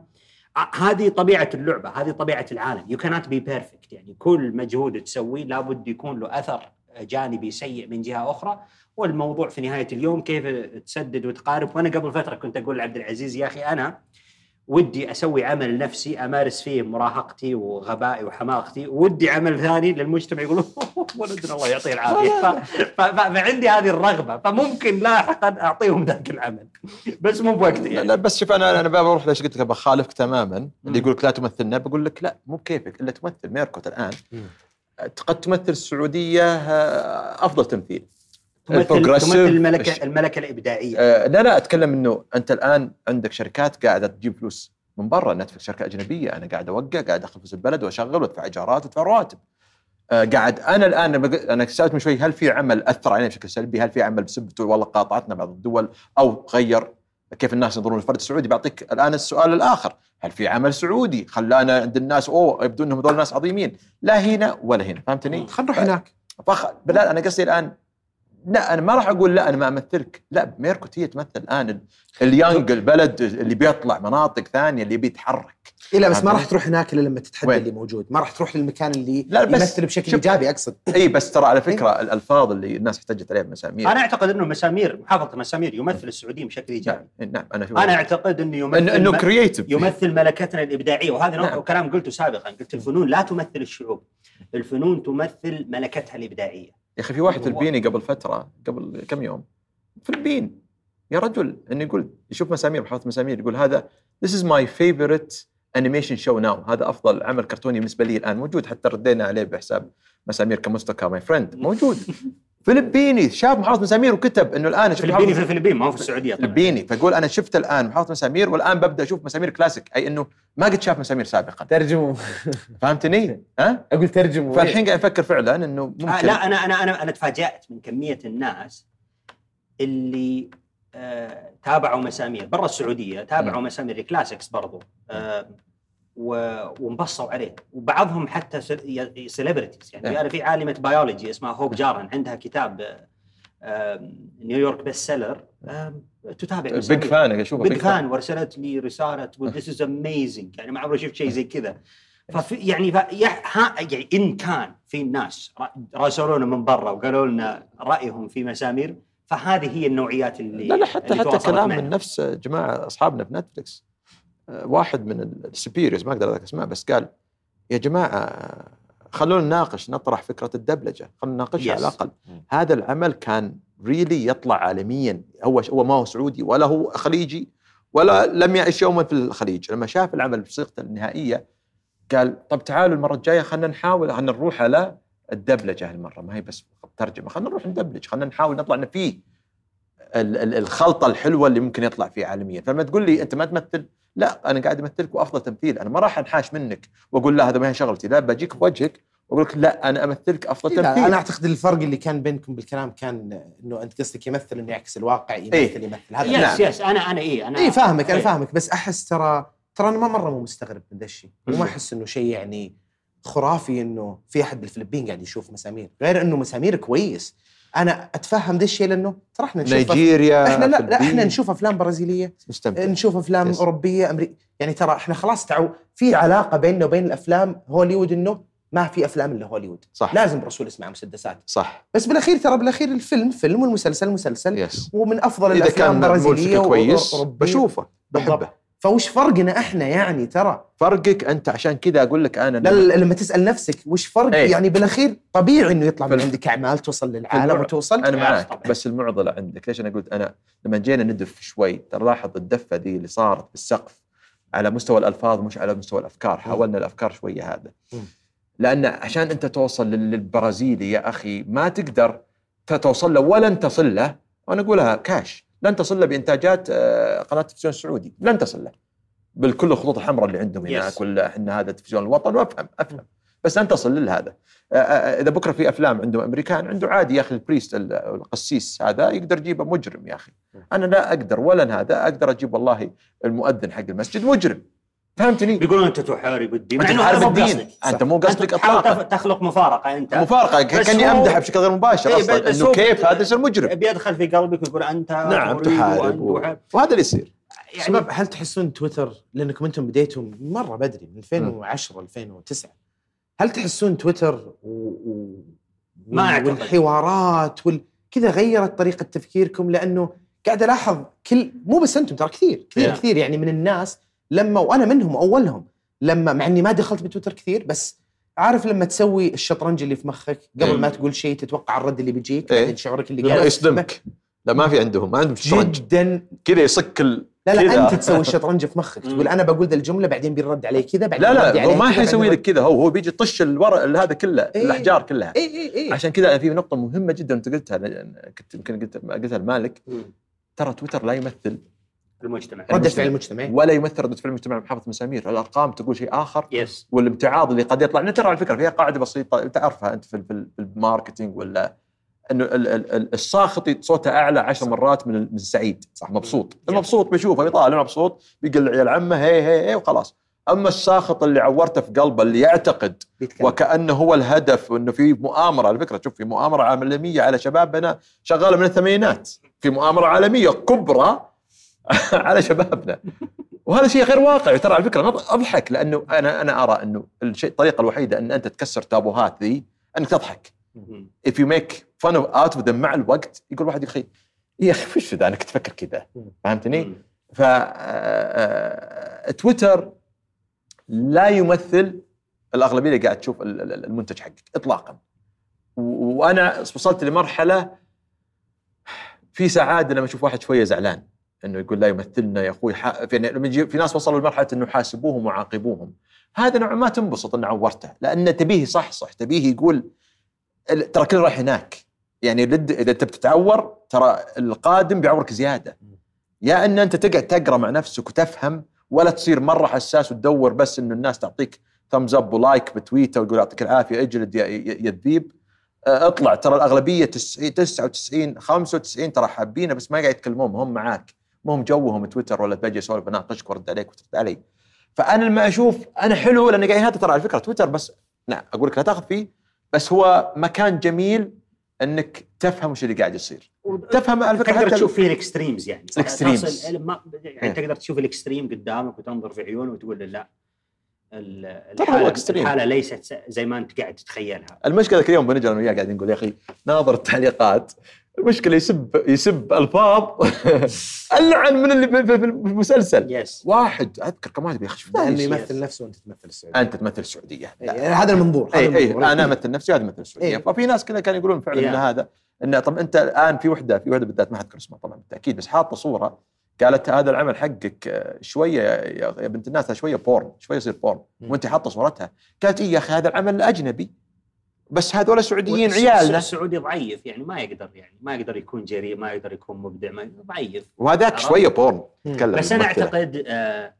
فهذه طبيعة اللعبة، هذه طبيعة العالم. You cannot be perfect. يعني كل مجهود تسويه لابد يكون له أثر جانبي سيء من جهة أخرى. والموضوع في نهاية اليوم كيف تسدد وتقارب. وأنا قبل فترة كنت أقول لعبد العزيز يا أخي أنا ودي أسوي عمل نفسي أمارس فيه مراهقتي وغبائي وحماقتي، ودي عمل ثاني للمجتمع يقولون ولدنا الله يعطيه العافية. فعندي هذه الرغبة، فممكن لاحقا أعطيهم ذاك العمل، بس مو بوقتي يعني. لا بس شوف أنا أنا بروح ليش قلت لك بخالفك تماما. اللي يقول لك لا تمثلنا بقول لك لا مو كيفك إلا تمثل ميركوت الآن. قد تمثل السعودية أفضل تمثيل، تمثل, تمثل الملكة الملكة الإبداعية. آه لا لا أتكلم إنه أنت الآن عندك شركات قاعدة تجيب فلوس من برا، نتفلكس شركة أجنبية، أنا قاعد أوقع قاعد أدخل فلوس البلد وأشغل وأدفع إيجارات وأدفع رواتب. آه قاعد أنا الآن أنا سألت من شوي هل في عمل أثر علينا بشكل سلبي؟ هل في عمل بسبته والله قاطعتنا بعض الدول أو غير كيف الناس ينظرون للفرد السعودي؟ بعطيك الآن السؤال الآخر، هل في عمل سعودي خلانا عند الناس أوه يبدو أنهم هذول ناس عظيمين؟ لا هنا ولا هنا، فهمتني؟ خلنا نروح هناك. فخ بلا أنا قصدي الآن لا أنا ما راح أقول لا أنا ما أمثلك، لا ميركوت هي تمثل الآن اليانج البلد اللي بيطلع مناطق ثانية اللي بيتحرك. إيه لا بس ما راح تروح هناك إلا لما تتحدى اللي موجود، ما راح تروح للمكان اللي يمثل بشكل إيجابي أقصد. إيه بس ترى على فكرة إيه؟ الألفاظ اللي الناس احتجت عليها مسامير، أنا أعتقد إنه مسامير محافظة مسامير يمثل السعوديين بشكل إيجابي. نعم, نعم أنا أنا أعتقد إنه يمثل إنه كرييتيف يمثل ملكتنا الإبداعية، وهذا نوع نعم. كلام قلته سابقا، قلت الفنون لا تمثل الشعوب، الفنون تمثل ملكتها الإبداعية. يا أخي في واحد فلبيني قبل فترة قبل كم يوم فلبين يا رجل إنه يقول يشوف مسامير محافظة مسامير يقول هذا this is my favorite animation show now، هذا أفضل عمل كرتوني بالنسبة لي الآن، موجود حتى ردينا عليه بحساب مسامير كمستقى ماي فريند موجود. فلبيني شاف محافظة مسامير وكتب إنه الآن فلبيني في الفلبين ما هو في السعودية فلبيني، فيقول أنا شفت الآن محافظة مسامير والآن ببدأ أشوف مسامير كلاسيك، أي إنه ما قد شاف مسامير سابقا. ترجموا فهمتني؟ ها؟ أقول ترجموا. فالحين قاعد أفكر فعلا إنه ممكن آه لا أنا أنا أنا أنا تفاجأت من كمية الناس اللي آه تابعوا مسامير برا السعودية، تابعوا م. مسامير كلاسيكس برضو آه وانبصوا عليه، وبعضهم حتى سيلبرتيز. يعني أنا في عالمة بيولوجي اسمها هوب جارن عندها كتاب نيويورك بيست سيلر، تتابع بيج فان اشوفه بيج فان وارسلت لي رسالة تقول this is amazing، يعني ما عمري شفت شيء زي كذا. ففي يعني يعني إن كان في الناس راسلونا من برا وقالوا لنا رأيهم في مسامير، فهذه هي النوعيات اللي لا لا حتى اللي حتى كلام معنا. من نفس جماعة أصحابنا في نتفليكس، واحد من السبيريوز ما أقدر أذكر اسمه بس قال يا جماعة خلونا نناقش نطرح فكرة الدبلجة، خلونا نناقشها على الأقل. هذا العمل كان ريلي يطلع عالميا، هو هو ما هو سعودي ولا هو خليجي ولا لم يعيش يوما في الخليج. لما شاف العمل بصيغته النهائية قال طب تعالوا المرة الجاية خلنا نحاول أن نروح على الدبلجة هالمرة، ما هي بس ترجمة، خلنا نروح ندبلج، خلنا نحاول نطلع فيه الخلطه الحلوه اللي ممكن يطلع فيها عالميا. فلما تقول لي انت ما تمثل، لا انا قاعد امثلك وافضل تمثيل، انا ما راح انحاش منك واقول لا هذا ما هي شغلتي، لا بجيك بوجهك واقول لك لا انا امثلك افضل لا تمثيل. انا اعتقد الفرق اللي كان بينكم بالكلام كان انه انت قصدك يمثل انه يعكس الواقع، يمثل إيه؟ يمثل هذا. يس يس انا انا ايه انا اي فاهمك انا إيه؟ فاهمك، بس احس ترى ترى انا ما مره مو مستغرب من ذا الشيء، وما احس انه شيء يعني خرافي انه في احد بالفلبين قاعد يشوف مسامير، غير انه مسامير كويس. انا اتفهم ذا الشيء لانه ترى احنا نشوف نيجيريا، احنا لا, لا احنا نشوف افلام برازيليه، مستمتع. نشوف افلام يس. اوروبيه امريكيه، يعني ترى احنا خلاص تعو في علاقه بيننا وبين الافلام هوليوود، انه ما في افلام الا هوليوود، صح. لازم الرسول يسمع مسدسات، صح. بس بالاخير ترى بالاخير الفيلم فيلم والمسلسل مسلسل، يس. ومن افضل اذا الافلام كان البرازيليه كويس وأوروبية. بشوفه بحبه. بالضبط. فوش فرقنا احنا يعني ترى فرقك انت، عشان كذا اقول لك انا لا لا لما تسال نفسك وش فرق ايه؟ يعني بالاخير طبيعي انه يطلع من فل... عندك اعمال توصل للعالم المع... وتوصل. انا معك، بس المعضله عندك ليش انا قلت انا لما جينا ندف شوي ترى لاحظ الدفه دي اللي صارت بالسقف على مستوى الالفاظ مش على مستوى الافكار. حاولنا الافكار شويه هذا م. لان عشان انت توصل للبرازيلي يا اخي ما تقدر توصل له ولن تصل له، وانا اقولها كاش لن تصل له بانتاجات قناه التلفزيون السعودي، لن تصل له بالكل الخطوط الحمراء اللي عندهم هناك، ولا احنا هذا تلفزيون الوطن، وافهم افهم بس انت تصل لهذا. اذا بكره في افلام عندهم امريكان عنده عادي يا اخي البريست القسيس هذا يقدر يجيبه مجرم يا اخي، انا لا اقدر ولا هذا اقدر اجيب والله المؤذن حق المسجد مجرم، فهمتني؟ بيقولون انت تحارب الدين، انت تحارب الدين، انت مو قصدك اطلاقا تخلق مفارقه، انت مفارقه كاني امدح بشكل غير مباشر ايه اصلا انه كيف هذا يصير مجرم، بيدخل في قلبك ويقول انت نعم تحارب و... وهذا اللي يصير. يعني شباب هل تحسون تويتر لانكم انتم بديتوا مره بدري من ألفين وعشرة ألفين وتسعة، هل تحسون تويتر و... و... ما والحوارات وال... كذا غيرت طريقه تفكيركم؟ لانه قاعد الاحظ كل مو بس انتم ترى كثير كثير yeah. كثير يعني من الناس لما وانا منهم اولهم لما مع اني ما دخلت بتويتر كثير، بس عارف لما تسوي الشطرنج اللي في مخك قبل ما تقول شيء تتوقع الرد اللي بيجيك بعدين شعورك اللي قاعد يصدمك. لا ما في عندهم ما عندهم شطرنج جدا كذا يصك ال... لا لا انت تسوي الشطرنج في مخك تقول انا بقول ذا الجمله بعدين بيرد علي كذا بعدين لا لا هو ما حيسوي لك كذا، هو هو بيجي يطش الورق هذا كله إيه الاحجار كلها إيه إيه إيه. عشان كذا في نقطه مهمه جدا انت قلتها، كنت يمكن قلت قلتها المالك، ترى تويتر لا يمثل المجتمع ردة فعل المجتمع ولا يمثل ردة فعل المجتمع محافظة مسامير، الارقام تقول شيء اخر يس. والامتعاض اللي قد يطلع ترى على فكره فيها قاعده بسيطه تعرفها انت في في الماركتينج ولا انه الساخط صوته اعلى عشر مرات من من السعيد صح مبسوط، المبسوط بيشوفه يطالع مبسوط بيقول عيال عمه هي هي هي وخلاص، اما الساخط اللي عورته في قلبه اللي يعتقد بيتكلم. وكانه هو الهدف وانه في مؤامره، على فكره شوف في مؤامره عالميه على شبابنا شغاله من الثمانينات، في مؤامره عالميه كبرى على شبابنا وهذا شيء غير واقعي ترى على فكره. اضحك لانه انا انا ارى انه الشيء الطريقه الوحيده ان انت تكسر تابوهات ذي انك تضحك. if you make fun of out of them مع الوقت يقول واحد يا اخي يا اخي وش ذا انا كنت افكر كذا، فهمتني؟ ف تويتر لا يمثل الاغلبيه اللي قاعد تشوف المنتج حقك اطلاقا، وانا وصلت لمرحله في سعاده لما اشوف واحد شويه زعلان انه يقول لا يمثلنا يا اخوي، يعني لما يجي في ناس وصلوا لمرحله انه حاسبوهم وعاقبوهم، هذا نوع ما تنبسط انه عورته لان تبيه صح صح تبيه يقول ترى كل رايح هناك، يعني اذا انت بتتعور ترى القادم بيعورك زياده، يا ان انت تقعد تقرا مع نفسك وتفهم ولا تصير مره حساس وتدور بس انه الناس تعطيك ثمز اب ولايك بتويتر ويقول يعطيك العافيه اجلد يا الذيب، اطلع ترى الاغلبيه تسعة وتسعين خمسة وتسعين ترى حابينه بس ما قاعد يتكلمون هم معاك، ما هم جوهم تويتر ولا تجي اسولف اناقشك وارد عليك وترد علي. فانا لما اشوف انا حلو لان قاعد هذا ترى على فكره تويتر بس نعم اقول لك لا تاخذ فيه، بس هو مكان جميل انك تفهم وش اللي قاعد يصير، تفهم على فكره تقدر تشوف فيه الاكستريمز يعني الاكستريمز يعني تقدر تشوف الاكستريم قدامك وتنظر في عيونه وتقول لا الحالة, الحالة ليست زي ما انت قاعد تتخيلها. المشكله ذاك اليوم بنجي انا وياه قاعدين نقول يا اخي ناظر التعليقات، المشكله يسب يسب الفاظ اللعن من اللي في المسلسل yes. واحد اذكر كم واحد بيخش لانه يمثل نفسه وانت تمثل السعوديه، انت تمثل السعوديه هذا المنظور اي اي انا امثل نفسي وهذا يمثل السعوديه. ففي ناس كذا كانوا يقولون فعلا ان هذا ان طب انت الان في وحده في وحده بالذات ما حد اسمها طبعا بالتاكيد بس حاطه صوره قالت هذا العمل حقك شويه يا بنت الناس شويه بورن شويه يصير بورن وانت حاطه صورتها، قالت اي يا اخي هذا العمل اجنبي بس هذول سعوديين عيالنا. السعودي ضعيف يعني ما يقدر يعني ما يقدر يكون جريء ما يقدر يكون مبدع ما ضعيف وهذاك شويه بورن تكلم بس انا اعتقد آه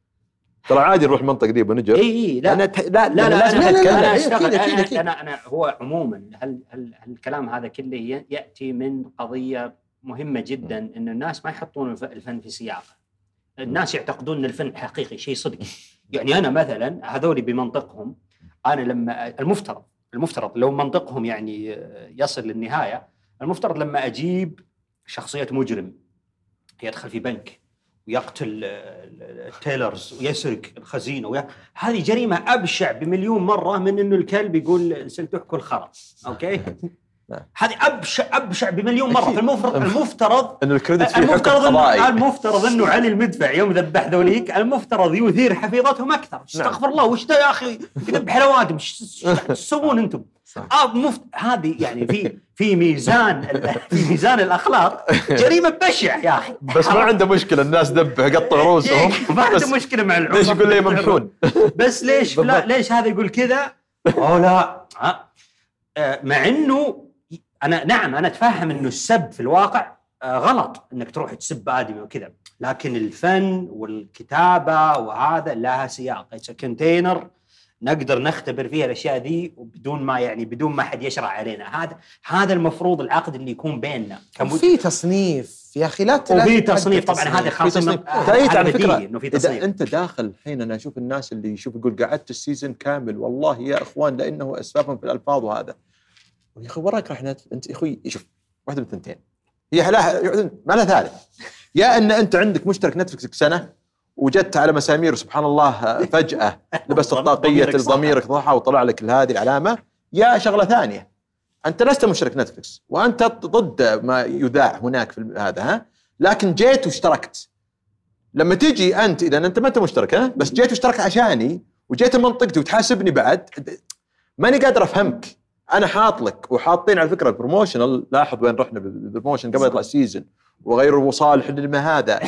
ترى عادي نروح المنطقه دي بنجر. اي اي لا أنا ت... لا, لا لا لازم لا نتكلم. انا اشتغل أكيد أكيد أنا, أكيد. أنا, انا هو عموما هل هل الكلام هذا كله ياتي من قضيه مهمه جدا انه الناس ما يحطون الفن في سياقه. الناس يعتقدون ان الفن حقيقي شيء صدقي. يعني انا مثلا هذول بمنطقهم انا لما المفترض المفترض لو منطقهم يعني يصل للنهايه المفترض لما اجيب شخصيه مجرم يدخل في بنك ويقتل التيلرز ويسرق الخزينه ويا... هذه جريمه ابشع بمليون مره من انه الكلب يقول سلتحكوا الخرا. اوكي هذه ابشع ابشع بمليون مره. فالمفترض المفترض انه الكريدت فيه المفترض حكم قضائي. المفترض انه علي المدفع يوم ذبح ذوليك المفترض يثير حفيظتهم اكثر. استغفر الله وش ده يا اخي يذبح الأوادم ايش تسوون انتم؟ اه مفت... هذه يعني في في ميزان في ميزان الاخلاق جريمه بشع يا اخي. بس ما عنده مشكله الناس ذبح قطع رؤوسهم ما عنده مشكله مع العمر. ليش يقول لي ممحون؟ بس ليش لا ليش هذا يقول كذا؟ او لا آه مع انه انا نعم انا اتفهم انه السب في الواقع آه غلط انك تروح تسب ادمي وكذا لكن الفن والكتابه وهذا لها سياق. اتس كونتينر نقدر نختبر فيها الاشياء ذي وبدون ما يعني بدون ما حد يشرع علينا. هذا هذا المفروض العقد اللي يكون بيننا. في تصنيف يا اخي لا وفي تصنيف طبعا هذا خاصه تأيت على فكره انه في تصنيف. اذا انت داخل الحين انا اشوف الناس اللي يشوف يقول قعدت السيزون كامل والله يا اخوان لانه اسفافهم في الالفاظ وهذا يا اخي وراك راح انت يا اخوي شوف واحده من الثنتين هي لا ما لها ثالث. يا ان انت عندك مشترك نتفلكس سنه وجدت على مسامير سبحان الله فجأة لبست الطاقية ضميرك ضحى وطلع لك هذه العلامة. يا شغلة ثانية أنت لست مشترك نتفلكس وأنت ضد ما يذاع هناك في هذا ها لكن جيت واشتركت. لما تجي أنت إذا أنت ما أنت مشترك ها بس جيت واشتركت عشاني وجيت منطقتي وتحاسبني بعد ماني قادر أفهمك. أنا حاط لك وحاطين على فكرة البروموشنال لاحظ وين رحنا بالبروموشن قبل يطلع السيزن وغيروا صالح لما هذا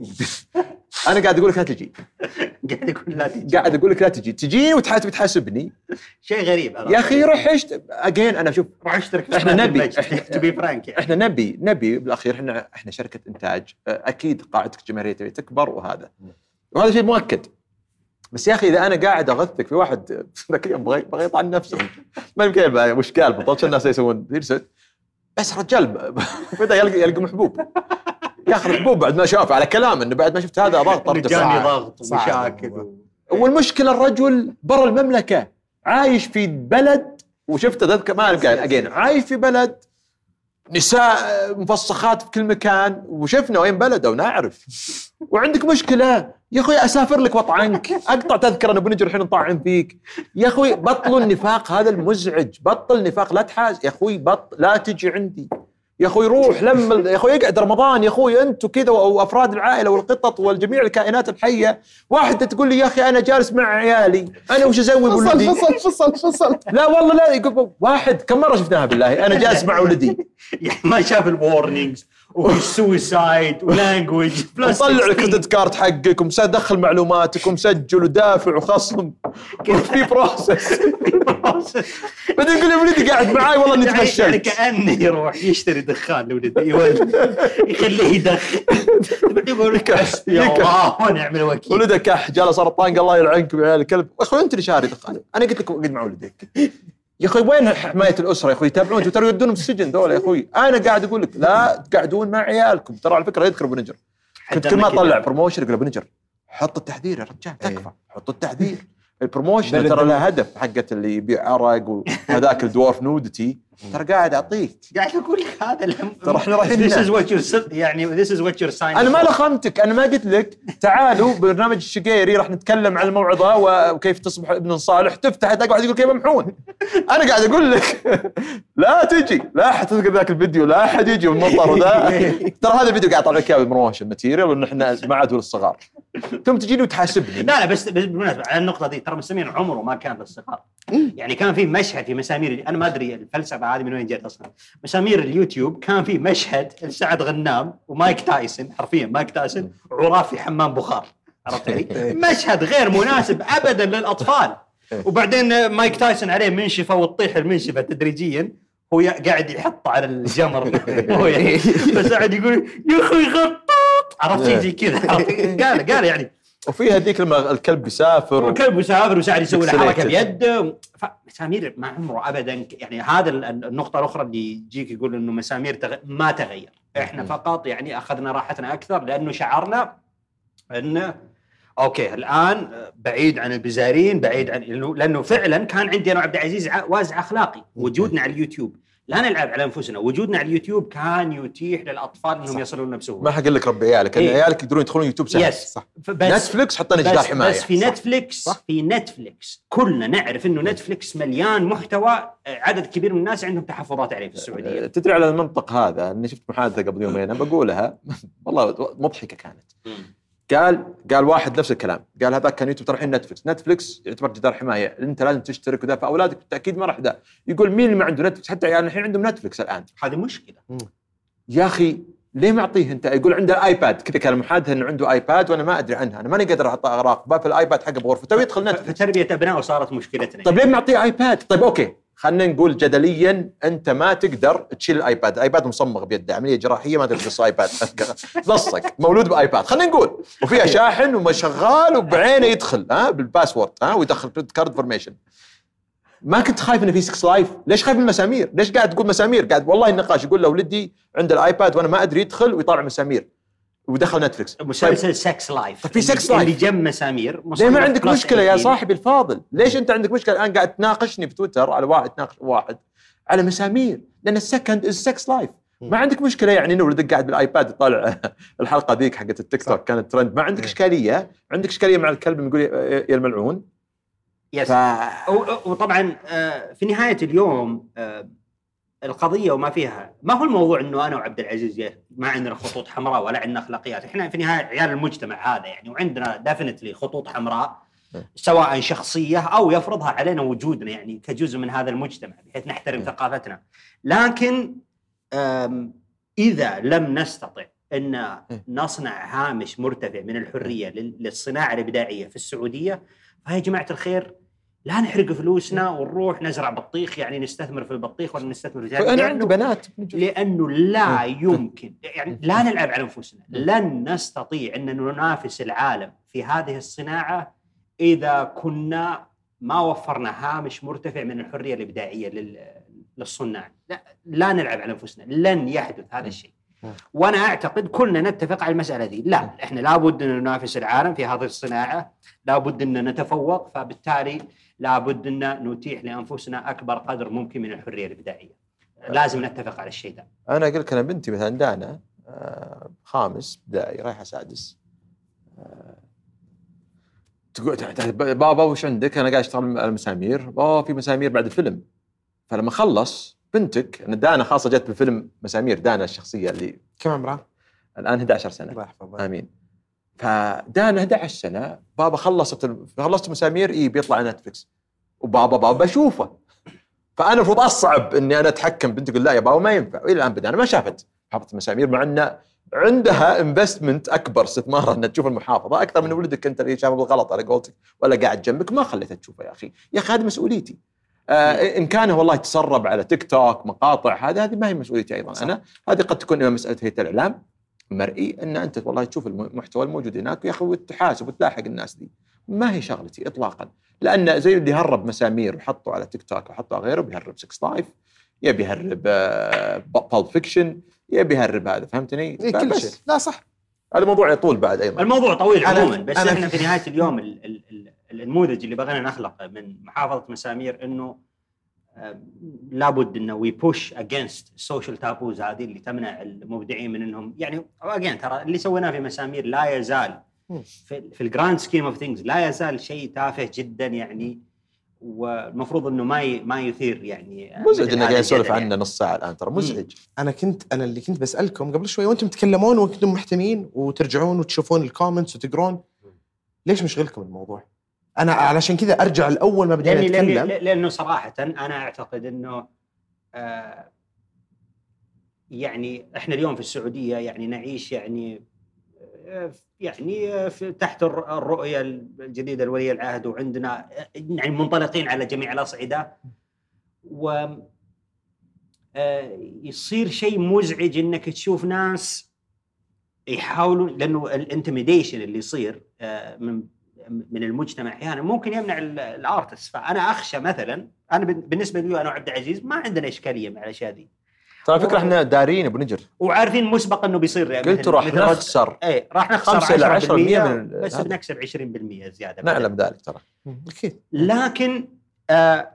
أنا قاعد أقول لك لا تجي قاعد أقول لا تجي قاعد أقول لك لا تجي تجيني وتحاسب تحاسبني شيء غريب يا أخي روح اشت أجين أنا شوف روح اشترك إحنا نبي تبي فرانك إحنا نبي نبي بالأخير إحنا إحنا شركة إنتاج أكيد قاعدتك الجماهيرية تبي تكبر وهذا وهذا شيء مؤكد. بس يا أخي إذا أنا قاعد أغثك في واحد ذكي بغي بغي يطعن نفسه ما يمكن وش قال بطلش الناس يسوون يرسد بس رجال بدأ يلقى يلقى محبوب ياخذ حبوب بعد ما شاف على كلام انه بعد ما شفت هذا ضغط رجعني ضغط ومشاكل و... والمشكله الرجل برا المملكه عايش في بلد وشفت ذاك ما اجين عايش في بلد نساء مفسخات في كل مكان وشفنا وين بلده ونعرف وعندك مشكله يا اخوي اسافر لك واطعنك اقطع تذكره انا بنجي الحين نطعن فيك يا اخوي بطلوا النفاق هذا المزعج بطل نفاق لا تحاز يا اخوي بطل لا تجي عندي يا اخوي روح لما يا اخوي يقعد رمضان يا اخوي انتم كذا وافراد العائله والقطط والجميع الكائنات الحيه واحده تقول لي يا اخي انا جالس مع عيالي انا وش اسوي بولدي فصل فصل فصل لا والله لا يقول واحد كم مره شفناها بالله انا جالس مع ولدي يعني ما شاف الوارنينجز والسويسايد ولانجويج طلع الكريدت كارد حقك ومسدخل معلوماتك ومسجل ودافع وخصم في بروسس بعدين يقول لي ولدي قاعد معاي والله اني تمشيت يعني كأنه يروح يشتري دخان لولده يخليه يدخن يقول لك يا الله ونعم الوكيل ولده كح جاله سرطان الله يلعنكم يا الكلب اخوي انت اللي شاري دخان انا قلت لك قد مع ولدك يا اخوي وين حمايه الاسره يا اخوي يتابعون ترى يودونهم في السجن ذول يا اخوي انا قاعد اقول لك لا تقعدون مع عيالكم ترى على فكره يذكر بنجر كنت كل ما طلع بروموشن يقول بنجر حط التحذير يا رجال تكفى حط التحذير البروموشن ترى له هدف حقت اللي يبيع عرق وهذاك الدوارف نودتي ترى قاعد اعطيك قاعد اقول لك هذا الهم ترى احنا رايحين this is what you're يعني this is what you're signing انا ما لخمتك انا ما قلت لك تعالوا برنامج الشقيري راح نتكلم عن الموعظه وكيف تصبح ابن صالح تفتح تقعد يقول كيف ممحون انا قاعد اقول لك لا تجي لا حد تذكر ذاك الفيديو لا احد يجي والمطر وذا ترى هذا الفيديو قاعد اطلع لك اياه بروموشن ماتيريال وان احنا ما عاد للصغار ثم تجيني وتحاسبني لا لا بس بالمناسبه على النقطه دي ترى مسامير عمره ما كان للصغار يعني كان في مشهد في مسامير انا ما ادري الفلسفه هذه من وين جت اصلا مسامير اليوتيوب كان في مشهد لسعد غنام ومايك تايسون حرفيا مايك تايسون عراف في حمام بخار عرفت علي مشهد غير مناسب ابدا للاطفال وبعدين مايك تايسون عليه منشفه وتطيح المنشفه تدريجيا، هو قاعد يحط على الجمر هو يعني بس قاعد يقول يا اخي غطاط، عرفت زي كذا قال قال يعني. وفي هذيك لما الكلب يسافر والكلب يسافر وساعد يسوي له حركه بيده. فمسامير ما عمره ابدا يعني. هذا النقطه الاخرى اللي يجيك يقول انه مسامير تغ... ما تغير، احنا فقط يعني اخذنا راحتنا اكثر لانه شعرنا انه اوكي الان بعيد عن البزارين، بعيد عن لانه فعلا كان عندي انا وعبد العزيز وازع اخلاقي. وجودنا على اليوتيوب لا نلعب على انفسنا، وجودنا على اليوتيوب كان يتيح للاطفال انهم يصلون بسهوله. ما حقول لك ربي عيالك، إيه؟ عيالك يقدرون يدخلون يوتيوب سهل. صح. نتفليكس حطنا جدار حمايه. بس في نتفليكس صح. في نتفليكس كلنا نعرف انه نتفليكس مليان محتوى عدد كبير من الناس عندهم تحفظات عليه في السعوديه. تدري على المنطق هذا اني شفت محادثه قبل يومين انا بقولها والله مضحكه كانت. م. قال قال واحد نفس الكلام، قال هذا كان يوتيوب ترى الحين نتفلكس نتفلكس يعتبر جدار حمايه، انت لازم تشترك وذا، فاولادك بالتاكيد ما راح ذا. يقول مين اللي ما عنده نتفلكس؟ حتى عيالنا الحين عندهم نتفلكس الان. هذه مشكله يا اخي ليه معطيه انت؟ يقول عنده ايباد كذا، كان محادثه انه عنده ايباد وانا ما ادري عنها، انا ماني قادر اراقبه في الايباد حقه بغرفته ويدخل نتفلكس. فتربيه ابنائه صارت مشكلتنا. طيب ليه معطيه ايباد؟ طيب اوكي خلينا نقول جدليا انت ما تقدر تشيل الايباد، الايباد مصمغ بيده عمليه جراحيه ما تقدر تقص ايباد نصك مولود بايباد خلينا نقول، وفيها شاحن وشغال وبعينه يدخل ها بالباسورد ها ويدخل كارد فورميشن. ما كنت خايف انه في سكس لايف؟ ليش خايف من المسامير؟ ليش قاعد تقول مسامير؟ قاعد والله النقاش يقول لو ولدي عند الايباد وانا ما ادري يدخل ويطالع مسامير ودخل نتفلكس. مسلسل سكس لايف في سكس لايف اللي جنب مسامير. ليه ما عندك مشكله يا صاحبي الفاضل؟ ليش انت عندك مشكله الان قاعد تناقشني بتويتر على واحد تناقش واحد على مسامير؟ لان السكند از سكس لايف. ما عندك مشكله يعني انه ولدك قاعد بالايباد يطالع الحلقه ذيك حقت التيك توك كانت ترند، ما عندك اشكاليه. عندك اشكاليه مع الكلب يقول يا الملعون. يس. ف... وطبعا في نهايه اليوم القضيه وما فيها ما هو الموضوع انه انا وعبد العزيز ما عندنا خطوط حمراء ولا عندنا اخلاقيات. احنا في النهايه عيال المجتمع هذا يعني، وعندنا ديفينتلي خطوط حمراء سواء شخصيه او يفرضها علينا وجودنا يعني كجزء من هذا المجتمع بحيث نحترم ثقافتنا. لكن اذا لم نستطع ان نصنع هامش مرتفع من الحريه للصناعه الابداعيه في السعوديه، فيا جماعه الخير لا نحرق فلوسنا ونروح نزرع بطيخ، يعني نستثمر في البطيخ ولا نستثمر في أنا عندي بنات. لأنه لا يمكن يعني لا نلعب على أنفسنا. لن نستطيع أن ننافس العالم في هذه الصناعة إذا كنا ما وفرنا هامش مرتفع من الحرية الإبداعية للصناع. لا, لا نلعب على أنفسنا، لن يحدث هذا الشيء. وأنا أعتقد كلنا نتفق على المسألة دي. لا إحنا لابد أن ننافس العالم في هذه الصناعة، لابد أن نتفوق، فبالتالي لابد أن نتيح لأنفسنا أكبر قدر ممكن من الحرية الإبداعية. لازم نتفق على الشيء ده. أنا أقول لك أنا بنتي مثلا دانا خامس ابتدائي رايحة سادس، تقول بابا وش عندك؟ أنا قاعد أشتغل على المسامير. بابا في مسامير بعد الفيلم. فلما خلص بنتك، أنا دانا خاصة جت بالفيلم مسامير، دانا الشخصية اللي كم عمرها؟ الآن إحدى عشرة سنة. الله يحفظها. آمين. فدانا إحدى عشرة سنة، بابا خلصت خلصت مسامير إيه بيطلع على نتفلكس، وبابا بابا بشوفه. فأنا المفروض أصعب إني أنا أتحكم. بنتي تقول لا يا بابا ما ينفع، وإلى الآن بدأنا ما شافت محافظة مسامير، مع أن عندها انفستمنت أكبر استثمار أن تشوف المحافظة أكثر من ولدك أنت اللي شافه بالغلط على قولتك ولا قاعد جنبك ما خليته تشوفه. يا أخي يا أخي هذه مسؤوليتي. آه إن كان والله يتسرب على تيك توك مقاطع، هذه هذه ما هي مسؤوليتي أيضا. صح. أنا هذه قد تكون مسألة هيئة الإعلام مرئي أن أنت والله تشوف المحتوى الموجود هناك يا أخي وتحاسب وتلاحق الناس دي. ما هي شغلتي إطلاقا، لأن زي اللي هرب مسامير وحطوا على تيك توك وحطوا على غيره بيهرب سكس لايف، يبي يهرب بالب فيكشن، يبي يهرب هذا. فهمتني؟ إيه كل شيء. لا صح، هذا موضوع يطول بعد أيضا. الموضوع طويل عموما، بس أنا إحنا في نهاية اليوم ال ال ال النموذج اللي بغينا نخلقه من محافظة مسامير إنه لابد إنه we push against social taboos هذه اللي تمنع المبدعين من إنهم يعني again ترى اللي سويناه في مسامير لا يزال في في الجراند سكيم اوف ثينجز لا يزال شيء تافه جدا يعني، والمفروض انه ما ما يثير يعني مزعج انه قاعد نسولف عنه نص ساعه الان، ترى مزعج. انا كنت انا اللي كنت بسالكم قبل شوي وانتم تتكلمون وكنتم محتمين وترجعون وتشوفون الكومنتس وتقرون، ليش مشغلكم الموضوع؟ انا علشان كذا ارجع الاول ما بدينا نتكلم، لأن لانه صراحه انا اعتقد انه آه يعني احنا اليوم في السعوديه يعني نعيش يعني يعني في تحت الرؤية الجديدة لولي العهد، وعندنا يعني منطلقين على جميع الأصعدة، و يصير شيء مزعج إنك تشوف ناس يحاولون، لأنه الانتميديشن اللي يصير من من المجتمع أحيانا ممكن يمنع الارتست. فأنا أخشى مثلا، أنا بالنسبة لي أنا وعبد العزيز ما عندنا إشكالية مع الأشياء دي، ترى فكرة احنا دارين بنجر وعارفين مسبقا انه بيصير. يعني قلت راح نخسر ايه راح نخسر خمسة إلى عشرة بالمئة من بس بنكسب عشرين بالمئة زياده. نعلم ذلك ترى اكيد. لكن آه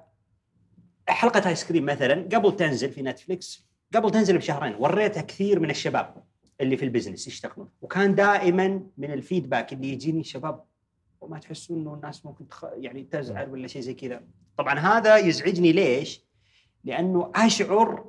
حلقه ايس كريم مثلا قبل تنزل في نتفليكس، قبل تنزل بشهرين وريتها كثير من الشباب اللي في البزنس يشتغلون، وكان دائما من الفيدباك اللي يجيني شباب وما تحسون انه الناس ممكن تخ... يعني تزعل ولا شيء زي كذا. طبعا هذا يزعجني. ليش؟ لانه اشعر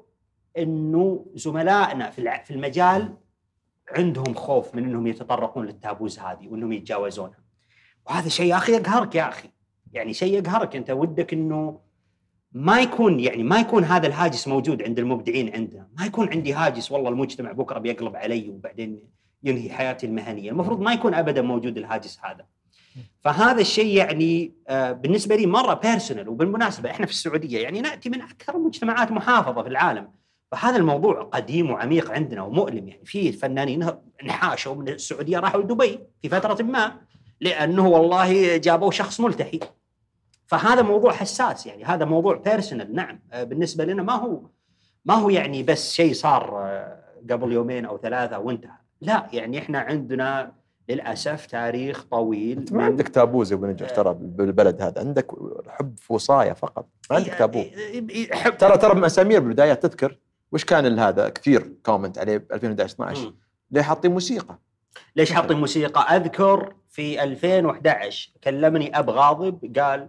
انه زملائنا في في المجال عندهم خوف من انهم يتطرقون للتابوز هذه وانهم يتجاوزونها، وهذا شيء يا اخي يقهرك يا اخي، يعني شيء يقهرك. انت ودك انه ما يكون يعني ما يكون هذا الهاجس موجود عند المبدعين عندنا، ما يكون عندي هاجس والله المجتمع بكره بيقلب علي وبعدين ينهي حياتي المهنيه. المفروض ما يكون ابدا موجود الهاجس هذا. فهذا الشيء يعني آه بالنسبه لي مره بيرسونال. وبالمناسبه احنا في السعوديه يعني ناتي من اكثر المجتمعات محافظه في العالم، فهذا الموضوع قديم وعميق عندنا ومؤلم. يعني في فنانين انحاشوا من السعوديه راحوا لدبي في فتره ما لانه والله جابوا شخص ملتحي. فهذا موضوع حساس، يعني هذا موضوع بيرسونال. نعم بالنسبه لنا ما هو ما هو يعني بس شيء صار قبل يومين او ثلاثه وانتهى، لا يعني احنا عندنا للاسف تاريخ طويل. ما عندك تابو زي بنجر ترى بالبلد هذا، عندك حب في وصايه فقط، ما عندك تابو. ترى ترى مسامير بالبدايات تذكر وش كان هذا كثير كومنت عليه ب ألفين وأحد عشر اثنا عشر، ليه حاطين موسيقى؟ ليش حاطين موسيقى؟ اذكر في ألفين وأحد عشر كلمني اب غاضب قال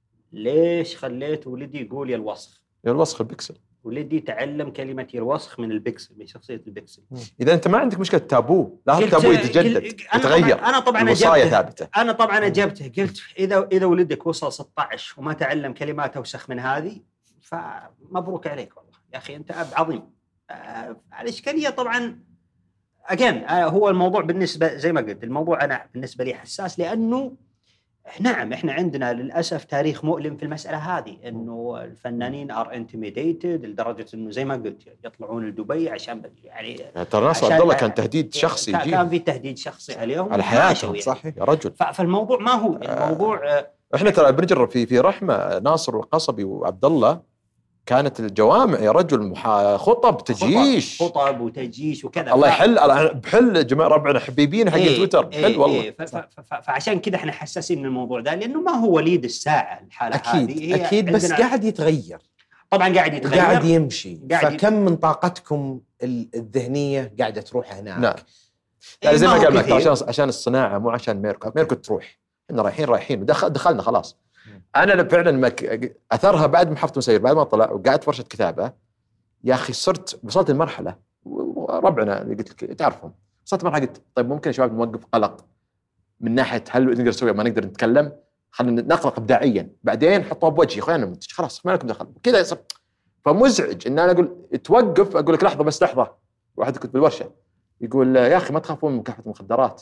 ليش خليت ولدي يقول يا الوسخ؟ يا الوسخ البكسل. ولدي تعلم كلمه يا الوسخ من البكسل، من شخصيه البكسل. اذا انت ما عندك مشكله تابو، لا التابو يتجدد يتغير. انا طبعا الوصايه ثابته. انا طبعا اجبته قلت اذا اذا ولدك وصل ستة عشر وما تعلم كلمات اوسخ من هذه فمبروك عليك والله يا اخي انت اب عظيم. آه الاشكاليه طبعا اجين آه هو الموضوع بالنسبه زي ما قلت، الموضوع انا بالنسبه لي حساس، لانه نعم احنا عندنا للاسف تاريخ مؤلم في المساله هذه، انه الفنانين ار انتميديتد لدرجه انه زي ما قلت يطلعون لدبي عشان يعني ترى ناصر عبد الله كان تهديد شخصي، كان, كان في تهديد شخصي عليهم على حياتهم يعني. صحيح يا رجل. فالموضوع ما هو الموضوع آه احنا ترى بنجرب في في رحمه ناصر والقصبي وعبد الله كانت الجوامع يا رجل محا... خطب تجيش خطب, خطب وتجيش وكذا. الله يحل بحل جماعه ربعنا حبيبين حق ايه تويتر ايه حل والله. ايه ف... ف... ف... فعشان كذا احنا حساسين من الموضوع ده، لانه ما هو وليد الساعه الحاله أكيد هذه. هي اكيد بس قاعد يتغير طبعا، قاعد يتغير قاعد يمشي. قاعد فكم من طاقتكم الذهنيه قاعده تروح هناك. نعم يعني زي ما قال لك عشان عشان الصناعه مو عشان ميركو ميركو تروح، احنا رايحين رايحين ودخل دخلنا خلاص. انا فعلا مك... اثرها بعد محافظه مسير بعد ما طلع وقعدت ورشه كتابه يا اخي، صرت وصلت المرحله ربعنا اللي قلت لك تعرفهم، وصلت مرحله قلت طيب ممكن يا شباب نوقف قلق من ناحيه هل نقدر نسوي ما نقدر نتكلم، خلينا نقلق ابداعيا بعدين حطوها بوجهي خلينا نمنتج خلاص ما لكم دخل كذا. فمزعج ان انا اقول توقف، اقول لك لحظه بس لحظه. واحد كنت بالورشه يقول يا اخي ما تخافون من مكافحه المخدرات،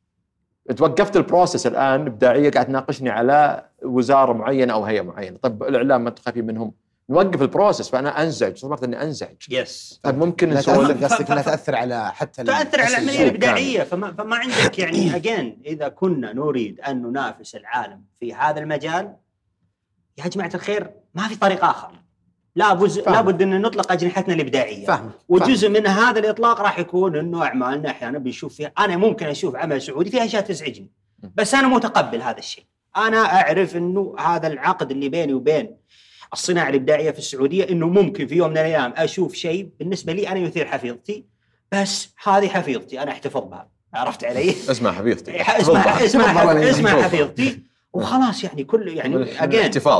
توقفت البروسيس الان ابداعيه قاعد تناقشني على وزاره معينه او هيئه معينه. طيب الاعلام ما تخافين منهم، نوقف البروسيس. فانا انزعج، صرت اني انزعج. يس طيب ممكن نسولف قصدك انها تاثر على حتى تاثر على العمليه الابداعيه. فما, فما عندك يعني اجين اذا كنا نريد ان ننافس العالم في هذا المجال يا جماعه الخير ما في طريق اخر، لابد لابد ان نطلق اجنحتنا الابداعيه. فهم. وجزء فهم. من هذا الاطلاق راح يكون انه اعمالنا احيانا بنشوف فيها، انا ممكن اشوف عمل سعودي فيها اشياء تزعجني بس انا متقبل هذا الشيء. انا اعرف انه هذا العقد اللي بيني وبين الصناعه الابداعيه في السعوديه، انه ممكن في يوم من الايام اشوف شيء بالنسبه لي انا يثير حفيظتي، بس هذه حفيظتي انا احتفظ بها. عرفت علي؟ اسمع حفيظتي، اسمع اسمع اسمع حفيظتي وخلاص. يعني كل يعني اجين احتفاظ.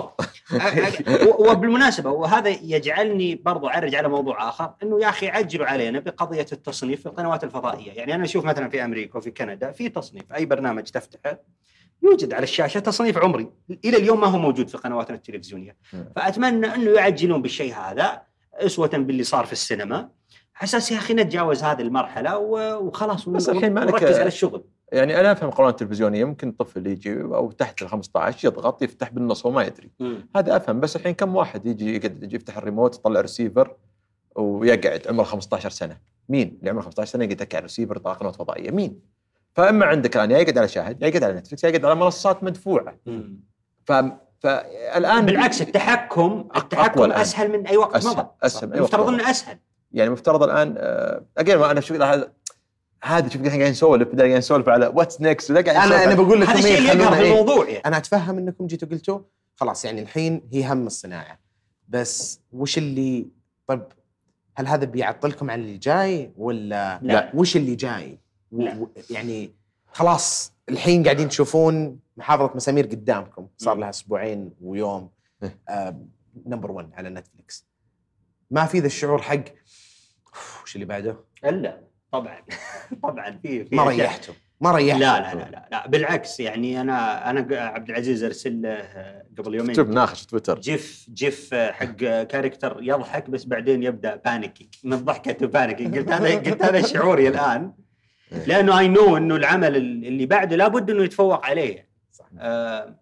وبالمناسبه وهذا يجعلني برضو اعرج على موضوع اخر، انه يا اخي عجلوا علينا بقضيه التصنيف في القنوات الفضائيه. يعني انا اشوف مثلا في امريكا وفي كندا في تصنيف، اي برنامج تفتحه يوجد على الشاشه تصنيف عمري، الى اليوم ما هو موجود في قنواتنا التلفزيونيه. فاتمنى انه يعجلون بالشيء هذا اسوه باللي صار في السينما. اساس يا اخي نتجاوز هذه المرحله وخلاص بس الحين ما نركز على الشغل. يعني انا افهم قنوات تلفزيونيه ممكن طفل يجي او تحت ال خمسة عشر يضغط يفتح بالنص وما يدري، هذا افهم. بس الحين كم واحد يجي يجي يفتح الريموت يطلع ريسيفر ويقعد عمره خمسة عشر سنه؟ مين اللي عمره خمسة عشر سنه يقعد يتكي على الريسيفر يطلع قنوات فضائيه؟ مين؟ فاما عندك الان يا يقعد على شاهد يا يقعد على نتفلكس يا يقعد على منصات مدفوعه. ف فالان بالعكس التحكم التحكم اسهل من اي وقت مضى. اسهل مفترض انه اسهل. يعني مفترض الان اجين ما انا شوف هذا شوف الحين قاعدين نسولف بدنا قاعدين نسولف على واتس نيكست ولا قاعد انا انا بقول لكم هذا الشيء اللي يقهر في الموضوع. يعني انا اتفهم انكم جيتوا قلتوا خلاص يعني الحين هي هم الصناعه، بس وش اللي طب هل هذا بيعطلكم عن اللي جاي ولا لا. وش اللي جاي؟ لا. يعني خلاص الحين قاعدين تشوفون محافظة مسامير قدامكم صار لها اسبوعين ويوم آه نمبر ون على نتفليكس، ما في ذا الشعور حق وش اللي بعده؟ الا طبعا طبعا في في ما ريحته ما ريحته لا لا لا لا, لا بالعكس. يعني انا انا عبد العزيز ارسل له قبل يومين شوف ناقش تويتر جيف جيف حق كاركتر يضحك بس بعدين يبدا بانيكينج من ضحكته بانيكينج. قلت هذا قلت هذا شعوري الان، لانه اي نو انه العمل اللي بعده لابد انه يتفوق عليه. آه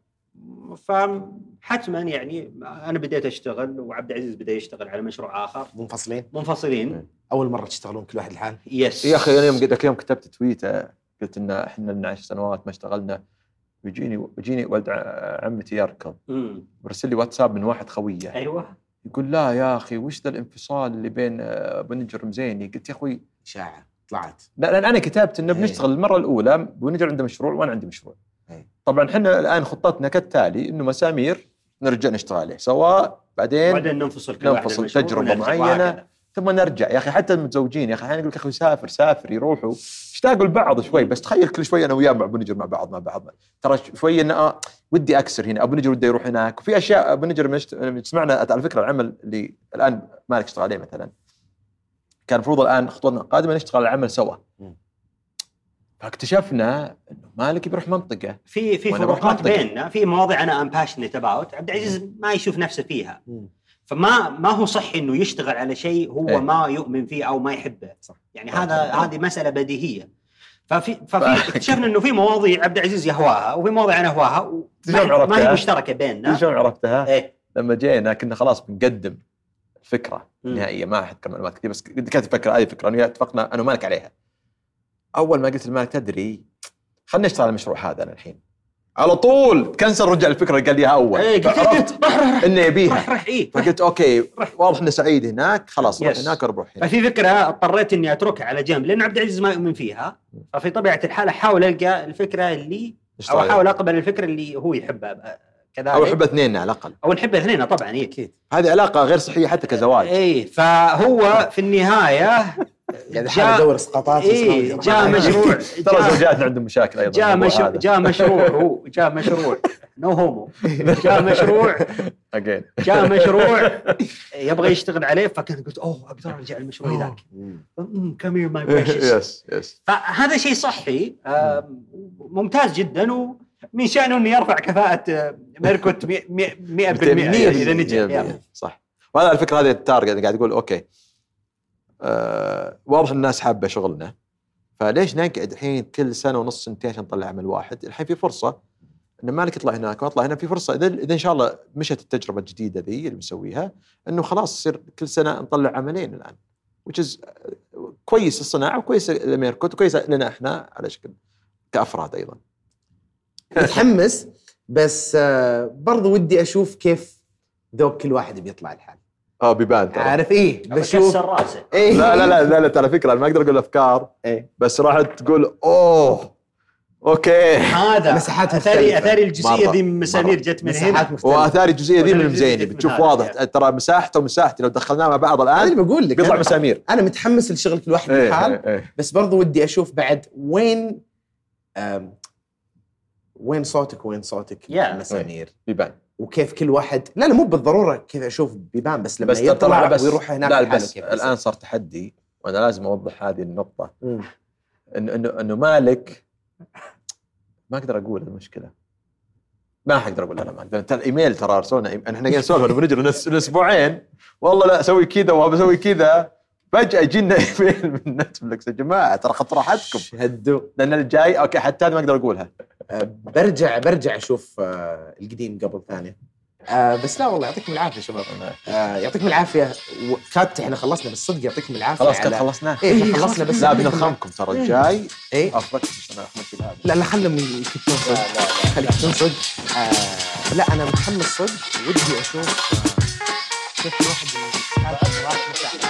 فحتما يعني انا بديت اشتغل وعبد العزيز بدا يشتغل على مشروع اخر. منفصلين منفصلين اول مره تشتغلون كل واحد الحال؟ يس يا اخي انا يوم قلت يوم كتبت تويته قلت ان احنا لنا عشر سنوات ما اشتغلنا، ويجيني ويجيني ولد عمتي يركض برسل لي واتساب من واحد خويه ايوه يقول لا يا اخي وش ذا الانفصال اللي بين بنجر مزيني؟ قلت يا اخوي اشاعه طلعت. لا لان انا كتبت انه بنشتغل المره الاولى بنجر عنده مشروع وانا عندي مشروع. طبعا احنا الان خطتنا كالتالي انه مسامير نرجع نشتغل عليه سواء بعدين بعدين ننفصل كل ننفصل تجربه معينه ثم نرجع. يا اخي حتى المتزوجين يا اخي احيانا يقول لك اخوي سافر سافر يروحوا اشتاقوا لبعض شوي، بس تخيل كل شوي انا وياه مع بنجر مع بعض مع بعض ترى شوي انه آه ودي اكسر هنا ابو نجر ودي يروح هناك. وفي اشياء ابو نجر سمعنا على فكره العمل اللي الان مالك اشتغل عليه مثلا كان المفروض الان خطوتنا القادمه نشتغل على العمل سوا، فاكتشفنا انه مالك بيروح منطقه في في فروقات بيننا في مواضيع انا ام باشنت اباوت عبد العزيز ما يشوف نفسه فيها. م. فما ما هو صحي انه يشتغل على شيء هو ايه؟ ما يؤمن فيه او ما يحبه. صح. يعني هذا هذه مساله بديهيه. ففي ففي اكتشفنا انه في مواضيع عبد العزيز يهواها وفي مواضيع انا اهواها ما, ما هي مشتركه بيننا. شلون عرفتها؟ ايه؟ لما جينا كنا خلاص بنقدم الفكره النهائيه ما احد كان معلومات كثير بس كانت فكره اي فكره انا اتفقنا انا ومالك عليها. اول ما قلت لمالك تدري خلينا نشتغل على المشروع هذا أنا الحين على طول كنسل رجع الفكره اللي قال لي اول ايه عرفت انه يبيها رح رح إيه؟ فقلت اوكي واضح انه سعيد هناك خلاص روح هناك وروح هنا. ففي فكره اضطريت اني اتركها على جنب لان عبد العزيز ما يؤمن فيها، ففي طبيعه الحال احاول القى الفكره اللي او احاول اقبل الفكره اللي هو يحبها كذلك او يحب اثنين على الاقل او نحب اثنين طبعا ايه اكيد هذه علاقه غير صحيه حتى كزواج. ايه فهو في النهايه يعني حال دور اسقاطات إيه جاء مشروع ترى زوجاتنا عندهم مشاكل ايضا جاء مشروع جاء مشروع هو جاء مشروع نو هومو جاء مشروع اجين جاء مشروع يبغى يشتغل عليه فكنت قلت اوه ابي ارجع المشروع ذاك كم هير ماي بريشس يس يس فهذا شيء صحي ممتاز جدا ومن شأنه انه يرفع كفاءة ميركوت مئة بالمئة اذا نجح صح. وهذا الفكره هذه التارجت قاعد يقول اوكي أه واضح الناس حابه شغلنا فليش نقعد الحين كل سنه ونص سنتين عشان نطلع عمل واحد. الحين في فرصه ان مالك يطلع هناك واطلع هنا في فرصه اذا اذا ان شاء الله مشت التجربه الجديده ذي اللي بنسويها انه خلاص يصير كل سنه نطلع عملين الان which is كويس الصناعه وكويس لميركوت وكويس لنا احنا على شكل كافراد ايضا. متحمس بس برضو ودي اشوف كيف ذوق كل واحد بيطلع الحال. اه بيبان ترى عارف ايه بشوف راسه إيه؟ لا لا لا لا, لا ترى فكره ما اقدر اقول افكار إيه؟ بس راح تقول اوه اوكي هذا مساحات اثاري اثاري الجزئيه ذي من مسامير جت من هنا واثاري الجزئيه ذي من مزيني بتشوف واضح ترى مساحته ومساحتي لو دخلناها مع بعض الان انا بقول لك بيطلع مسامير. انا متحمس لشغل كل واحد إيه بحال إيه إيه. بس برضو ودي اشوف بعد وين وين صوتك وين صوتك المسامير بيبان وكيف كل واحد لا لا مو بالضروره كيف اشوف بيبان بس لما بس يطلع بس ويروح هناك لا بس الان صار تحدي وانا لازم اوضح هذه النقطه انه انه انه مالك ما اقدر اقول المشكله ما حقدر اقول انا ما اقدر ترى الايميل ترى ارسلنا احنا قاعدين نسولف انا بنجر اسبوعين والله لا اسوي كذا وابى اسوي كذا فجأة يجينا ايميل من نتفلكس يا جماعة ترى خط راحتكم هدوا. لأن الجاي أوكي حتى ما أقدر أقولها. أه برجع برجع أشوف أه القديم قبل ثانية. أه بس لا والله يعطيكم العافية شباب. أه يعطيكم العافية. وكانت احنا خلصنا بالصدق يعطيكم العافية. خلاص كان خلصنا. إيه خلصنا بس. لا بنلخمكم ترى الجاي. إيه أفرق بس أنا أحمد في هذا. لا لا خلهم يكتبون صدق. لا لا خليك تكون صدق. آه لا أنا متحمس صدق ودي أشوف. آه كيف الواحد